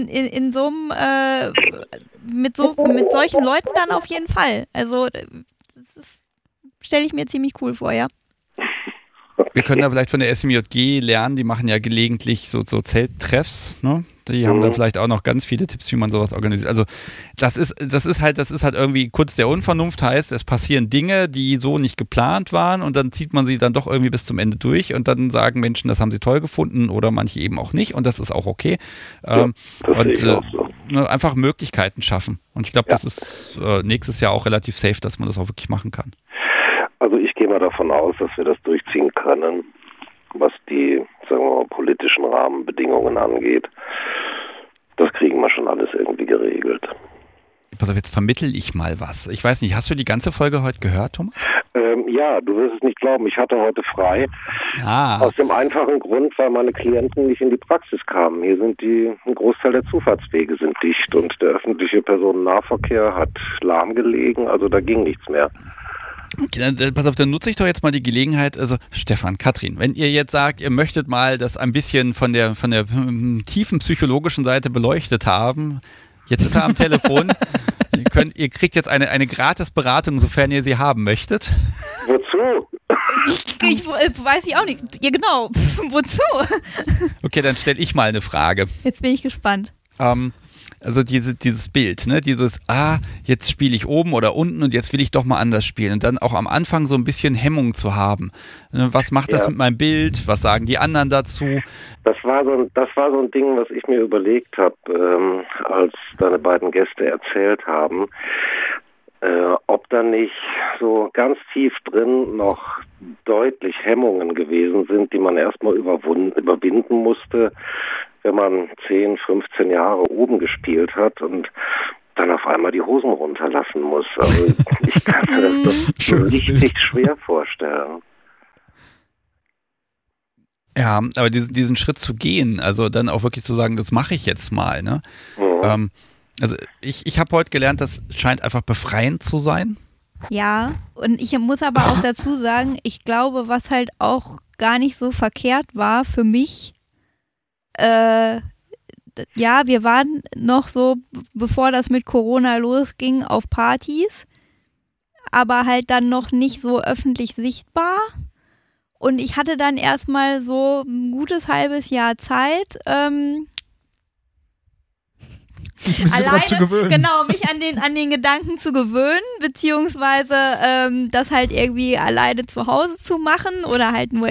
solchen Leuten dann auf jeden Fall. Also das stelle ich mir ziemlich cool vor, ja. Wir können da vielleicht von der SMJG lernen, die machen ja gelegentlich so Zelttreffs, ne? Die haben da vielleicht auch noch ganz viele Tipps, wie man sowas organisiert. Also das ist halt irgendwie Kunst der Unvernunft, heißt, es passieren Dinge, die so nicht geplant waren und dann zieht man sie dann doch irgendwie bis zum Ende durch und dann sagen Menschen, das haben sie toll gefunden oder manche eben auch nicht und das ist auch okay. Das sehe ich auch so. Einfach Möglichkeiten schaffen. Und ich glaube, das ist nächstes Jahr auch relativ safe, dass man das auch wirklich machen kann. Also ich gehe mal davon aus, dass wir das durchziehen können, was die, sagen wir mal, politischen Rahmenbedingungen angeht. Das kriegen wir schon alles irgendwie geregelt. Pass auf, jetzt vermittel ich mal was. Ich weiß nicht, hast du die ganze Folge heute gehört, Thomas? Ja, du wirst es nicht glauben, ich hatte heute frei. Aus dem einfachen Grund, weil meine Klienten nicht in die Praxis kamen. Hier sind ein Großteil der Zufahrtswege sind dicht und der öffentliche Personennahverkehr hat lahmgelegen, also da ging nichts mehr. Okay, dann, pass auf, dann nutze ich doch jetzt mal die Gelegenheit, also Stefan, Katrin, wenn ihr jetzt sagt, ihr möchtet mal das ein bisschen von der tiefen psychologischen Seite beleuchtet haben, jetzt ist er am Telefon, ihr kriegt jetzt eine Gratisberatung, sofern ihr sie haben möchtet. Wozu? Ich weiß ich auch nicht. Ja, genau. Wozu? Okay, dann stelle ich mal eine Frage. Jetzt bin ich gespannt. Also dieses Bild, ne, jetzt spiele ich oben oder unten und jetzt will ich doch mal anders spielen und dann auch am Anfang so ein bisschen Hemmung zu haben. Was macht das mit meinem Bild? Was sagen die anderen dazu? Das war so ein Ding, was ich mir überlegt habe, als deine beiden Gäste erzählt haben, ob da nicht so ganz tief drin noch deutlich Hemmungen gewesen sind, die man erstmal überwinden musste, wenn man 10, 15 Jahre oben gespielt hat und dann auf einmal die Hosen runterlassen muss. Also ich kann mir das so richtig schwer vorstellen. Ja, aber diesen Schritt zu gehen, also dann auch wirklich zu sagen, das mache ich jetzt mal, ne? Mhm. Also ich habe heute gelernt, das scheint einfach befreiend zu sein. Ja, und ich muss aber auch dazu sagen, ich glaube, was halt auch gar nicht so verkehrt war für mich, wir waren noch so, bevor das mit Corona losging, auf Partys, aber halt dann noch nicht so öffentlich sichtbar. Und ich hatte dann erstmal so ein gutes halbes Jahr Zeit, mich an den Gedanken zu gewöhnen, beziehungsweise das halt irgendwie alleine zu Hause zu machen oder halt nur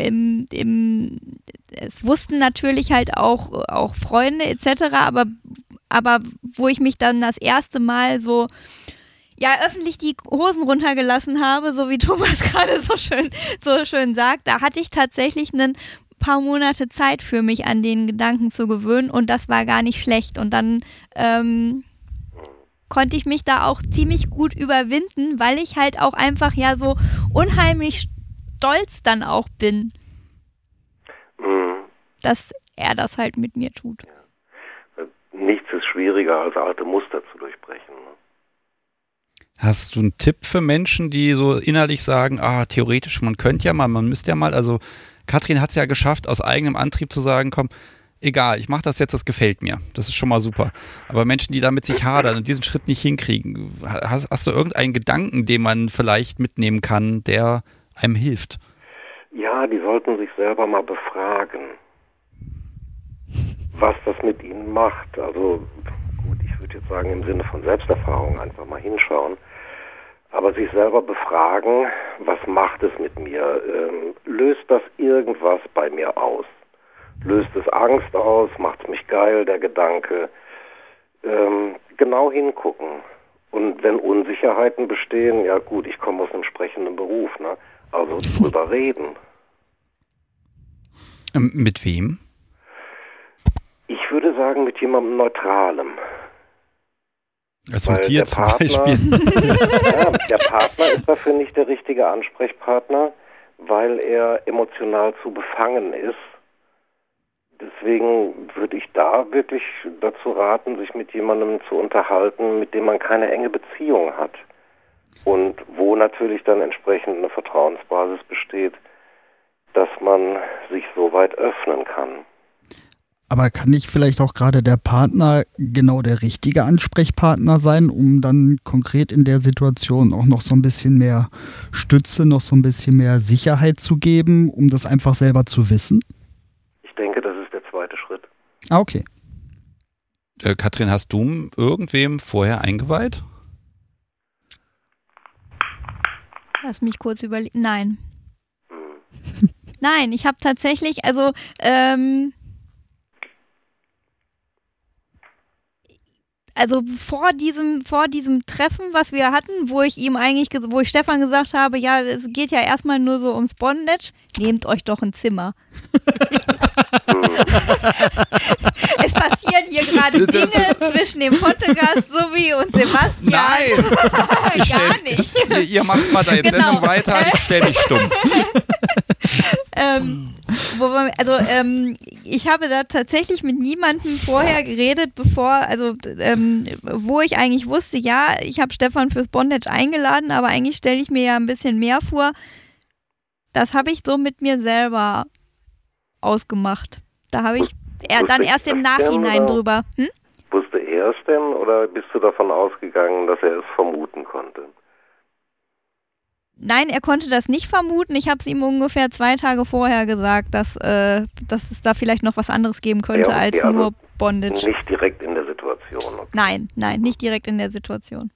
es wussten natürlich halt auch Freunde etc., aber wo ich mich dann das erste Mal so öffentlich die Hosen runtergelassen habe, so wie Thomas gerade so schön sagt, da hatte ich tatsächlich ein paar Monate Zeit für mich an den Gedanken zu gewöhnen und das war gar nicht schlecht und dann konnte ich mich da auch ziemlich gut überwinden, weil ich halt auch einfach so unheimlich stolz dann auch bin, dass er das halt mit mir tut. Nichts ist schwieriger als alte Muster zu durchbrechen. Hast du einen Tipp für Menschen, die so innerlich sagen, theoretisch, man könnte ja mal, man müsste ja mal, also Katrin hat es ja geschafft, aus eigenem Antrieb zu sagen, komm, egal, ich mache das jetzt, das gefällt mir. Das ist schon mal super. Aber Menschen, die damit sich hadern und diesen Schritt nicht hinkriegen, hast du irgendeinen Gedanken, den man vielleicht mitnehmen kann, der einem hilft? Ja, die sollten sich selber mal befragen, was das mit ihnen macht. Also gut, ich würde jetzt sagen, im Sinne von Selbsterfahrung einfach mal hinschauen. Aber sich selber befragen, was macht es mit mir? Löst das irgendwas bei mir aus? Löst es Angst aus? Macht es mich geil, der Gedanke? Genau hingucken Und wenn Unsicherheiten bestehen, ja gut, ich komme aus einem entsprechenden Beruf, ne? Also drüber reden. Mit wem? Ich würde sagen, mit jemandem Neutralem. Also mit dir zum Beispiel. Ja, der Partner ist dafür nicht der richtige Ansprechpartner, weil er emotional zu befangen ist. Deswegen würde ich da wirklich dazu raten, sich mit jemandem zu unterhalten, mit dem man keine enge Beziehung hat. Und wo natürlich dann entsprechend eine Vertrauensbasis besteht, dass man sich so weit öffnen kann. Aber kann nicht vielleicht auch gerade der Partner genau der richtige Ansprechpartner sein, um dann konkret in der Situation auch noch so ein bisschen mehr Stütze, noch so ein bisschen mehr Sicherheit zu geben, um das einfach selber zu wissen? Ich denke, das ist der zweite Schritt. Ah, okay. Katrin, hast du irgendwem vorher eingeweiht? Lass mich kurz überlegen. Nein. Nein, ich habe tatsächlich, also vor diesem Treffen, was wir hatten, wo ich Stefan gesagt habe, ja, es geht ja erstmal nur so ums Bondage, nehmt euch doch ein Zimmer. Es passieren hier gerade Dinge zwischen dem Pottegast Subi und Sebastian. Nein! Gar nicht. Ihr macht mal da jetzt Sendung weiter, ich stelle mich stumm. Ich habe da tatsächlich mit niemandem vorher geredet, wo ich eigentlich wusste, ja, ich habe Stefan fürs Bondage eingeladen, aber eigentlich stelle ich mir ja ein bisschen mehr vor. Das habe ich so mit mir selber ausgemacht. Da habe ich dann erst im Nachhinein drüber. Wusste er es denn oder bist du davon ausgegangen, dass er es vermuten konnte? Nein, er konnte das nicht vermuten. Ich habe es ihm ungefähr 2 Tage vorher gesagt, dass es da vielleicht noch was anderes geben könnte als nur Bondage. Nicht direkt in der Situation. Okay. Nein, nicht direkt in der Situation.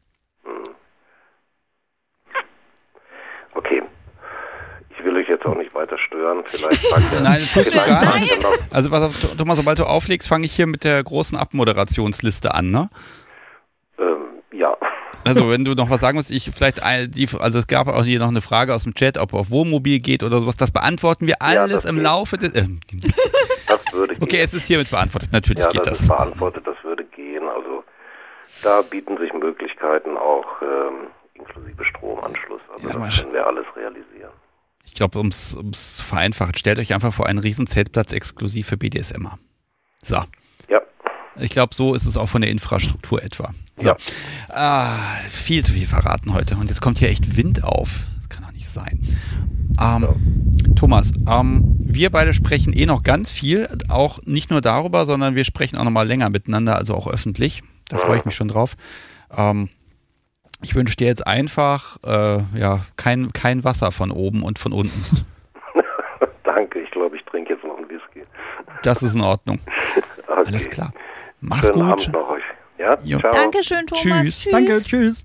Okay. Ich will euch jetzt auch nicht weiter stören. Vielleicht Nein, das tust du gar nicht. Also pass auf, Thomas, sobald du auflegst, fange ich hier mit der großen Abmoderationsliste an, ne? Ja. Also wenn du noch was sagen musst, es gab auch hier noch eine Frage aus dem Chat, ob auf Wohnmobil geht oder sowas, das beantworten wir alles im Laufe des... Das würde gehen. Okay, es ist hiermit beantwortet, natürlich geht das. Ja, das ist beantwortet, das würde gehen. Also da bieten sich Möglichkeiten auch inklusive Stromanschluss. Also das können wir alles realisieren. Ich glaube, ums zu vereinfachen, stellt euch einfach vor einen riesen Zeltplatz exklusiv für BDSMer. So. Ja. Ich glaube, so ist es auch von der Infrastruktur etwa. So. Ja. Viel zu viel verraten heute. Und jetzt kommt hier echt Wind auf. Das kann doch nicht sein. Thomas, wir beide sprechen noch ganz viel. Auch nicht nur darüber, sondern wir sprechen auch noch mal länger miteinander, also auch öffentlich. Da freue ich mich schon drauf. Ich wünsche dir jetzt einfach kein Wasser von oben und von unten. Danke, ich glaube, ich trinke jetzt noch einen Whisky. Das ist in Ordnung. Okay. Alles klar. Mach's Schönen gut. Abend noch euch. Ja? Ciao. Dankeschön, Thomas. Tschüss. Danke, tschüss.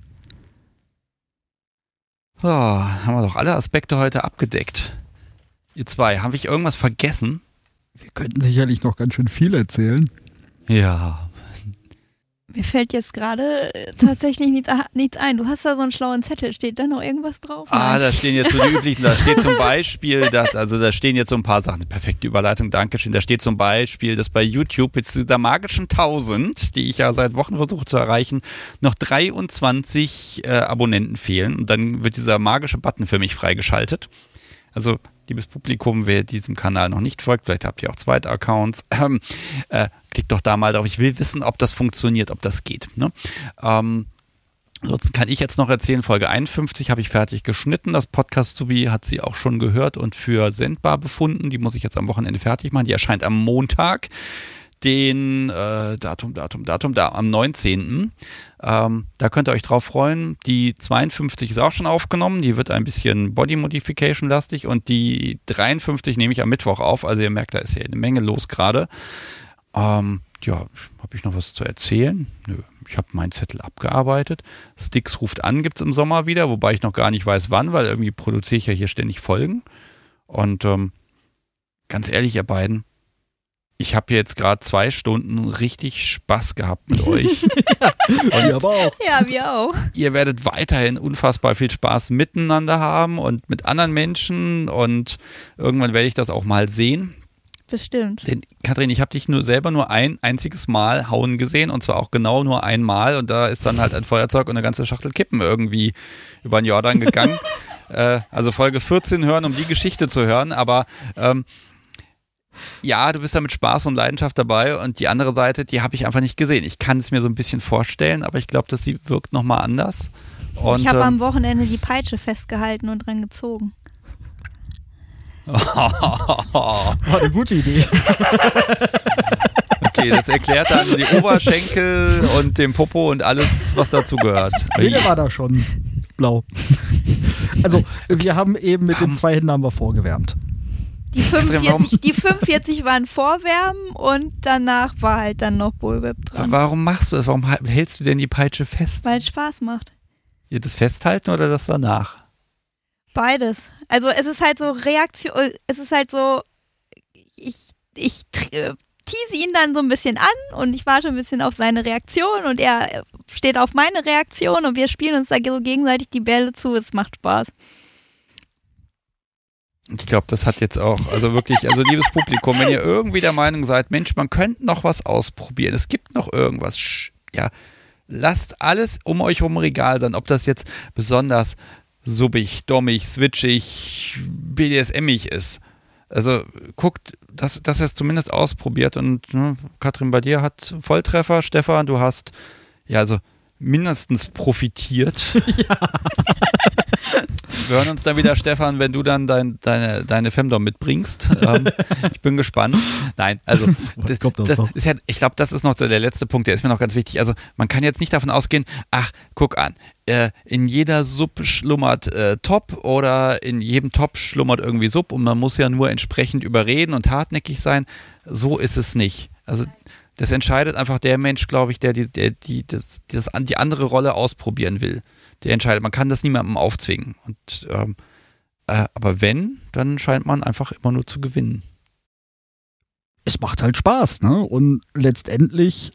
So, haben wir doch alle Aspekte heute abgedeckt. Ihr zwei, habe ich irgendwas vergessen? Wir könnten sicherlich noch ganz schön viel erzählen. Ja. Mir fällt jetzt gerade tatsächlich nichts ein. Du hast da so einen schlauen Zettel. Steht da noch irgendwas drauf? Da stehen jetzt so die üblichen, da steht zum Beispiel, da stehen jetzt so ein paar Sachen, perfekte Überleitung, Dankeschön. Da steht zum Beispiel, dass bei YouTube jetzt dieser magischen 1000, die ich ja seit Wochen versuche zu erreichen, noch 23 Abonnenten fehlen und dann wird dieser magische Button für mich freigeschaltet. Also, liebes Publikum, wer diesem Kanal noch nicht folgt, vielleicht habt ihr auch zweite Accounts, klickt doch da mal drauf. Ich will wissen, ob das funktioniert, ob das geht. Ne? Ansonsten kann ich jetzt noch erzählen, Folge 51 habe ich fertig geschnitten. Das Podcast-Subi hat sie auch schon gehört und für sendbar befunden. Die muss ich jetzt am Wochenende fertig machen. Die erscheint am Montag, den am 19. Da könnt ihr euch drauf freuen. Die 52 ist auch schon aufgenommen. Die wird ein bisschen Body Modification lastig und die 53 nehme ich am Mittwoch auf. Also ihr merkt, da ist ja eine Menge los gerade. Habe ich noch was zu erzählen? Nö, ich habe meinen Zettel abgearbeitet. Styx ruft an, gibt's im Sommer wieder, wobei ich noch gar nicht weiß wann, weil irgendwie produziere ich ja hier ständig Folgen. Und ganz ehrlich, ihr beiden, Ich habe jetzt gerade 2 Stunden richtig Spaß gehabt mit euch. Wir aber auch. Ja, wir auch. Ihr werdet weiterhin unfassbar viel Spaß miteinander haben und mit anderen Menschen und irgendwann werde ich das auch mal sehen. Bestimmt. Denn, Katrin, ich habe dich selber nur ein einziges Mal hauen gesehen und zwar auch genau nur einmal und da ist dann halt ein Feuerzeug und eine ganze Schachtel Kippen irgendwie über den Jordan gegangen. Also Folge 14 hören, um die Geschichte zu hören, aber ja, du bist da mit Spaß und Leidenschaft dabei und die andere Seite, die habe ich einfach nicht gesehen. Ich kann es mir so ein bisschen vorstellen, aber ich glaube, dass sie wirkt nochmal anders. Und, ich habe am Wochenende die Peitsche festgehalten und dran gezogen. War eine gute Idee. Okay, das erklärt dann die Oberschenkel und den Popo und alles, was dazu gehört. Nee, der war da schon blau. Also, wir haben eben mit den 2 Händen haben wir vorgewärmt. Die 45 waren Vorwärmen und danach war halt dann noch Bullwhip dran. Warum machst du das? Warum hältst du denn die Peitsche fest? Weil es Spaß macht. Ihr das Festhalten oder das danach? Beides. Also es ist halt so Reaktion, es ist halt so, ich tease ihn dann so ein bisschen an und ich warte ein bisschen auf seine Reaktion und er steht auf meine Reaktion und wir spielen uns da so gegenseitig die Bälle zu, es macht Spaß. Ich glaube, das hat jetzt auch, also wirklich, also liebes Publikum, wenn ihr irgendwie der Meinung seid, Mensch, man könnte noch was ausprobieren, es gibt noch irgendwas, ja, lasst alles um euch rum Regal sein, ob das jetzt besonders subbig, dommig, switchig, BDSM-ig ist. Also guckt, dass ihr es zumindest ausprobiert und Katrin, bei dir hat Volltreffer, Stefan, du hast ja also mindestens profitiert. Ja. Wir hören uns dann wieder, Stefan, wenn du dann deine Femdom mitbringst. Ich bin gespannt. Nein, also das ist ja, ich glaube, das ist noch so der letzte Punkt, der ist mir noch ganz wichtig. Also man kann jetzt nicht davon ausgehen, ach, guck an, in jeder Sub schlummert Top oder in jedem Top schlummert irgendwie Sub und man muss ja nur entsprechend überreden und hartnäckig sein. So ist es nicht. Also das entscheidet einfach der Mensch, glaube ich, der die andere Rolle ausprobieren will. Der entscheidet. Man kann das niemandem aufzwingen. Und, aber wenn, dann scheint man einfach immer nur zu gewinnen. Es macht halt Spaß, ne? Und letztendlich,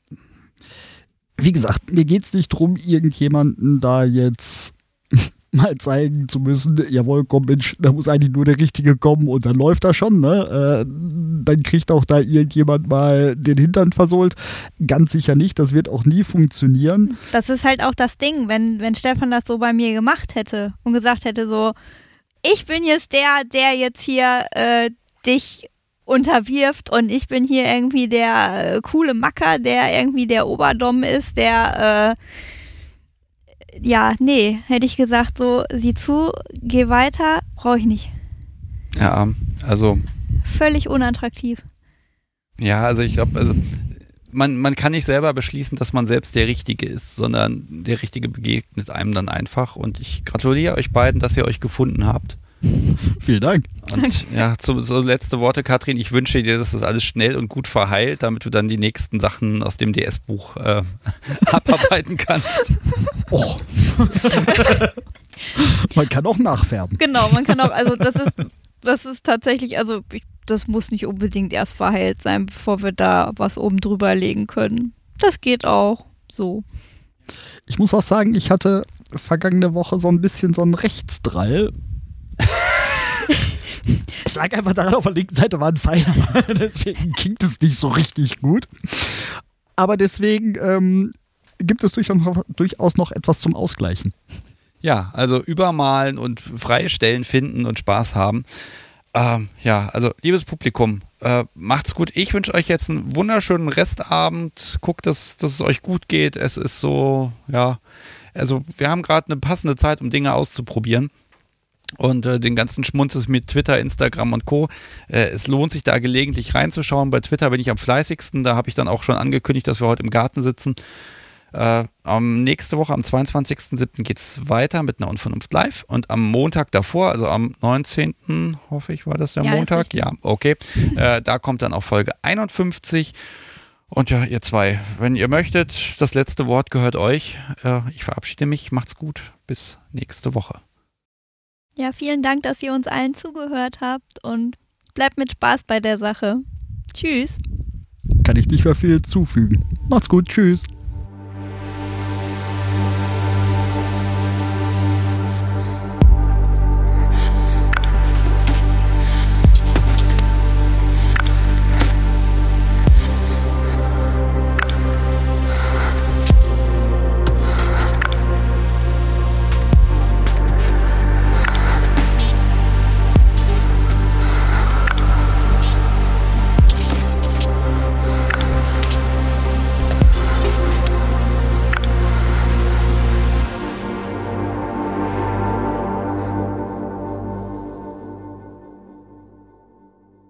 wie gesagt, mir geht es nicht darum, irgendjemanden da jetzt mal zeigen zu müssen, jawohl, komm Mensch, da muss eigentlich nur der Richtige kommen und dann läuft das schon, ne? Dann kriegt auch da irgendjemand mal den Hintern versohlt. Ganz sicher nicht, das wird auch nie funktionieren. Das ist halt auch das Ding, wenn Stefan das so bei mir gemacht hätte und gesagt hätte so, ich bin jetzt der jetzt hier dich unterwirft und ich bin hier irgendwie der coole Macker, der irgendwie der Oberdom ist, der ja, nee, hätte ich gesagt, so, sieh zu, geh weiter, brauche ich nicht. Ja, also. Völlig unattraktiv. Ja, also ich glaube, also man kann nicht selber beschließen, dass man selbst der Richtige ist, sondern der Richtige begegnet einem dann einfach und ich gratuliere euch beiden, dass ihr euch gefunden habt. Vielen Dank. Und ja, so letzte Worte, Katrin. Ich wünsche dir, dass das alles schnell und gut verheilt, damit du dann die nächsten Sachen aus dem DS-Buch abarbeiten kannst. Oh. Man kann auch nachfärben. Genau, man kann auch, also das ist tatsächlich, also das muss nicht unbedingt erst verheilt sein, bevor wir da was oben drüber legen können. Das geht auch so. Ich muss auch sagen, ich hatte vergangene Woche so ein bisschen so einen Rechtsdrall. Es lag einfach daran, auf der linken Seite war ein Pfeiler, deswegen klingt es nicht so richtig gut. Aber deswegen gibt es durchaus noch etwas zum Ausgleichen. Ja, also übermalen und freie Stellen finden und Spaß haben. Ja, also liebes Publikum, macht's gut. Ich wünsche euch jetzt einen wunderschönen Restabend. Guckt, dass es euch gut geht. Es ist so, ja, also wir haben gerade eine passende Zeit, um Dinge auszuprobieren. Und den ganzen Schmunzes mit Twitter, Instagram und Co. Es lohnt sich da gelegentlich reinzuschauen. Bei Twitter bin ich am fleißigsten. Da habe ich dann auch schon angekündigt, dass wir heute im Garten sitzen. Nächste Woche, am 22.07. geht es weiter mit einer Unvernunft live. Und am Montag davor, also am 19. hoffe ich, war das der Montag? Ja, okay. Da kommt dann auch Folge 51. Und ja, ihr zwei, wenn ihr möchtet, das letzte Wort gehört euch. Ich verabschiede mich. Macht's gut. Bis nächste Woche. Ja, vielen Dank, dass ihr uns allen zugehört habt und bleibt mit Spaß bei der Sache. Tschüss. Kann ich nicht mehr viel hinzufügen. Macht's gut, tschüss.